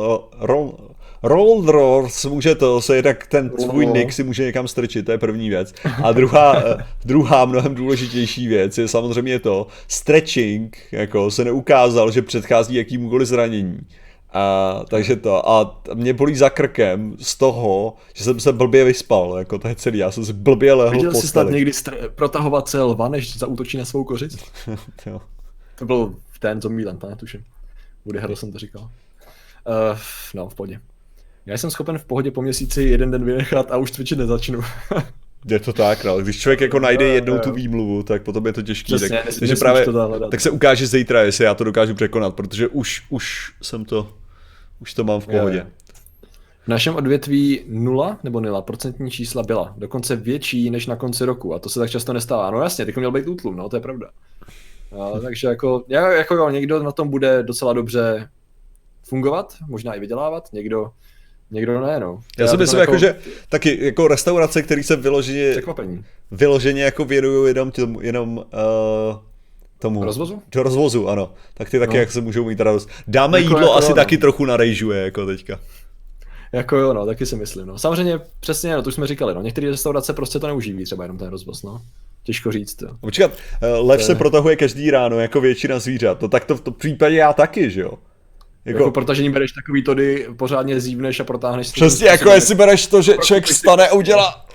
Roll může to, se tak ten svůj nick si může někam strčit, to je první věc. A druhá mnohem důležitější věc je samozřejmě to, stretching jako se neukázal, že předchází jakýmukoliv zranění. Takže to, a mě bolí za krkem z toho, že jsem se blbě vyspal, jako to je celý, já jsem si blbě lehl posteli. Viděl jsi snad někdy protahovat se lva, než zaútočí na svou kořist? To byl ten Zombieland, netuším. Woody Harrelson to říkal. No, v pohodě. Já jsem schopen v pohodě po měsíci jeden den vynechat a už cvičit nezačnu. Je to tak, no. Když člověk jako najde jednou tu výmluvu, tak potom je to těžký. Přesně, takže právě, tak se ukáže zítra, jestli já to dokážu překonat, protože už to mám v pohodě. V našem odvětví 0% čísla byla, dokonce větší než na konci roku a to se tak často nestává. No jasně, teď měl být útlum, no to je pravda. Takže jako někdo na tom bude docela dobře fungovat, možná i vydělávat, někdo ne, no. Já si myslím, jako, že taky jako restaurace, které se vyloženě jako věnují jenom tomu rozvozu? Do rozvozu, ano. Tak ty taky jak se můžou mít radost. Dáme jako jídlo, asi taky trochu narejžuje, jako teďka. Jako jo, no, taky si myslím, no. Samozřejmě přesně, no, to už jsme říkali, no. Některé restaurace prostě to neuživí, třeba jenom ten rozvoz, no. Těžko říct, jo. Počkat, lev se protahuje každý ráno, jako většina zvířat, no tak to v tom případě já taky, že jo. Jako protože bereš takový tody, pořádně zívneš a protáhneš. Přesně, jako jestli bereš to, že člověk vstane a udělá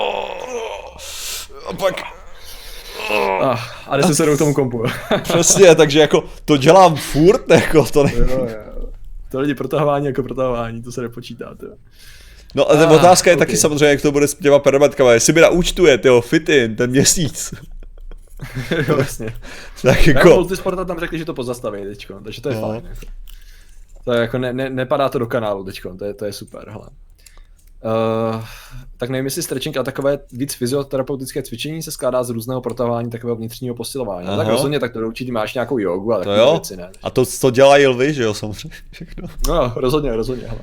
a pak a jde se sedou k tomu kompu. Přesně, takže jako to dělám furt, jako to ne. Jo. To lidi protahování jako protahování, to se nepočítá, jo. No a otázka je taky samozřejmě, jak to bude s těma permatkama, jestli mi naúčtuje, fitin, ten měsíc. Jo, vlastně. Tak jako... Multisporta tam řekli, že to pozastaví teďko, takže to je fajn. Jako. To je jako nepadá to do kanálu teďko, to je super, hele. Tak nevím, jestli stretching a takové víc fyzioterapeutické cvičení se skládá z různého protahování, takového vnitřního posilování. No, tak rozhodně tak to do určitě máš nějakou jogu a takové věci, ne? A to dělají lvy, že jo, samozřejmě všechno. No, rozhodně, hele.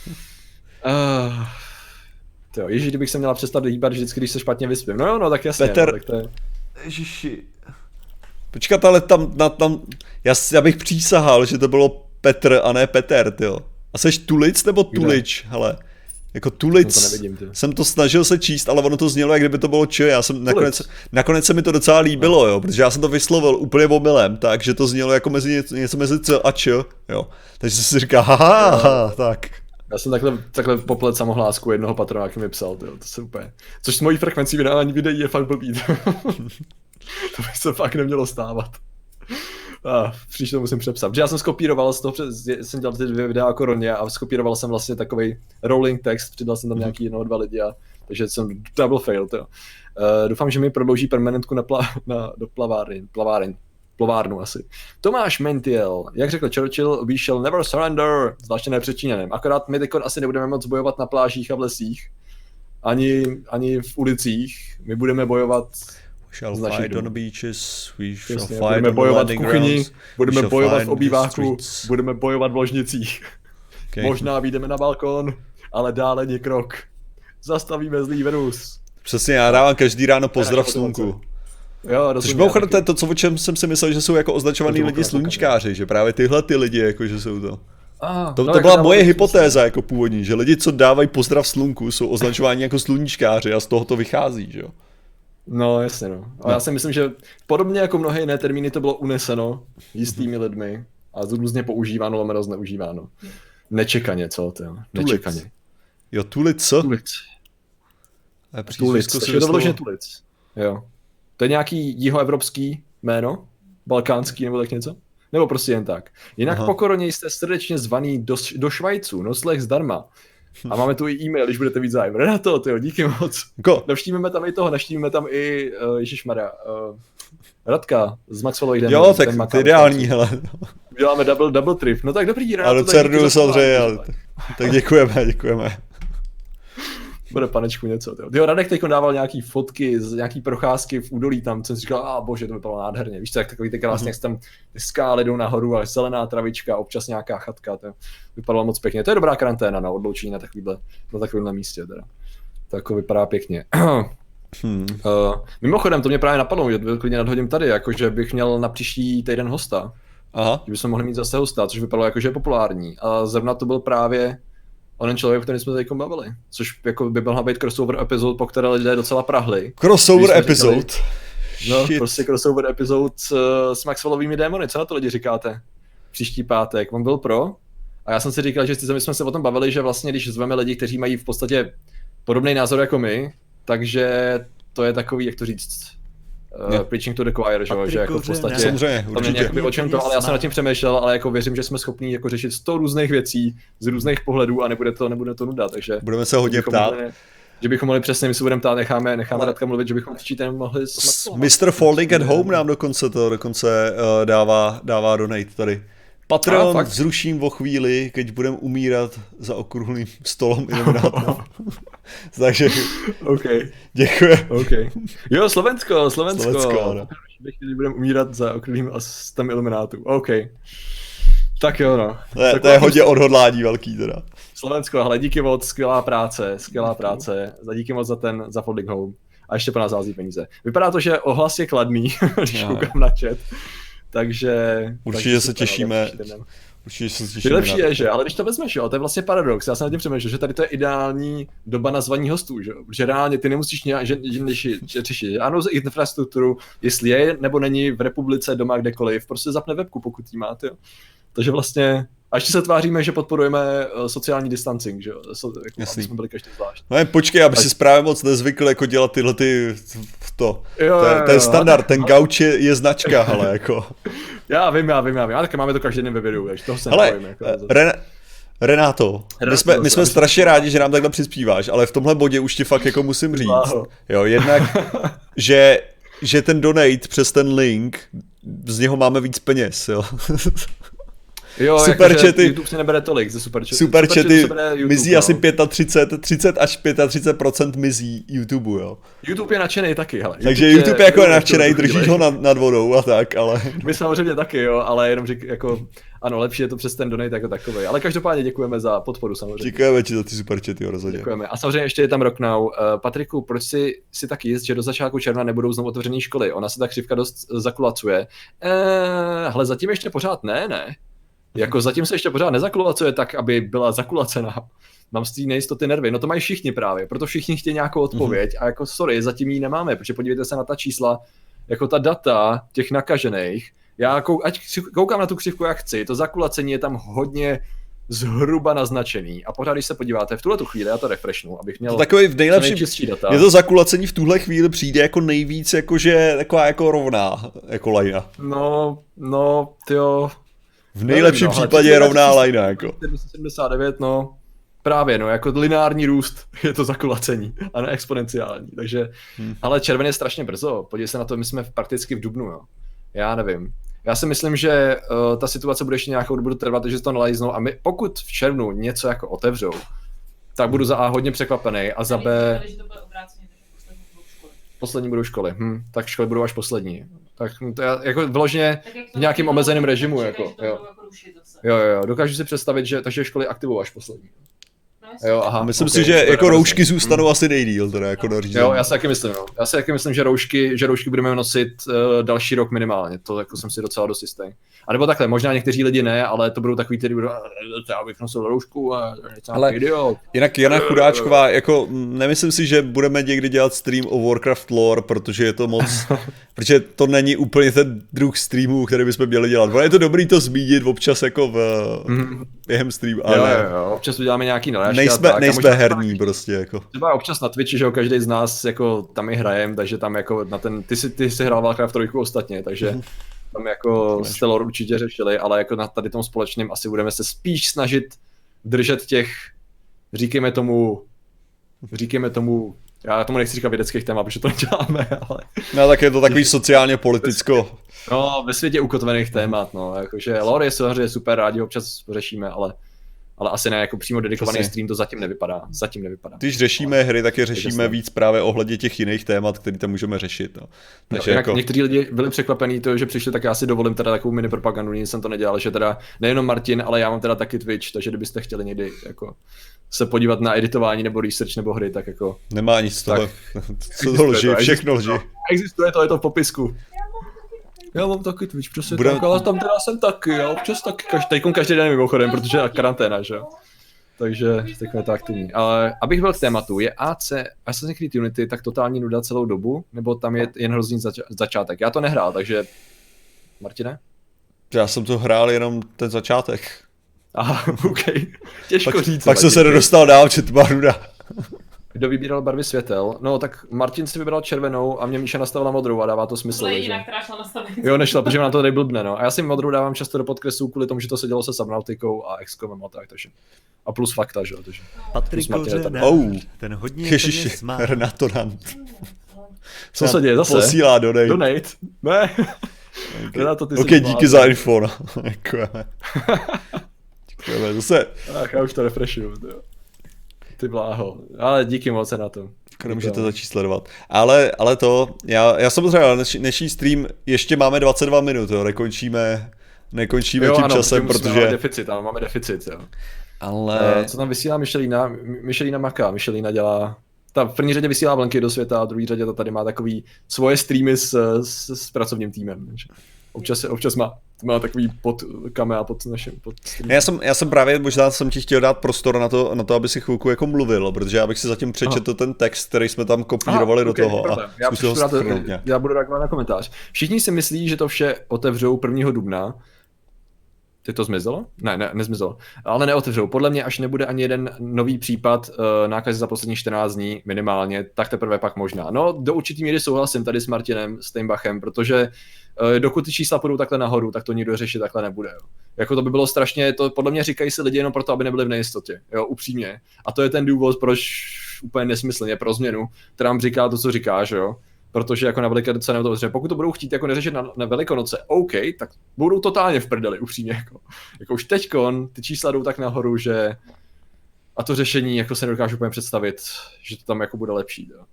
Ježíš, kdybych se měla přestat hýbat vždycky, když se špatně vyspím. No jo, no tak jasně. Petr, no, tak to je... Ježiši. Počkat, ale tam já bych přísahal, že to bylo Petr a ne Peter, tyjo. A seš Tulic nebo Tulič, hele. Jako Tulic, jsem to snažil se číst, ale ono to znělo, jak kdyby to bylo č. Já jsem nakonec se mi to docela líbilo, jo, protože já jsem to vyslovil úplně omylem, takže to znělo jako něco mezi c a č, jo. Takže si říká, haha, tak. Já jsem takhle poplet samohlásku jednoho patrona, jak mi psal, tyjo, to se úplně. Což s mojí frekvencí vydávání videí je fakt blbý. To by se fakt nemělo stávat. Příště to musím přepsat, protože já jsem skopíroval z toho, jsem dělal ty 2 videa jako Roně a skopíroval jsem vlastně takovej rolling text, přidal jsem tam nějaký 1-2 lidi takže jsem double fail, jo. Doufám, že mi prodlouží permanentku do plovárnu asi. Tomáš Mentiel, jak řekl Churchill, we shall never surrender, zvláště ne před Číňanem, akorát my teďkon asi nebudeme moc bojovat na plážích a v lesích, ani v ulicích, my budeme bojovat budeme bojovat v kuchyni, budeme bojovat v obýváku, budeme bojovat v ložnicích. Okay. Možná vyjdeme na balkon, ale dále ni krok. Zastavíme zlý virus. Přesně, já dávám každý ráno pozdrav slunku. Jo, Což rozumím. mimochodem to je to, co, o čem jsem si myslel, že jsou jako označovaný To lidi sluníčkáři, že právě tyhle ty lidi, jako že jsou to. To jako byla moje hypotéza jako původní, že lidi, co dávají pozdrav slunku, jsou označováni jako sluníčkáři a z toho to vychází, že jo? No, jasně no. A já si myslím, že podobně jako mnohé jiné termíny to bylo uneseno jistými lidmi a různě používáno, lomeno zneužíváno. Nečekaně, co to jo? Nečekaně. Jo, tulic, co? Tulic. Tulic, Tulic, takže je to vyloženě Tulic. Jo. To je nějaký jihoevropský jméno? Balkánský nebo tak něco? Nebo prostě jen tak. Jinak pokorně jste srdečně zvaný do Švajců, nocleh zdarma. A máme tu i e-mail, když budete víc zájem. Renato, tyjo, díky moc. Navštívíme tam i toho, navštívíme tam i, ježišmarja, Radka z Maxwellových demů. Jo, tak to je ideální, hele. Děláme double trip, no tak dobrý, Renato. Ale Cernu samozřejmě, tak děkujeme. Bude panečku něco. Jo, Radek teď dával nějaký fotky z nějaký procházky v údolí tam, co jsem říkal, bože, to vypadalo nádherně. Víš co, jak takový ty krásně, jak tam ty skály jdou nahoru, ale zelená travička, občas nějaká chatka, to vypadalo moc pěkně. To je dobrá karanténa na odloučení na takovémhle místě teda. To jako vypadá pěkně. Mimochodem, to mě právě napadlo, že klidně nadhodím tady, jakože bych měl na příští týden hosta. Aha. Že bychom mohli mít zase hosta, což vypadalo jako, že je populární. A zrovna to byl právě onen člověk, o kterém jsme tady bavili, což jako by byl být crossover epizod, po které lidé docela prahli. Crossover epizod? No, prostě crossover epizod s Maxwellovými démony, co na to lidi říkáte? Příští pátek, on byl pro? A já jsem si říkal, že my jsme se o tom bavili, že vlastně když zveme lidi, kteří mají v podstatě podobný názor jako my, takže to je takový, jak to říct, preaching to the choir, že jako v podstatě samozřejmě, určitě. O čem to, ale já jsem nad tím přemýšlel, ale jako věřím, že jsme schopní jako řešit 100 různých věcí z různých pohledů a nebude to nuda, takže budeme se hodně ptát. Že bychom mohli přesně, my se budeme ptát, necháme Radka mluvit, že bychom příště mohli Mr. Folding at Home nám dokonce dává donate tady. Patreon zruším o chvíli, keď budem umírat za okrúhlým stolom iluminátora. Takže děkuji. Jo, Slovensko. Ano. Když budeme umírat za okrúhlým stolem iluminátů. Tak jo, no. To je hodně odhodlání velký teda. Slovensko, hele, díky moc, skvělá práce. Díky moc za Folding Home. A ještě po nás hází peníze. Vypadá to, že ohlas je kladný, když koukám na chat. Takže určitě se těšíme. Nejlepší je, že, ale když to vezmeš, jo, to je vlastně paradox. Já jsem nad tím přemýšlel, že tady to je ideální doba na zvaní hostů, že? Protože reálně ty nemusíš řešit žádnou infrastrukturu, jestli je nebo není v republice, doma, kdekoliv, prostě zapne webku, pokud jí máte, jo. Takže vlastně, a ještě se tváříme, že podporujeme sociální distancing, že jo, jako, aby jsme byli každý zvlášť. No počkej, aby si právě moc nezvykl jako dělat tyhle to je standard, ten gauč je značka, hele, jako. Já vím, ale tak máme to každý den ve videu, takže toho se nebojím. Jako, Renato, my jsme strašně rádi, že nám takhle přispíváš, ale v tomhle bodě už ti fakt jako musím říct, jo, jednak, že ten donate přes ten link, z něho máme víc peněz, jo. Jo, superchaty, YouTube se nebere tolik ze superchaty mizí asi 30 až 35% mizí YouTube, jo. YouTube je nadšenej taky, hele. Takže YouTube je jako nadšenej, držíš ho nad vodou a tak, ale... My samozřejmě taky, jo, ale jenom jako, ano, lepší je to přes ten donate jako takovej. Ale každopádně děkujeme za podporu samozřejmě. Děkujeme ti za ty superchaty, jo, rozhodně. Děkujeme. A samozřejmě ještě je tam Rocknow. Patriku, proč si tak jist, že do začátku června nebudou znovu otevřené školy? Ona se ta křivka dost zakulacuje. Hele, zatím ještě pořád ne. Jako zatím se ještě pořád nezakulacuje tak, aby byla zakulacena. Mám z té nejistoty nervy. No to mají všichni právě, proto všichni chtějí nějakou odpověď a jako sorry, zatím ji nemáme, protože podívejte se na ta čísla, jako ta data těch nakažených. Já ať koukám na tu křivku jak chci, to zakulacení je tam hodně zhruba naznačený a pořád, když se podíváte v tuhle tu chvíli, já to refreshnu, abych měl takový v nejlepším data. Je to zakulacení v tuhle chvíli přijde jako nejvíc jakože taková jako rovná jako lajna. No, tyjo. V nejlepším případě je rovná lajna, jako. 79, no, právě, no, jako lineární růst je to zakulacení a ne exponenciální, takže, ale červen je strašně brzo, podívej se na to, my jsme prakticky v dubnu, jo. Já nevím. Já si myslím, že ta situace bude ještě nějakou dobu trvat, že to nalajznou a my, pokud v červnu něco jako otevřou, tak budu za A hodně překvapený a za B... Poslední budou školy, tak školy budou až poslední. Tak to je jako vyloženě v nějakým omezeném režimu, jako, jo. Jo, dokážu si představit, že takže školy aktivují až poslední. jasně. Jo, aha. Myslím okay, si, že super, jako dobře. roušky zůstanou asi nejdýl, teda jako nařízení. Jo, já si taky myslím, no. Já si taky myslím, že roušky budeme nosit další rok minimálně, to jako jsem si docela dost jistý. A nebo takhle, možná někteří lidi ne, ale to budou takový, kteří budou, já bych nosil roušku a Ale idiot. jinak Jana Chudáčková, jako nemyslím si, že budeme někdy dělat stream o Warcraft lore, protože je to moc, protože to není úplně ten druh streamů, který bychom měli dělat. Ale je to dobrý to zmínit občas jako během streamu, ale Jo, občas uděláme nějaký narážky nejsme herní prostě jako. Třeba občas na Twitchi, že jo, každý z nás jako tam i hrajem, takže tam jako na ten, ty jsi hrál Warcraft 3 ostatně, takže tam jako jste lore určitě řešili, ale jako na tady tom společném asi budeme se spíš snažit držet těch, říkejme tomu, já tomu nechci říkat vědeckých témat, protože to neděláme, ale... No tak je to takový sociálně politicko. No, ve světě ukotvených témat, no, jakože lore je samozřejmě super, rádi občas řešíme, ale asi ne, jako přímo dedikovaný Přesně. stream to zatím nevypadá. Když řešíme hry, tak je řešíme jasně. víc právě ohledně těch jiných témat, které tam můžeme řešit. No. Takže Jinak jako... někteří lidi byli překvapení to, že přišli, tak já si dovolím teda takovou mini propagandu, nic jsem to nedělal, že teda nejenom Martin, ale já mám teda taky Twitch, takže kdybyste chtěli někdy jako se podívat na editování nebo research nebo hry, tak jako... Nemá nic z toho, co to lži, všechno lži. Existuje to, je to v popisku. Já mám taky Twitch, přesně Budeme- tak, ale tam teda jsem taky, já občas taky, teďkon každý den mimochodem, protože je karanténa, že jo. Takže teď je to aktivní. Ale abych byl k tématu, je Assassin's Creed Unity tak totální nuda celou dobu, nebo tam je jen hrozný začátek? Já to nehrál, takže... Martine? Já jsem to hrál jenom ten začátek. Aha, OK. Těžko říct. Pak jsem se nedostal dál, že to byla nuda. Kdo vybíral barvy světel? No tak Martin si vybral červenou a mě Míša nastavila modrou a dává to smysl. Tohle je že? jediná, která šla nastavit. Jo, nešla, protože nám to tady blbne, no. A já si modrou dávám často do podkresů kvůli tomu, že to se dělo se Subnautikou a XCOMem a tak, takže. A plus fakta, že jo, takže. Patrik Plus Martina Kořenář, Oh. ten hodně Ježiši, peněz má. Renato Dant. Co se děje zase? Posílá donate. Donate? Ne. Renato, ty Ok, jsi díky za info, no. Děkujeme. Děkujeme, zase. Ach, já už to refreshuju, jo. Ty bláho. Ale díky moc na to. Nemůžete začít sledovat. Ale to, já samozřejmě, dnešní stream ještě máme 22 minut, jo, nekončíme tím ano, časem, Máme protože... deficit, ano, máme deficit, jo. Ale... Co tam vysílá Michelina? Michelina maká, Michelina dělá... Ta v první řadě vysílá vlnky do světa a v druhé řadě to tady má takový svoje streamy s pracovním týmem. Takže občas má takový pod kamera pod naším streamem. Já jsem právě, možná jsem ti chtěl dát prostor na to, aby si chvilku jako mluvil, protože já bych si zatím přečetl ten text, který jsme tam kopírovali do toho a zkusil ho shrnout nějak. Já budu reagovat na komentář. Všichni si myslí, že to vše otevřou 1. dubna. Ty to zmizelo? Ne, nezmizelo. Ale neotevřou. Podle mě, až nebude ani jeden nový případ nákazy za poslední 14 dní minimálně, tak teprve pak možná. No, do určitý míry souhlasím tady s Martinem Steinbachem, protože dokud ty čísla půjdou takhle nahoru, tak to nikdo řešit takhle nebude. Jo. Jako to by bylo strašně, to podle mě říkají si lidi jenom proto, aby nebyli v nejistotě, jo, upřímně. A to je ten důvod, proč úplně nesmyslně pro změnu Trump říká to, co říká, že jo. Protože jako na Velikonoce nebo to dobře. Pokud to budou chtít jako neřešit na Velikonoce, OK, tak budou totálně v prdeli, upřímně. Jako už teďkon ty čísla jdou tak nahoru, že a to řešení jako se nedokážu úplně představit, že to tam jako bude lepší. Jo.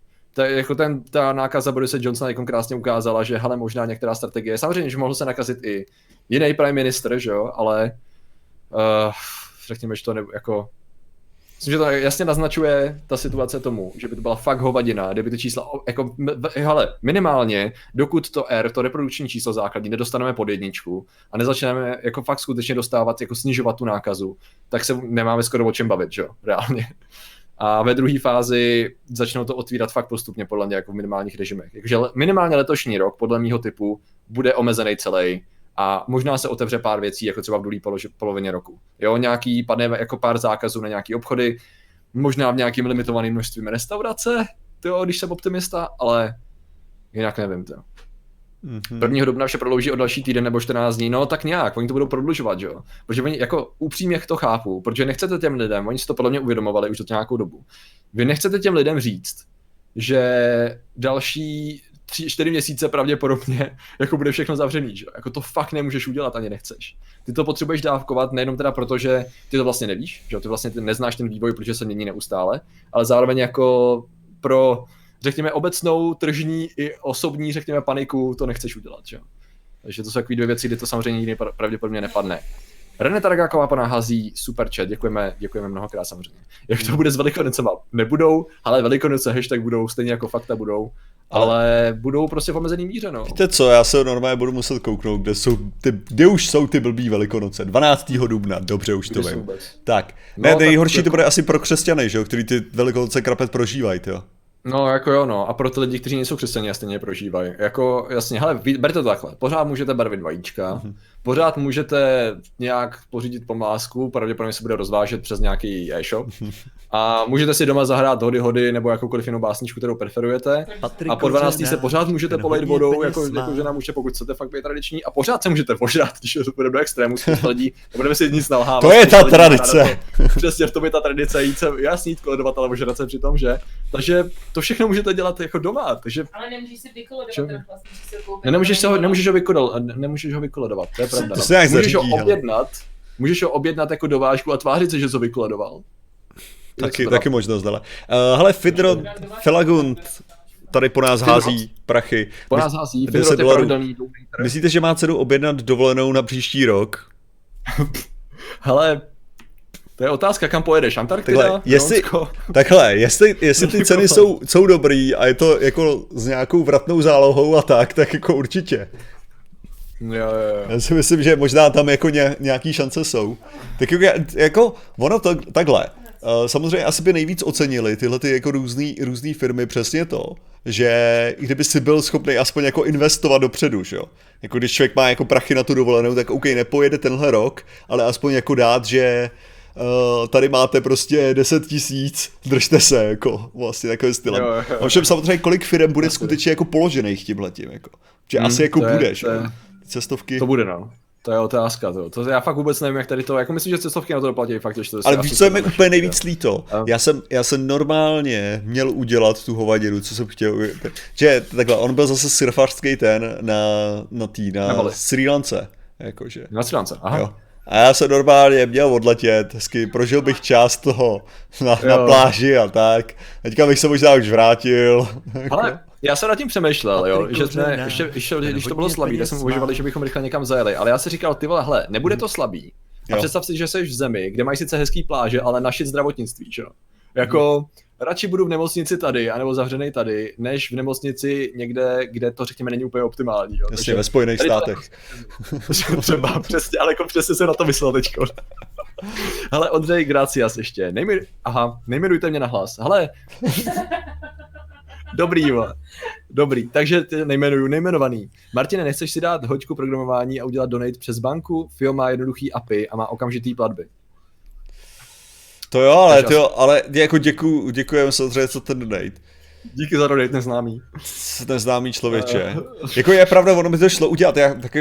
Ta nákaza Borise Johnsona jako krásně ukázala, že hele, možná některá strategie, samozřejmě, že mohl se nakazit i jiný prime minister, že jo, ale řekněme, že to jako myslím, že to jasně naznačuje ta situace tomu, že by to byla fakt hovadina, kdyby ty čísla, jako, hele, minimálně, dokud to to reprodukční číslo základní, nedostaneme pod 1 a nezačneme jako fakt skutečně dostávat, jako snižovat tu nákazu, tak se nemáme skoro o čem bavit, že jo, reálně. A ve druhé fázi začnou to otvírat fakt postupně, podle mě, jako v minimálních režimech. Takže minimálně letošní rok, podle mýho typu, bude omezený celý. A možná se otevře pár věcí, jako třeba v druhé polovině roku. Jo, padne jako pár zákazů na nějaký obchody, možná v nějakým limitovaným množstvím restaurace, jo, když jsem optimista, ale jinak nevím, to. 1. dubna vše prodlouží o další týden nebo 14 dní, no tak nějak, oni to budou prodlužovat, jo. Protože oni jako upřímně to chápu, protože nechcete těm lidem, oni si to podle mě uvědomovali už do nějakou dobu. Vy nechcete těm lidem říct, že další 3-4 měsíce pravděpodobně jako bude všechno zavřený, že? Jako to fakt nemůžeš udělat, ani nechceš. Ty to potřebuješ dávkovat nejenom teda proto, že ty to vlastně nevíš, že ty vlastně neznáš ten vývoj, protože se mění neustále, ale zároveň jako pro, řekněme, obecnou, tržní i osobní, řekněme, paniku to nechceš udělat, že? Takže to jsou takové 2 věci, kdy to samozřejmě nikdy pravděpodobně nepadne. René Targáková pana hází super chat, děkujeme mnohokrát samozřejmě. Jak to bude s Velikonocema? Nebudou, ale Velikonoce hashtag budou, stejně jako fakta budou, ale budou prostě v omezený míře, no. Víte co, já se normálně budu muset kouknout, kde už jsou ty blbý Velikonoce. 12. dubna, dobře, už to Kde jsou vím. vůbec? Tak, No, ne, tak nejhorší jako- to bude asi pro křesťany, že jo, který ty Velikonoce krapet prožívají, jo. No, jako jo, no. A pro ty lidi, kteří nejsou křesťané a stejně je prožívají. Jako, jasně, hele, berte to takhle. Pořád můžete barvit vajíčka, pořád můžete nějak pořídit pomlásku, pravděpodobně se bude rozvážet přes nějaký e-shop. A můžete si doma zahrát hody nebo jakoukoliv jinou básničku, kterou preferujete. A po 12. se pořád můžete polejt vodou, jako žena může, pokud chcete fakt být tradiční. A pořád se můžete požrat, když to bude do extrému, spousta lidí, nebudeme si nic nalhávat. To je ta spousta lidí má tradice. ráda to. Přesně, v tom je ta tradice, jít koledovat, ale ožrat se přitom, že? Takže to všechno můžete dělat jako doma, takže Ale nemůžeš si vykolodovat Čem? ten plast, musíš si ho koupit. nemůžeš ho vykolodovat, to je pravda. To se nějak Můžeš ho zařídí, hele. můžeš ho objednat jako dovážku a tvářit se, že jsi ho vykoledoval. Taky možnost, ale. Hele, Fidro Felagund tady po nás hází prachy. Po nás hází, 10 Fidrot je dolarů. pravidelný donator. Myslíte, že má cenu objednat dovolenou na příští rok? Hele, to je otázka, kam pojedeš, Antarktida, Takhle, Grónsko? jestli ty ceny jsou dobrý a je to jako s nějakou vratnou zálohou a tak jako určitě. Jo. Já si myslím, že možná tam jako nějaký šance jsou. Tak jako ono to takhle. Samozřejmě asi by nejvíc ocenili tyhle ty jako různý firmy přesně to, že kdyby si byl schopný aspoň jako investovat dopředu, že jo. Jako když člověk má jako prachy na tu dovolenou, tak OK, nepojede tenhle rok, ale aspoň jako dát, že tady máte prostě 10 000, držte se, jako vlastně takovým stylem. Jo. Ovšem samozřejmě kolik firm bude skutečně jako položených tímhletím, jako. Že asi jako bude, že jo. Cestovky. To bude, no. To je otázka, to já fakt vůbec nevím, jak tady to, jako myslím, že cestovky na to doplatí fakt, že to ale víš, co je mi úplně nejvíc líto? Já jsem normálně měl udělat tu hovadinu, co jsem chtěl, že takhle, on byl zase surfařský ten na Srí Lance, jakože. Na Srí Lance, aha. Jo. A já jsem normálně měl odletět, hezky, prožil bych část toho na pláži a tak. Teďka bych se možná už vrátil. Ale já jsem nad tím přemýšlel, jo, že jsme, ještě, když to bylo slabý, tak jsme uvažovali, že bychom rychle někam zajeli, ale já si říkal, ty vole, hele, nebude to slabý. A představ si, že jsi v zemi, kde mají sice hezký pláže, ale naše zdravotnictví, že jo. Jako, radši budu v nemocnici tady, anebo zavřenej tady, než v nemocnici někde, kde to řekněme není úplně optimální, jo. Jasně, ve Spojených státech. Třeba, přesně, ale jako přesně jsem na to myslel teďko. Hele, Ondřej, gracias ještě. Nejmenujte mě na hlas. Hele. Dobrý, takže nejmenovaný. Martine, nechceš si dát hoďku programování a udělat donate přes banku? FIO má jednoduchý API a má okamžitý platby. To jo, ale jako děkujeme samozřejmě za ten donate. Díky za donate, neznámý. Neznámý člověče. Jako je pravda, ono by to šlo udělat,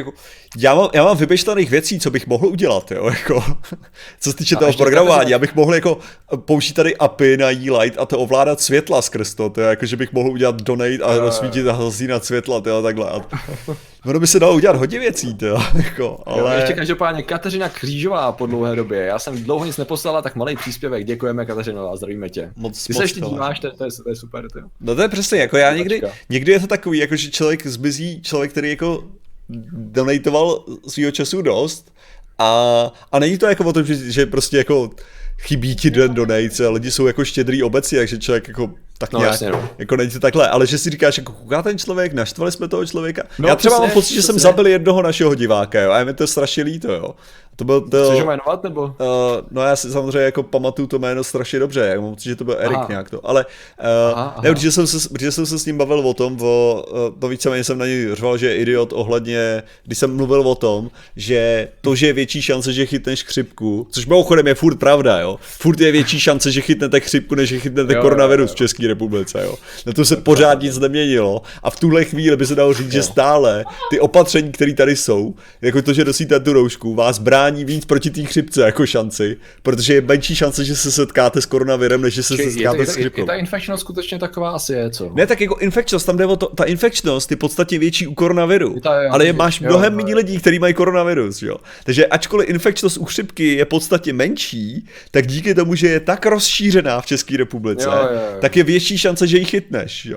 já mám vymyšlených věcí, co bych mohl udělat, jo, jako, co se týče toho programování, já bych mohl jako použít tady API na E-Light a to ovládat světla skrz to, je jako, že bych mohl udělat donate a rozsvítit a zasínat světla, to takhle. Ono by se dalo udělat hodně věcí, jako, ale... Jo, ještě každopádně Kateřina Křížová po dlouhé době, já jsem dlouho nic neposlala, tak malý příspěvek, děkujeme Kateřino a zdravíme tě. Ty se ještě díváš, to je super, to. No to je přesně, jako já někdy je to takový, jako že člověk zmizí, který jako donatoval svýho času dost a není to jako o tom, že prostě jako chybí ti den donace, lidi jsou jako štědrý obecně, takže člověk jako tak nějak, jasně, no. jako není to takhle, ale že si říkáš, jako kouká ten člověk, naštvali jsme toho člověka. No, já třeba přesně, mám pocit, že jsem zabil jednoho našeho diváka, jo, a je mi to strašně líto, jo. To byl to. Chceš ho jmenovat, nebo? No já si samozřejmě jako pamatuju to jméno strašně dobře, já mám pocit, že to byl Erik nějak to, ale ne, protože jsem se s ním bavil o tom, to víceméně jsem na něj řval, že je idiot ohledně, když jsem mluvil o tom, že to, že je větší šance, že chytneš chřipku, což mimochodem je furt pravda, jo, furt je větší šance, že chytnete chřipku, než že chytnete koronavirus v České republice, jo. Na to se pořád nic neměnilo a v tuhle chvíli by se dalo říct, že stále ty opatření, které tady jsou, jako to, že nosíte tu roušku, vás brání víc proti té chřipce jako šanci, protože je menší šance, že se setkáte s koronavirem, než že se setkáte s chřipkou. Je ta infekčnost skutečně taková asi je, co? Ne, tak jako infekčnost, tam jde o to, ta infekčnost je podstatně větší u koronaviru, ale máš mnohem méně lidí, kteří mají koronavirus, jo. Takže ačkoliv infekčnost u chřipky je podstatně menší, tak díky tomu, že je tak rozšířená v České republice, tak je větší šance, že ji chytneš, jo.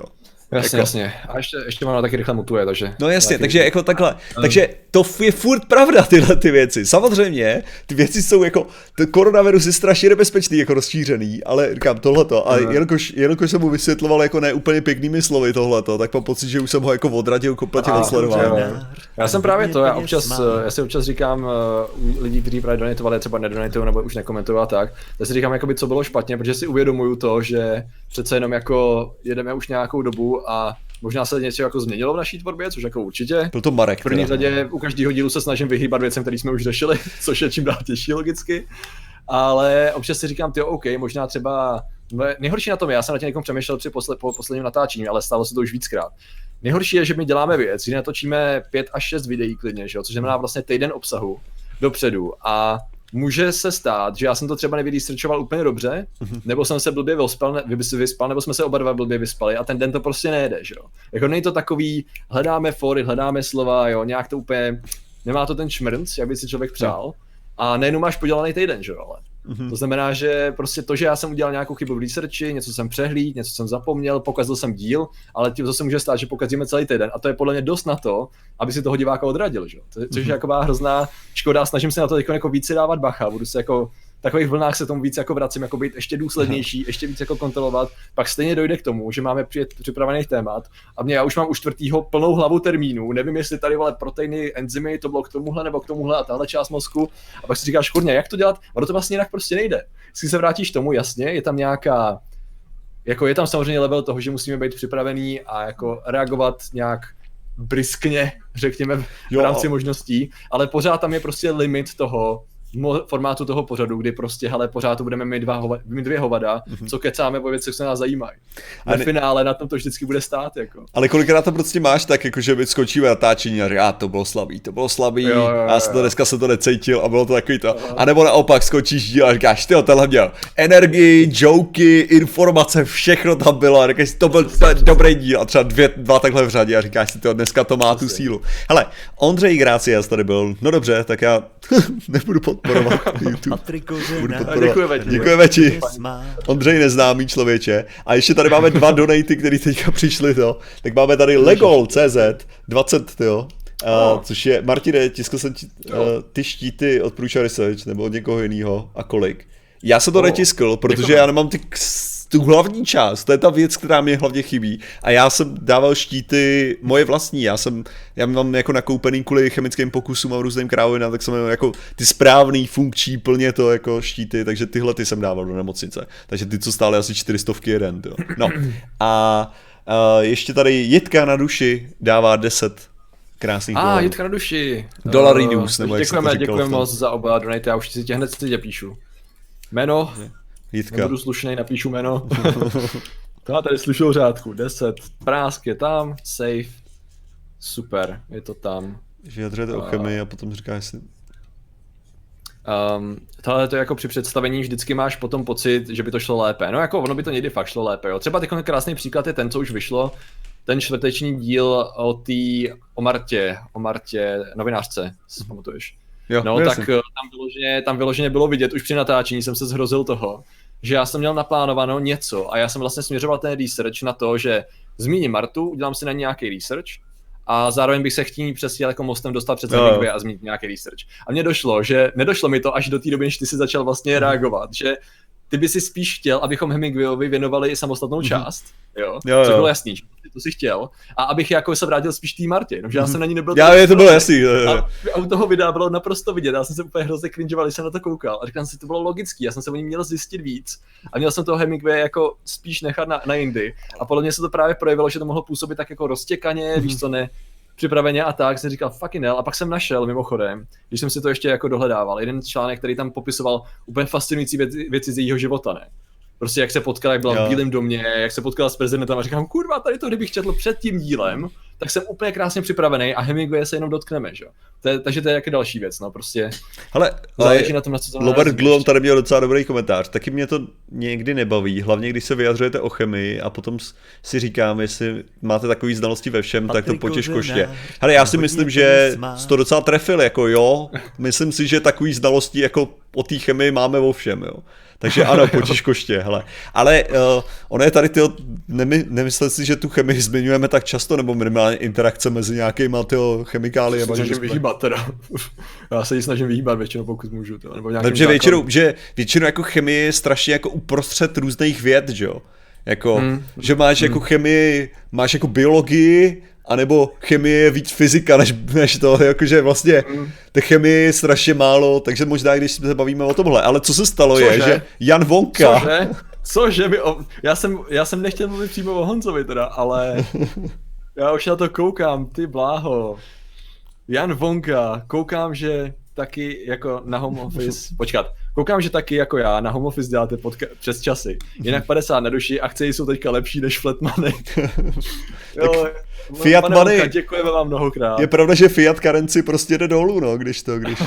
Jasně, jako. jasně. A ještě mám taky rychle mutuje, takže... No jasně, taky... takže jako takhle. Takže to je furt pravda, tyhle ty věci. Samozřejmě, ty věci jsou jako, ten koronavirus je strašně nebezpečný, jako rozšířený, ale říkám tohleto. A jelikož jsem mu vysvětloval jako ne úplně pěknými slovy tohleto, tak mám pocit, že už jsem ho jako odradil kompletně od sledování. Já jsem právě to, já si občas říkám lidí, kteří právě donatovali, třeba nedonatují nebo už nekomentují a tak si říkám, jakoby, co bylo špatně, protože si uvědomuju to, že přece jenom jako jedeme už nějakou dobu a možná se něco jako změnilo v naší tvorbě, což jako určitě. Byl to Marek. V první řadě u každého dílu se snažím vyhýbat věcem, které jsme už řešili, což je čím dál těžší logicky. Ale občas si říkám, OK, možná třeba nejhorší na tom já jsem na tím někom přemýšlel po posledním natáčení, ale stalo se to už víckrát. Nejhorší je, že my děláme věc, kdy natočíme 5 až 6 videí klidně, že jo? Což znamená vlastně týden obsahu dopředu a může se stát, že já jsem to třeba nevyresearchoval úplně dobře, nebo jsem se blbě vyspal, nebo jsme se oba dva blbě vyspali a ten den to prostě nejde, že jo. Jako není to takový, hledáme fóry, hledáme slova, jo, nějak to úplně, nemá to ten šmrnc, jak by si člověk přál a nejenom máš podělaný týden, že jo, ale. To znamená, že prostě to, že já jsem udělal nějakou chybu v researchi, něco jsem přehlídl, něco jsem zapomněl, pokazil jsem díl, ale tím zase může stát, že pokazíme celý týden a to je podle mě dost na to, aby si toho diváka odradil, že? Což je jaková hrozná škoda, snažím se na to jako víc si dávat bacha, budu se jako v takových vlnách se tomu víc jako vracím, jako být ještě důslednější, ještě víc jako kontrolovat, pak stejně dojde k tomu, že máme připravených témat a já už mám u 4. plnou hlavu termínů, nevím, jestli tady vole proteiny, enzymy, to bylo k tomuhle nebo k tomuhle a tahle část mozku a pak si říkáš, kurně, jak to dělat, ono to vlastně jinak prostě nejde. Když se vrátíš tomu, jasně, je tam nějaká, jako je tam samozřejmě level toho, že musíme být připravení a jako reagovat nějak briskně, řekněme, v rámci možností, ale pořád tam je prostě limit toho formátu toho pořadu, kdy prostě, hele, pořád to budeme mít dvě hovada, co kecáme o věcech, co nás zajímají. Ve finále na tom to vždycky bude stát, jako. Ale kolikrát to prostě máš tak, jako že my skočíme natáčení a říká, to bylo slabý, jo, a dneska se to necítil a bylo to takový to. A nebo naopak skočíš díl a říkáš, tyjo, tenhle měl energii, joky, informace, všechno tam bylo a říkáš, to byl dobrý díl a třeba dva takhle v řadě a říkáš si, tyjo, dneska to má tu sílu. Hele, Ondřej Gracias tady byl, no dobře, tak já nebudu podporovat YouTube. Děkujeme ti. Ondřej neznámý člověče. A ještě tady máme 2 donaty, které teďka přišly to. Tak máme tady Legol.cz 20, jo. Což je, Martine, tiskl jsem ti ty štíty od Průča Research nebo od někoho jiného a kolik. Já se to netiskl, protože já nemám tu hlavní část, to je ta věc, která mě hlavně chybí. A já jsem dával štíty moje vlastní, já mám jako nakoupený kvůli chemickým pokusům a různým krávovinám, tak jsem měl jako ty správný, funkční, plně to jako štíty, takže tyhle ty jsem dával do nemocnice. Takže ty, co stály asi 400 jeden, jo. No. A ještě tady Jitka na duši dává 10 krásných dolarů. Jitka na duši. Dolary news, nebo jak se to říkalo. Děkujeme moc za oba donate, já už si tě hned píšu. Jméno, Jitka. Nebudu slušnej, napíšu jméno. To má tady slušnou řádku, 10, prásk je tam, safe, super, je to tam. Že jadřujete o chemii a potom říkáš si... Tohle to jako při představení vždycky máš potom pocit, že by to šlo lépe. No jako ono by to někdy fakt šlo lépe, jo. Třeba takový krásný příklad je ten, co už vyšlo, ten čtvrteční díl o Martě, novinářce, si pamatuješ? Jo, no tak tam vyloženě bylo vidět, už při natáčení jsem se zhrozil toho, že já jsem měl naplánováno něco a já jsem vlastně směřoval ten research na to, že zmíním Martu, udělám si na ní nějaký research a zároveň bych se chtěl přes jako mostem dostat před Hemingway a zmínit nějaký research. A mně došlo, že nedošlo mi to až do té doby, než ty si začal vlastně reagovat, že ty by si spíš chtěl, abychom Hemingwayovi věnovali i samostatnou část, jo. Což bylo jasný, že to si chtěl, a abych jako se vrátil spíš té Martě, no, že já jsem na ní nebyl. To bylo jasný. A u toho videa bylo naprosto vidět, já jsem se úplně hrozně cringeoval, když jsem na to koukal a říkal jsem si, to bylo logický, já jsem se o ní měl zjistit víc a měl jsem toho Hemingwaye jako spíš nechat na jindy a podle mě se to právě projevilo, že to mohlo působit tak jako roztěkaně, víš co, ne připraveně a tak, jsem říkal fucking hell, a pak jsem našel mimochodem, když jsem si to ještě jako dohledával, jeden článek, který tam popisoval úplně fascinující věci z jejího života, ne? Prostě jak se potkala, jak byla v Bílém domě, jak se potkala s prezidentem a říkám, kurva, tady to kdybych četl před tím dílem, tak jsem úplně krásně připravený a Hemingwaye se jenom dotkneme, že jo. Takže to je jaké další věc, no prostě. Hele, záleží na tom, na co to Robert Glum tady měl docela dobrý komentář. Taky mě to někdy nebaví, hlavně když se vyjadřujete o chemii a potom si říkám, jestli máte takový znalosti ve všem, tak to potěžkoště. Hele, já si myslím, že jsi to docela trefil, jako jo. Myslím si, že takový znalosti jako o té chemii máme o všem, jo. Takže ano, potěžkoště, hele. Ale ono je tady nemyslím si, že tu chemii zmiňujeme tak často, nebo minimálně interakce mezi nějakýma chemikáliemi. Snažím vyhýbat teda. Já se ji snažím vyhýbat většinou, pokud můžu. Teda, nebo takže většinou jako chemie je strašně jako uprostřed různých věd, že jo? Jako, že máš jako chemii, máš jako biologii, anebo chemie je víc fyzika než to, jakože vlastně té chemie je strašně málo, takže možná když se bavíme o tomhle, ale co se stalo je, že Jan Wonka... Cože? Já jsem nechtěl mluvit přímo o Honzovi teda, ale já už na to koukám, ty bláho. Jan Wonka, koukám, že taky jako na home office, koukám, že taky jako já na home office děláte přes časy. Jinak 50 na duši, akcie jsou teďka lepší než Flat Money. Jo, Fiat Money, Wonka, děkujeme vám mnohokrát. Je pravda, že Fiat currency prostě jde dolů, no, když.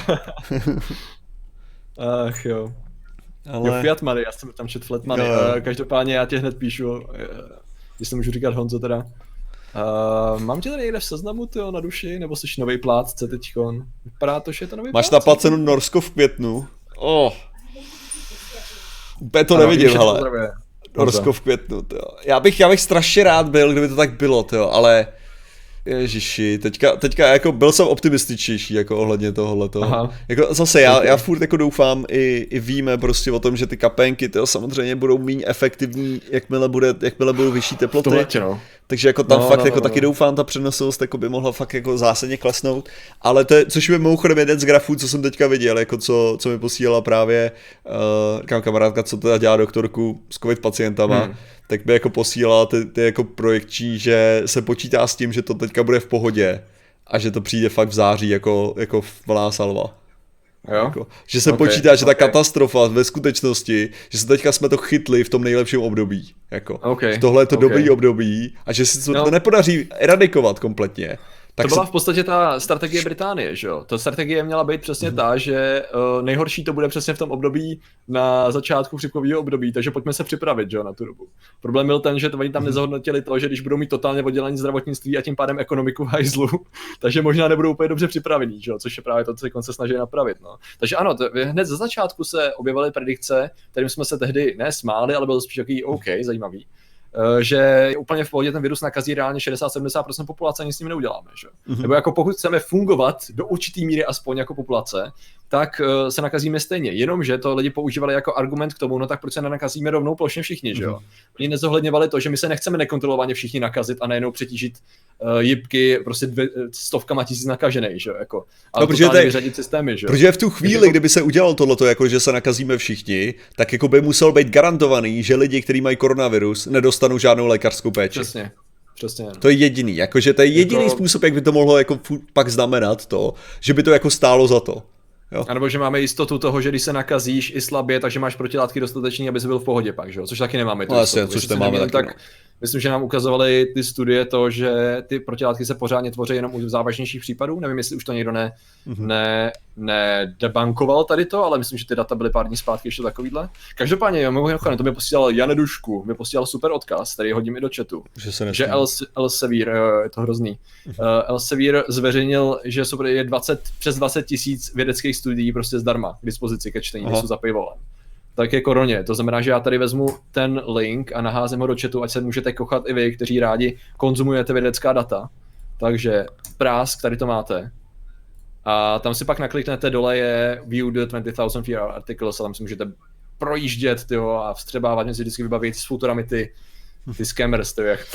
Ach jo. Ale... Jo, Fiat Money, já jsem tam čet Flat Money. Každopádně já tě hned píšu, jestli můžu říkat Honzo teda. Mám tě tady někde v seznamu, tyjo, na duši, nebo jsi novej plátce teďkon? Vypadá to, že je to nový plátce? Máš naplacenu Norsko v květnu? Úplně to nevidím, hele. Norsko v květnu, tyjo. Já bych strašně rád byl, kdyby to tak bylo, tyjo, ale... Ježiši, teďka jako byl jsem optimističtější jako ohledně tohohletoho. Jako zase já furt jako doufám i víme prostě o tom, že ty kapenky samozřejmě budou méně efektivní, jakmile budou vyšší teploty. Takže jako tam taky doufám, ta přenosnost jako by mohla fakt jako zásadně klesnout, ale to je, což je mimochodem jeden z grafů, co jsem teďka viděl, jako co mi posílala právě kamarádka, co teda dělá doktorku s covid pacientama, tak by jako posílala ty jako projekční, že se počítá s tím, že to teďka bude v pohodě a že to přijde fakt v září jako vlná salva. Jo? Jako, že se počítá, že ta katastrofa ve skutečnosti, že se teďka jsme to chytli v tom nejlepším období. Jako. Tohle je to dobrý období a že si to nepodaří eradikovat kompletně. Tak to byla v podstatě ta strategie Británie, že jo? Ta strategie měla být přesně ta, že nejhorší to bude přesně v tom období na začátku chřipkového období, takže pojďme se připravit, že jo, na tu dobu. Problém byl ten, že oni tam nezahodnotili to, že když budou mít totálně oddělení zdravotnictví a tím pádem ekonomiku v hajzlu, takže možná nebudou úplně dobře připravení, že jo, což je právě to, co se snaží napravit, no. Takže ano, hned ze začátku se objevily predikce, kterým jsme se tehdy nesmáli, ale byl spíš takový OK, zajímavý. Že úplně v pohodě ten virus nakazí reálně 60-70% populace, nic s ním neuděláme, že? Nebo jako pokud chceme fungovat do určitý míry aspoň jako populace, tak se nakazíme stejně, jenomže to lidi používali jako argument k tomu, no tak proč se nenakazíme rovnou plošně všichni, že jo? Oni nezohledňovali to, že my se nechceme nekontrolovaně všichni nakazit a najednou přetížit jipky prostě stovkama tisíc nakažených, že jo? Jako, ale totálně vyřadit systémy, že jo? Protože v tu chvíli, kdyby se udělalo tohleto, jako že se nakazíme všichni, tak jako by musel být garantovaný, že lidi, kteří mají koronavirus, nedostanou žádnou lékařskou péči. Přesně. To je jediný, jakože to je jediný způsob, jak by to mohlo jako pak znamenat to, že by to jako stálo za to. Jo. A nebo že máme jistotu toho, že když se nakazíš i slabě, takže máš protilátky dostatečný, aby jsi byl v pohodě pak, že jo? Což taky nemáme. No jasně, což nemáme taky. Tak myslím, že nám ukazovaly ty studie to, že ty protilátky se pořádně tvoří jenom u závažnějších případů. Nevím, jestli už to někdo nedebankoval tady to, ale myslím, že ty data byly pár dní zpátky ještě takovýhle. Každopádně, jo, mimochodem, to mi posílal Jan Dušku, mi posílal super odkaz, který hodím i do chatu. Že Elsevier, je to hrozný. Elsevier zveřejnil, že je přes 20 000 vědeckých studií prostě zdarma k dispozici ke čtení, jsou za pivolem. Tak je koroně. To znamená, že já tady vezmu ten link a naházím ho do chatu, ať se můžete kochat i vy, kteří rádi konzumujete vědecká data. Takže prásk, tady to máte. A tam si pak nakliknete, dole je View the 20,000 VR articles a tam si můžete projíždět, tyjo, a vstřebávat, mě si vždycky vybavit s futurami ty scammers, tyjo, jak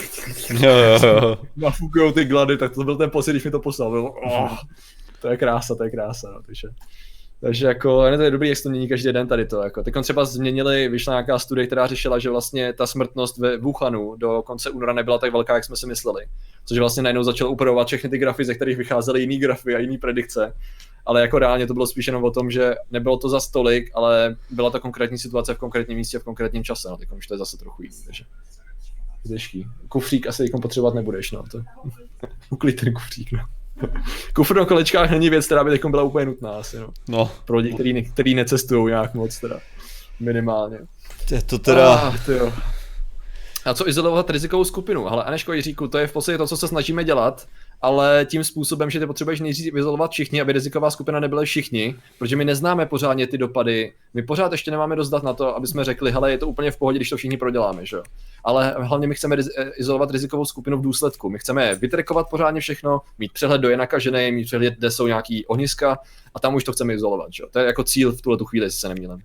nafukujou ty glady, tak to byl ten pocit, když mi to poslal. To je krása, no, takže jako, to je dobrý, jak to mění každý den tady to, jako. Teď třeba vyšla nějaká studie, která řešila, že vlastně ta smrtnost ve Wuhanu do konce února nebyla tak velká, jak jsme si mysleli. Což vlastně najednou začalo upravovat všechny ty grafy, ze kterých vycházely jiný grafy a jiný predikce. Ale jako reálně to bylo spíš jenom o tom, že nebylo to za stolik, ale byla to konkrétní situace v konkrétním místě v konkrétním čase, no teď už to je zase trochu jiný, takže. Těžký. Kufřík asi jako potřebovat nebudeš, no. To... Uklid ten kufřík, no. Kufr na kolečkách není věc, která by teď byla úplně nutná asi, no. No. Pro lidi, kteří necestují nějak moc teda. Minimálně. To teda... Tyjo. A co izolovat rizikovou skupinu? Hele, Aneško, Jiříku, to je v podstatě to, co se snažíme dělat, ale tím způsobem, že ty potřebuješ nejdřív izolovat všichni, aby riziková skupina nebyly všichni, protože my neznáme pořádně ty dopady, my pořád ještě nemáme dost dat na to, aby jsme řekli, hele, je to úplně v pohodě, když to všichni proděláme, že jo. Ale hlavně my chceme izolovat rizikovou skupinu v důsledku, my chceme vytrekovat pořádně všechno, mít přehled, kdo je nakažený, mít přehled, kde jsou nějaký ohniska a tam už to chceme izolovat, že jo. To je jako cíl v tuhletu chvíli, jestli se nemýlím.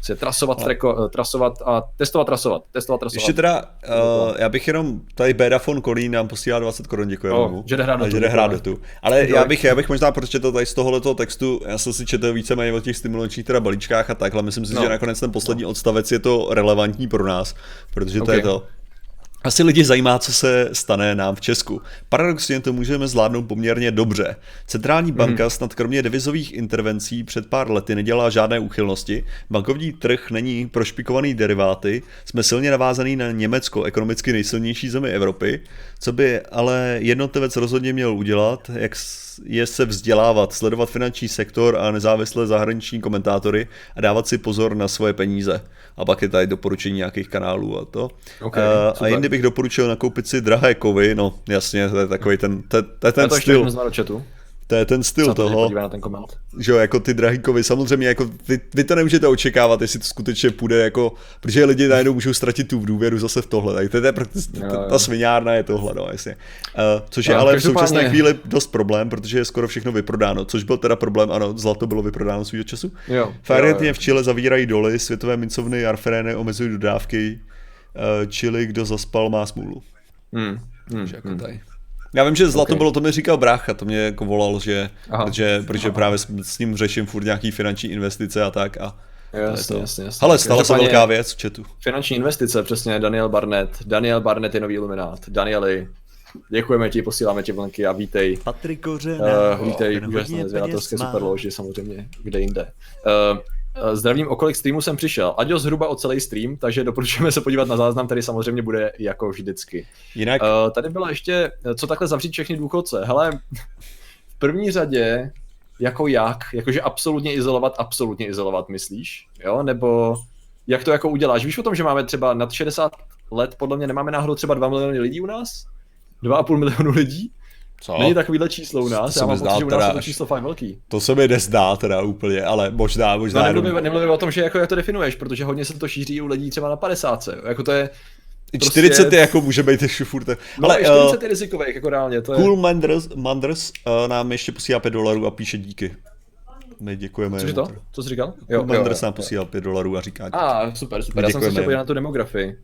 Trasovat a testovat. Ještě teda, já bych jenom, tady Bedafon Kolín nám posílá 20 korun, děkujeme mu. Že jde hrát do tu. Ale já bych možná pročetl tady z tohoto textu, já jsem si četl víceméně o těch stimulačních teda balíčkách a takhle, myslím si, že nakonec ten poslední odstavec je to relevantní pro nás, protože to je to. Asi lidi zajímá, co se stane nám v Česku. Paradoxně to můžeme zvládnout poměrně dobře. Centrální banka snad kromě devizových intervencí před pár lety nedělá žádné úchylnosti. Bankovní trh není prošpikovaný deriváty. Jsme silně navázaný na Německo, ekonomicky nejsilnější zemi Evropy. Co by ale jednotlivec rozhodně měl udělat, jak je se vzdělávat, sledovat finanční sektor a nezávislé zahraniční komentátory a dávat si pozor na svoje peníze. A pak je tady doporučení nějakých kanálů a to. A jindy bych doporučil nakoupit si drahé kovy, no jasně, to je takový ten styl. To je ten styl toho, na ten koment. Že jo, jako ty drahý kovy, samozřejmě jako vy to nemůžete očekávat, jestli to skutečně půjde, jako, protože lidi najednou můžou ztratit tu důvěru zase v tohle, tak to je ta sviňárna je tohle, no jasně. Což je ale v současné chvíli dost problém, protože je skoro všechno vyprodáno, což byl teda problém, ano, zlato bylo vyprodáno svýho času. Farietně v Chile zavírají doly, světové mincovny Jarferény omezují dodávky, čili kdo zaspal má smůlu. Jako tady. Já vím, že zlato bylo, to mi říkal brácha, to mě jako volal, že protože právě s ním řeším furt nějaký finanční investice a tak a jasně. Ale stala se velká věc v chatu. Finanční investice, přesně, Daniel Barnett je nový iluminát. Danieli, děkujeme ti, posíláme ti vlnky a vítej. Patrik Kořenář. Vítej, úžasné zvědatelské superloži, samozřejmě, kde jinde. Zdravím, o kolik streamů jsem přišel. Aďo zhruba o celý stream, takže doporučujeme se podívat na záznam, který samozřejmě bude jako vždycky. Jinak? Tady byla ještě, co takhle zavřít všechny důchodce. Hele, v první řadě, jakože absolutně izolovat, myslíš? Jo, nebo jak to jako uděláš? Víš o tom, že máme třeba nad 60 let, podle mě nemáme náhodou třeba 2 miliony lidí u nás? 2,5 milionu lidí? Co? Není takovýhle číslo u nás, já mám pocit, že u nás je to číslo fakt velký. To se mi nezdá teda úplně, ale možná. No, nemluvím o tom, že jako jak to definuješ, protože hodně se to šíří u lidí třeba na 50. Jako to je... 40 je jako může být ještě furt. No ale 40 je rizikových, jako reálně. To je... Cool Manders nám ještě posílá $5 a píše díky. My děkujeme. Cože to? Co jsi říkal? Cool Manders nám posílá $5 a říká díky. Super. Já jsem se chtěl podívat na tu demografii.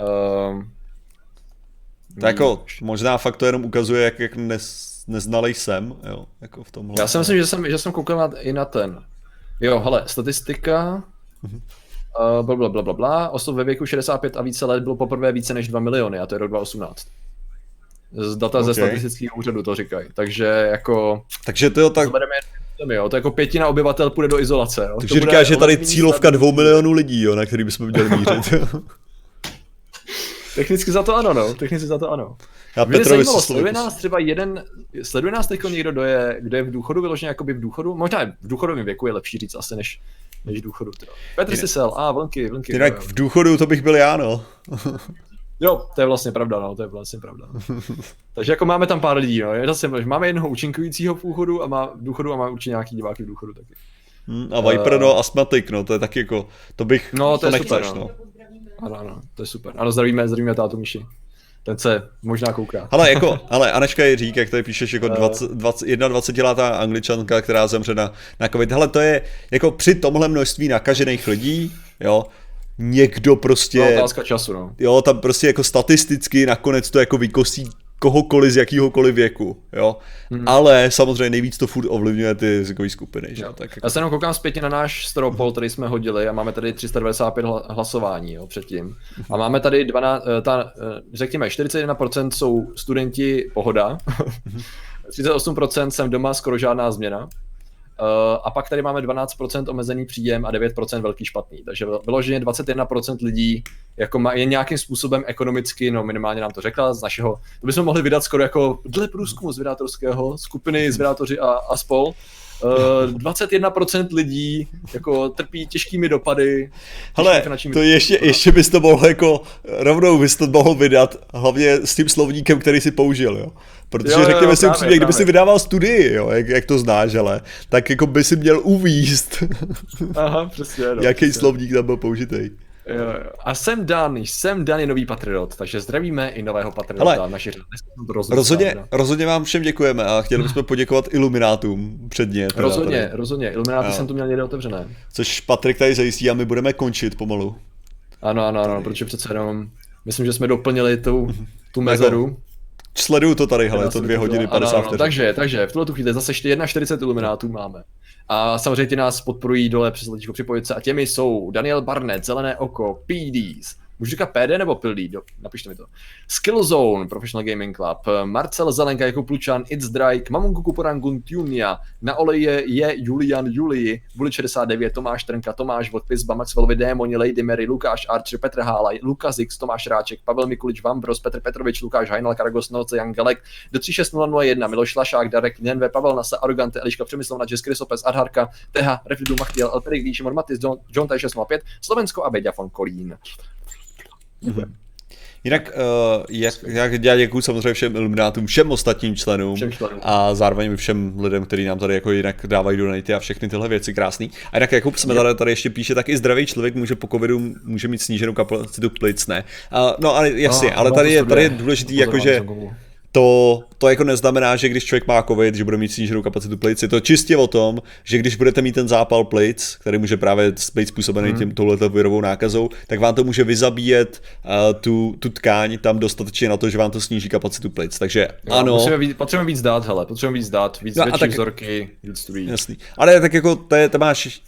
To jako, možná fakt to jenom ukazuje, jak neznalej jsem, jo, jako v tomhle. Já si myslím, že jsem koukal i na ten. Jo, hele, statistika, blablabla, osob ve věku 65 a více let bylo poprvé více než 2 miliony, a to je rok 2018. Z data ze statistického úřadu to říkají, takže jako... Takže to jo, tak... Jo, to jako 1/5 obyvatel půjde do izolace, jo. Takže říkáš, že tady cílovka 2 milionů lidí, jo, na který bychom měli mířit. Technicky za to ano. Já Petrovi sleduje nás teď někdo, kdo je v důchodu, vyloženě jakoby v důchodu, možná v důchodovém věku je lepší říct asi než v důchodu. Teda. Petr Sisel, vlnky. Jinak v důchodu to bych byl já, no. Jo, to je vlastně pravda, Takže jako máme tam pár lidí, no. Máme jednoho účinkujícího v důchodu a má určitě nějaký diváky v důchodu taky. A Viper, no, astmatik, no, to je taky jako, to bych, no, to nechceš, super, no. Ano, to je super. Ano, zdravíme tátu Míši. Ten se možná kouká. Ale Aneška Jiřík, jak tady píšeš, jako 21letá Angličanka, která zemře na covid. Hele, to je jako při tomhle množství nakažených lidí, jo, někdo prostě... No, otázka času, no. Jo, tam prostě jako statisticky nakonec to jako vykosí kohokoliv z jakýhokoliv věku, jo. Ale samozřejmě nejvíc to furt ovlivňuje ty rizikové skupiny, že? Tak jako... Já se jenom koukám zpětně na náš stropol, který jsme hodili a máme tady 395 hlasování, jo, předtím. A máme tady řekněme, 41% jsou studenti pohoda, 38% jsem doma, skoro žádná změna. a pak tady máme 12% omezený příjem a 9% velký špatný. Takže vyloženě 21% lidí jako je nějakým způsobem ekonomicky, no minimálně nám to řekla, z našeho, to bychom mohli vydat skoro jako dle průzkumu z vydátorského, skupiny Zvědátoři a spol. 21% lidí jako trpí těžkými dopady. Hele, to ještě bys to mohl jako, rovnou bys to mohl vydat, hlavně s tím slovníkem, který si použil, jo. Protože řekněme si upřímně, kdyby si vydával studii, jo, jak to znáš, ale tak jako by si měl uvízt, aha, přesně, no, jaký přesně. slovník tam byl použitý. Jo. A jsem Dan je nový Patriot, takže zdravíme i nového Patriota. Naši rozhodně vám všem děkujeme a chtěli bychom poděkovat Iluminátům předně. Rozhodně, Ilumináty jsem tu měl někde otevřené. Což Patrik tady zajistí a my budeme končit pomalu. Ano, protože přece jenom, myslím, že jsme doplnili tu mezeru. Sleduju to tady, hele, to 2 hodiny 50 vteřin. Takže v tuto chvíli zase 41 Iluminátů máme. A samozřejmě ti nás podporují dole přes letičko připojit se a těmi jsou Daniel Barnett, Zelené oko, PDs, můžu říkat PD nebo PD? Napište mi to. Skillzone, Professional Gaming Club, Marcel Zelenka jako Plučan, It's Drake, Mamunku Kuporangun Tunia, na oleje je Julian Julii, Bulit 69, Tomáš Trnka, Tomáš Vodpis, Maxwellovi Démoni, Lady Mary, Lukáš Archer, Petr Hálaj, Lukas X, Tomáš Ráček, Pavel Mikulič, Vambros, Petr Petrovič, Lukáš Hajnal, Karagos, Noce, Jan Galek, do 36001, Miloš Lašák, Darek, Nenve, Pavel Nasa, Arogante, Eliška Přemyslovna, Jess Krysopes, Adharka, Teha, Refridu Machtiel, Elperik Díši, Mormatis, John Taj 605, Slovensko a Beďa von Kolín. Jinak já děkuju samozřejmě všem Iluminátům, všem ostatním členům a zároveň všem lidem, kteří nám tady jako jinak dávají donaty a všechny tyhle věci krásný. A jinak Jakub jsme tady ještě píše, tak i zdravý člověk může po covidu může mít sníženou kapacitu plic, ne? No ale jasně, ale tady je důležitý jakože to jako neznamená, že když člověk má covid, že bude mít sníženou kapacitu plic. Je to čistě o tom, že když budete mít ten zápal plic, který může právě být způsobený touhletou virovou nákazou, tak vám to může vyzabíjet tu tkáň tam dostatečně na to, že vám to sníží kapacitu plic. Takže ano. Potřebujeme víc dát, víc větší vzorky, víc studií. Jasný. Ale tak jako to máš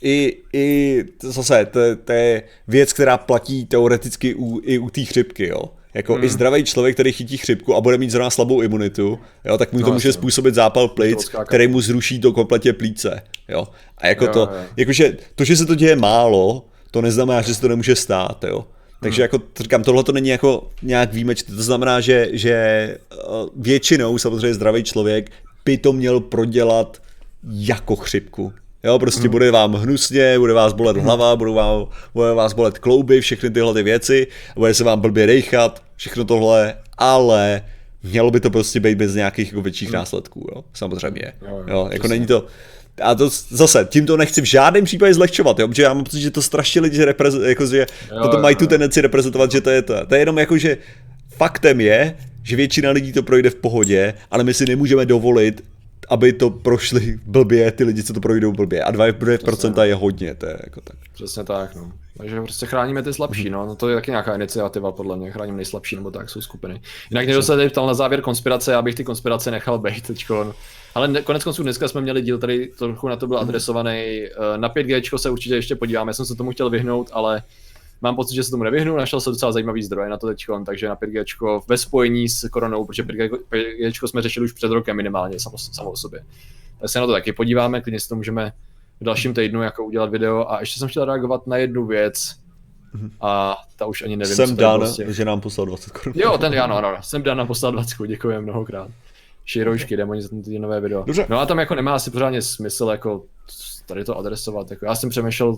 i zase, to je věc, která platí teoreticky i u té chřipky, jo. Jako i zdravý člověk, který chytí chřipku a bude mít zrovna slabou imunitu, jo, tak mu to může způsobit zápal plic, který mu zruší to kompletně plíce, jo. A jako jakože to, že se to děje málo, to neznamená, že se to nemůže stát, jo. Takže jako říkám, tohle to není jako nějak výjimečné, to znamená, že většinou samozřejmě zdravý člověk by to měl prodělat jako chřipku. Jo, prostě bude vám hnusně, bude vás bolet hlava, bude vás bolet klouby, všechny tyhle ty věci, bude se vám blbě dejchat, všechno tohle, ale mělo by to prostě být bez nějakých jako větších následků, jo, samozřejmě. Jo, jako není to. A to zase, tím to nechci v žádném případě zlehčovat, jo, protože já mám pocit, že to strašně lidi jako, že potom mají tu tendenci reprezentovat, že to je jenom jako, že faktem je, že většina lidí to projde v pohodě, ale my si nemůžeme dovolit, aby to prošli blbě, ty lidi, co to projdou blbě. A 2% je hodně, to je jako tak. Přesně tak, no. Takže prostě chráníme ty slabší, no to je taky nějaká iniciativa, podle mě, chráníme nejslabší, nebo tak jsou skupiny. Jinak někdo se tady ptal na závěr konspirace, já bych ty konspirace nechal bejt teďko. Ale konec konců dneska jsme měli díl, tady trochu na to byl adresovaný. Na 5G se určitě ještě podíváme, já jsem se tomu chtěl vyhnout, ale mám pocit, že se tomu nevyhnu, našel jsem docela zajímavý zdroj na to teďko, takže na 5G ve spojení s koronou, protože 5G jsme řešili už před rokem minimálně samo o sobě. Tak se na to taky podíváme, klidně si to můžeme v dalším týdnu jako udělat video a ještě jsem chtěl reagovat na jednu věc a ta už ani nevím. Jsem Dan, že nám poslal 20 korun. Jo, ano, jsem Dan nám poslal 20, děkuji mnohokrát. Široušky, demoni za to nové video. Dobře. No a tam jako nemá asi pořádně smysl jako tady to adresovat, jako já jsem přemýšlel.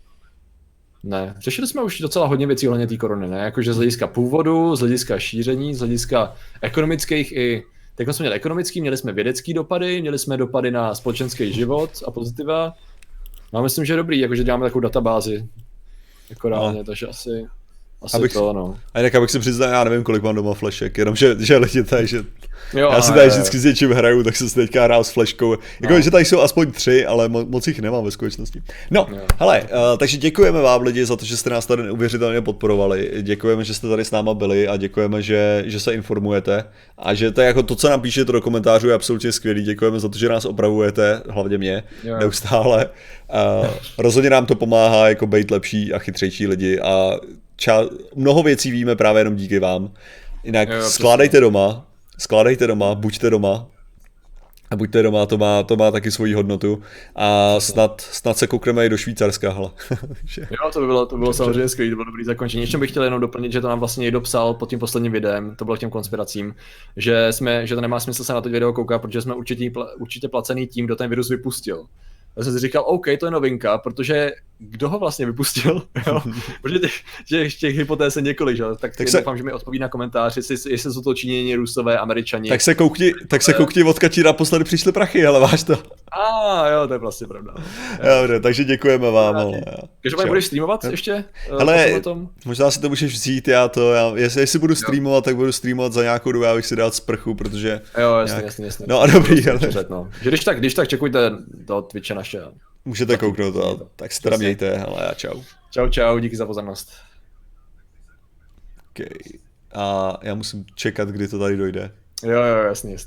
Ne, řešili jsme už docela hodně věcí ohledně té korony, ne? Jakože z hlediska původu, z hlediska šíření, z hlediska ekonomických i... Tak jsme měli ekonomický, měli jsme vědecký dopady, měli jsme dopady na společenský život a pozitiva. No myslím, že je dobrý, jakože děláme takovou databázi. Jako reálně, takže asi to, no. A jinak abych si přiznal, já nevím, kolik mám doma flešek, jenom že lidi tady, že... Jo, já si tady vždycky s něčím hraju, tak jsem si teďka hrál s fleškou. Jako, že tady jsou aspoň 3, ale moc jich nemám ve skutečnosti. No, hele, takže děkujeme vám lidi za to, že jste nás tady neuvěřitelně podporovali. Děkujeme, že jste tady s náma byli a děkujeme, že se informujete. A že to, jako to, co nám píšete do komentářů, je absolutně skvělý. Děkujeme za to, že nás opravujete, hlavně mě, neustále. Rozhodně nám to pomáhá jako být lepší a chytřejší lidi a mnoho věcí víme právě jenom díky vám. Jinak skládejte doma, buďte doma A buďte doma, to má taky svoji hodnotu. A snad se koukneme i do Švýcarska, hele. Jo, to bylo samozřejmě skvělé, to bylo dobrý zakončení. Ještě bych chtěl jenom doplnit, že to nám vlastně někdo psal pod tím posledním videem, to bylo k těm konspiracím, že to nemá smysl se na to video koukat, protože jsme určitě placený tím, kdo ten virus vypustil. Já jsem si říkal, OK, to je novinka, protože kdo ho vlastně vypustil, jo? Protože těch hypotéz je několik, že? Tak doufám, že mi odpoví na komentář, jestli jsou to Číňani, Rusové, Američani. Tak se koukni, odkud ti naposledy přišly prachy, ale máš to. Jo, to je vlastně pravda. Dobře, takže děkujeme vám. Každopádně budeš streamovat ještě? Hele, možná si to můžeš vzít, jestli budu streamovat, tak budu streamovat za nějakou dobu, já bych si dát sprchu, protože... Jo, jasně. No a dobrý, ale... Že když tak čekujte do Twitche naše. Můžete kouknout, tak se teda mějte, hele a čau. Čau, díky za pozornost. Okay. A já musím čekat, kdy to tady dojde. Jo, jasně.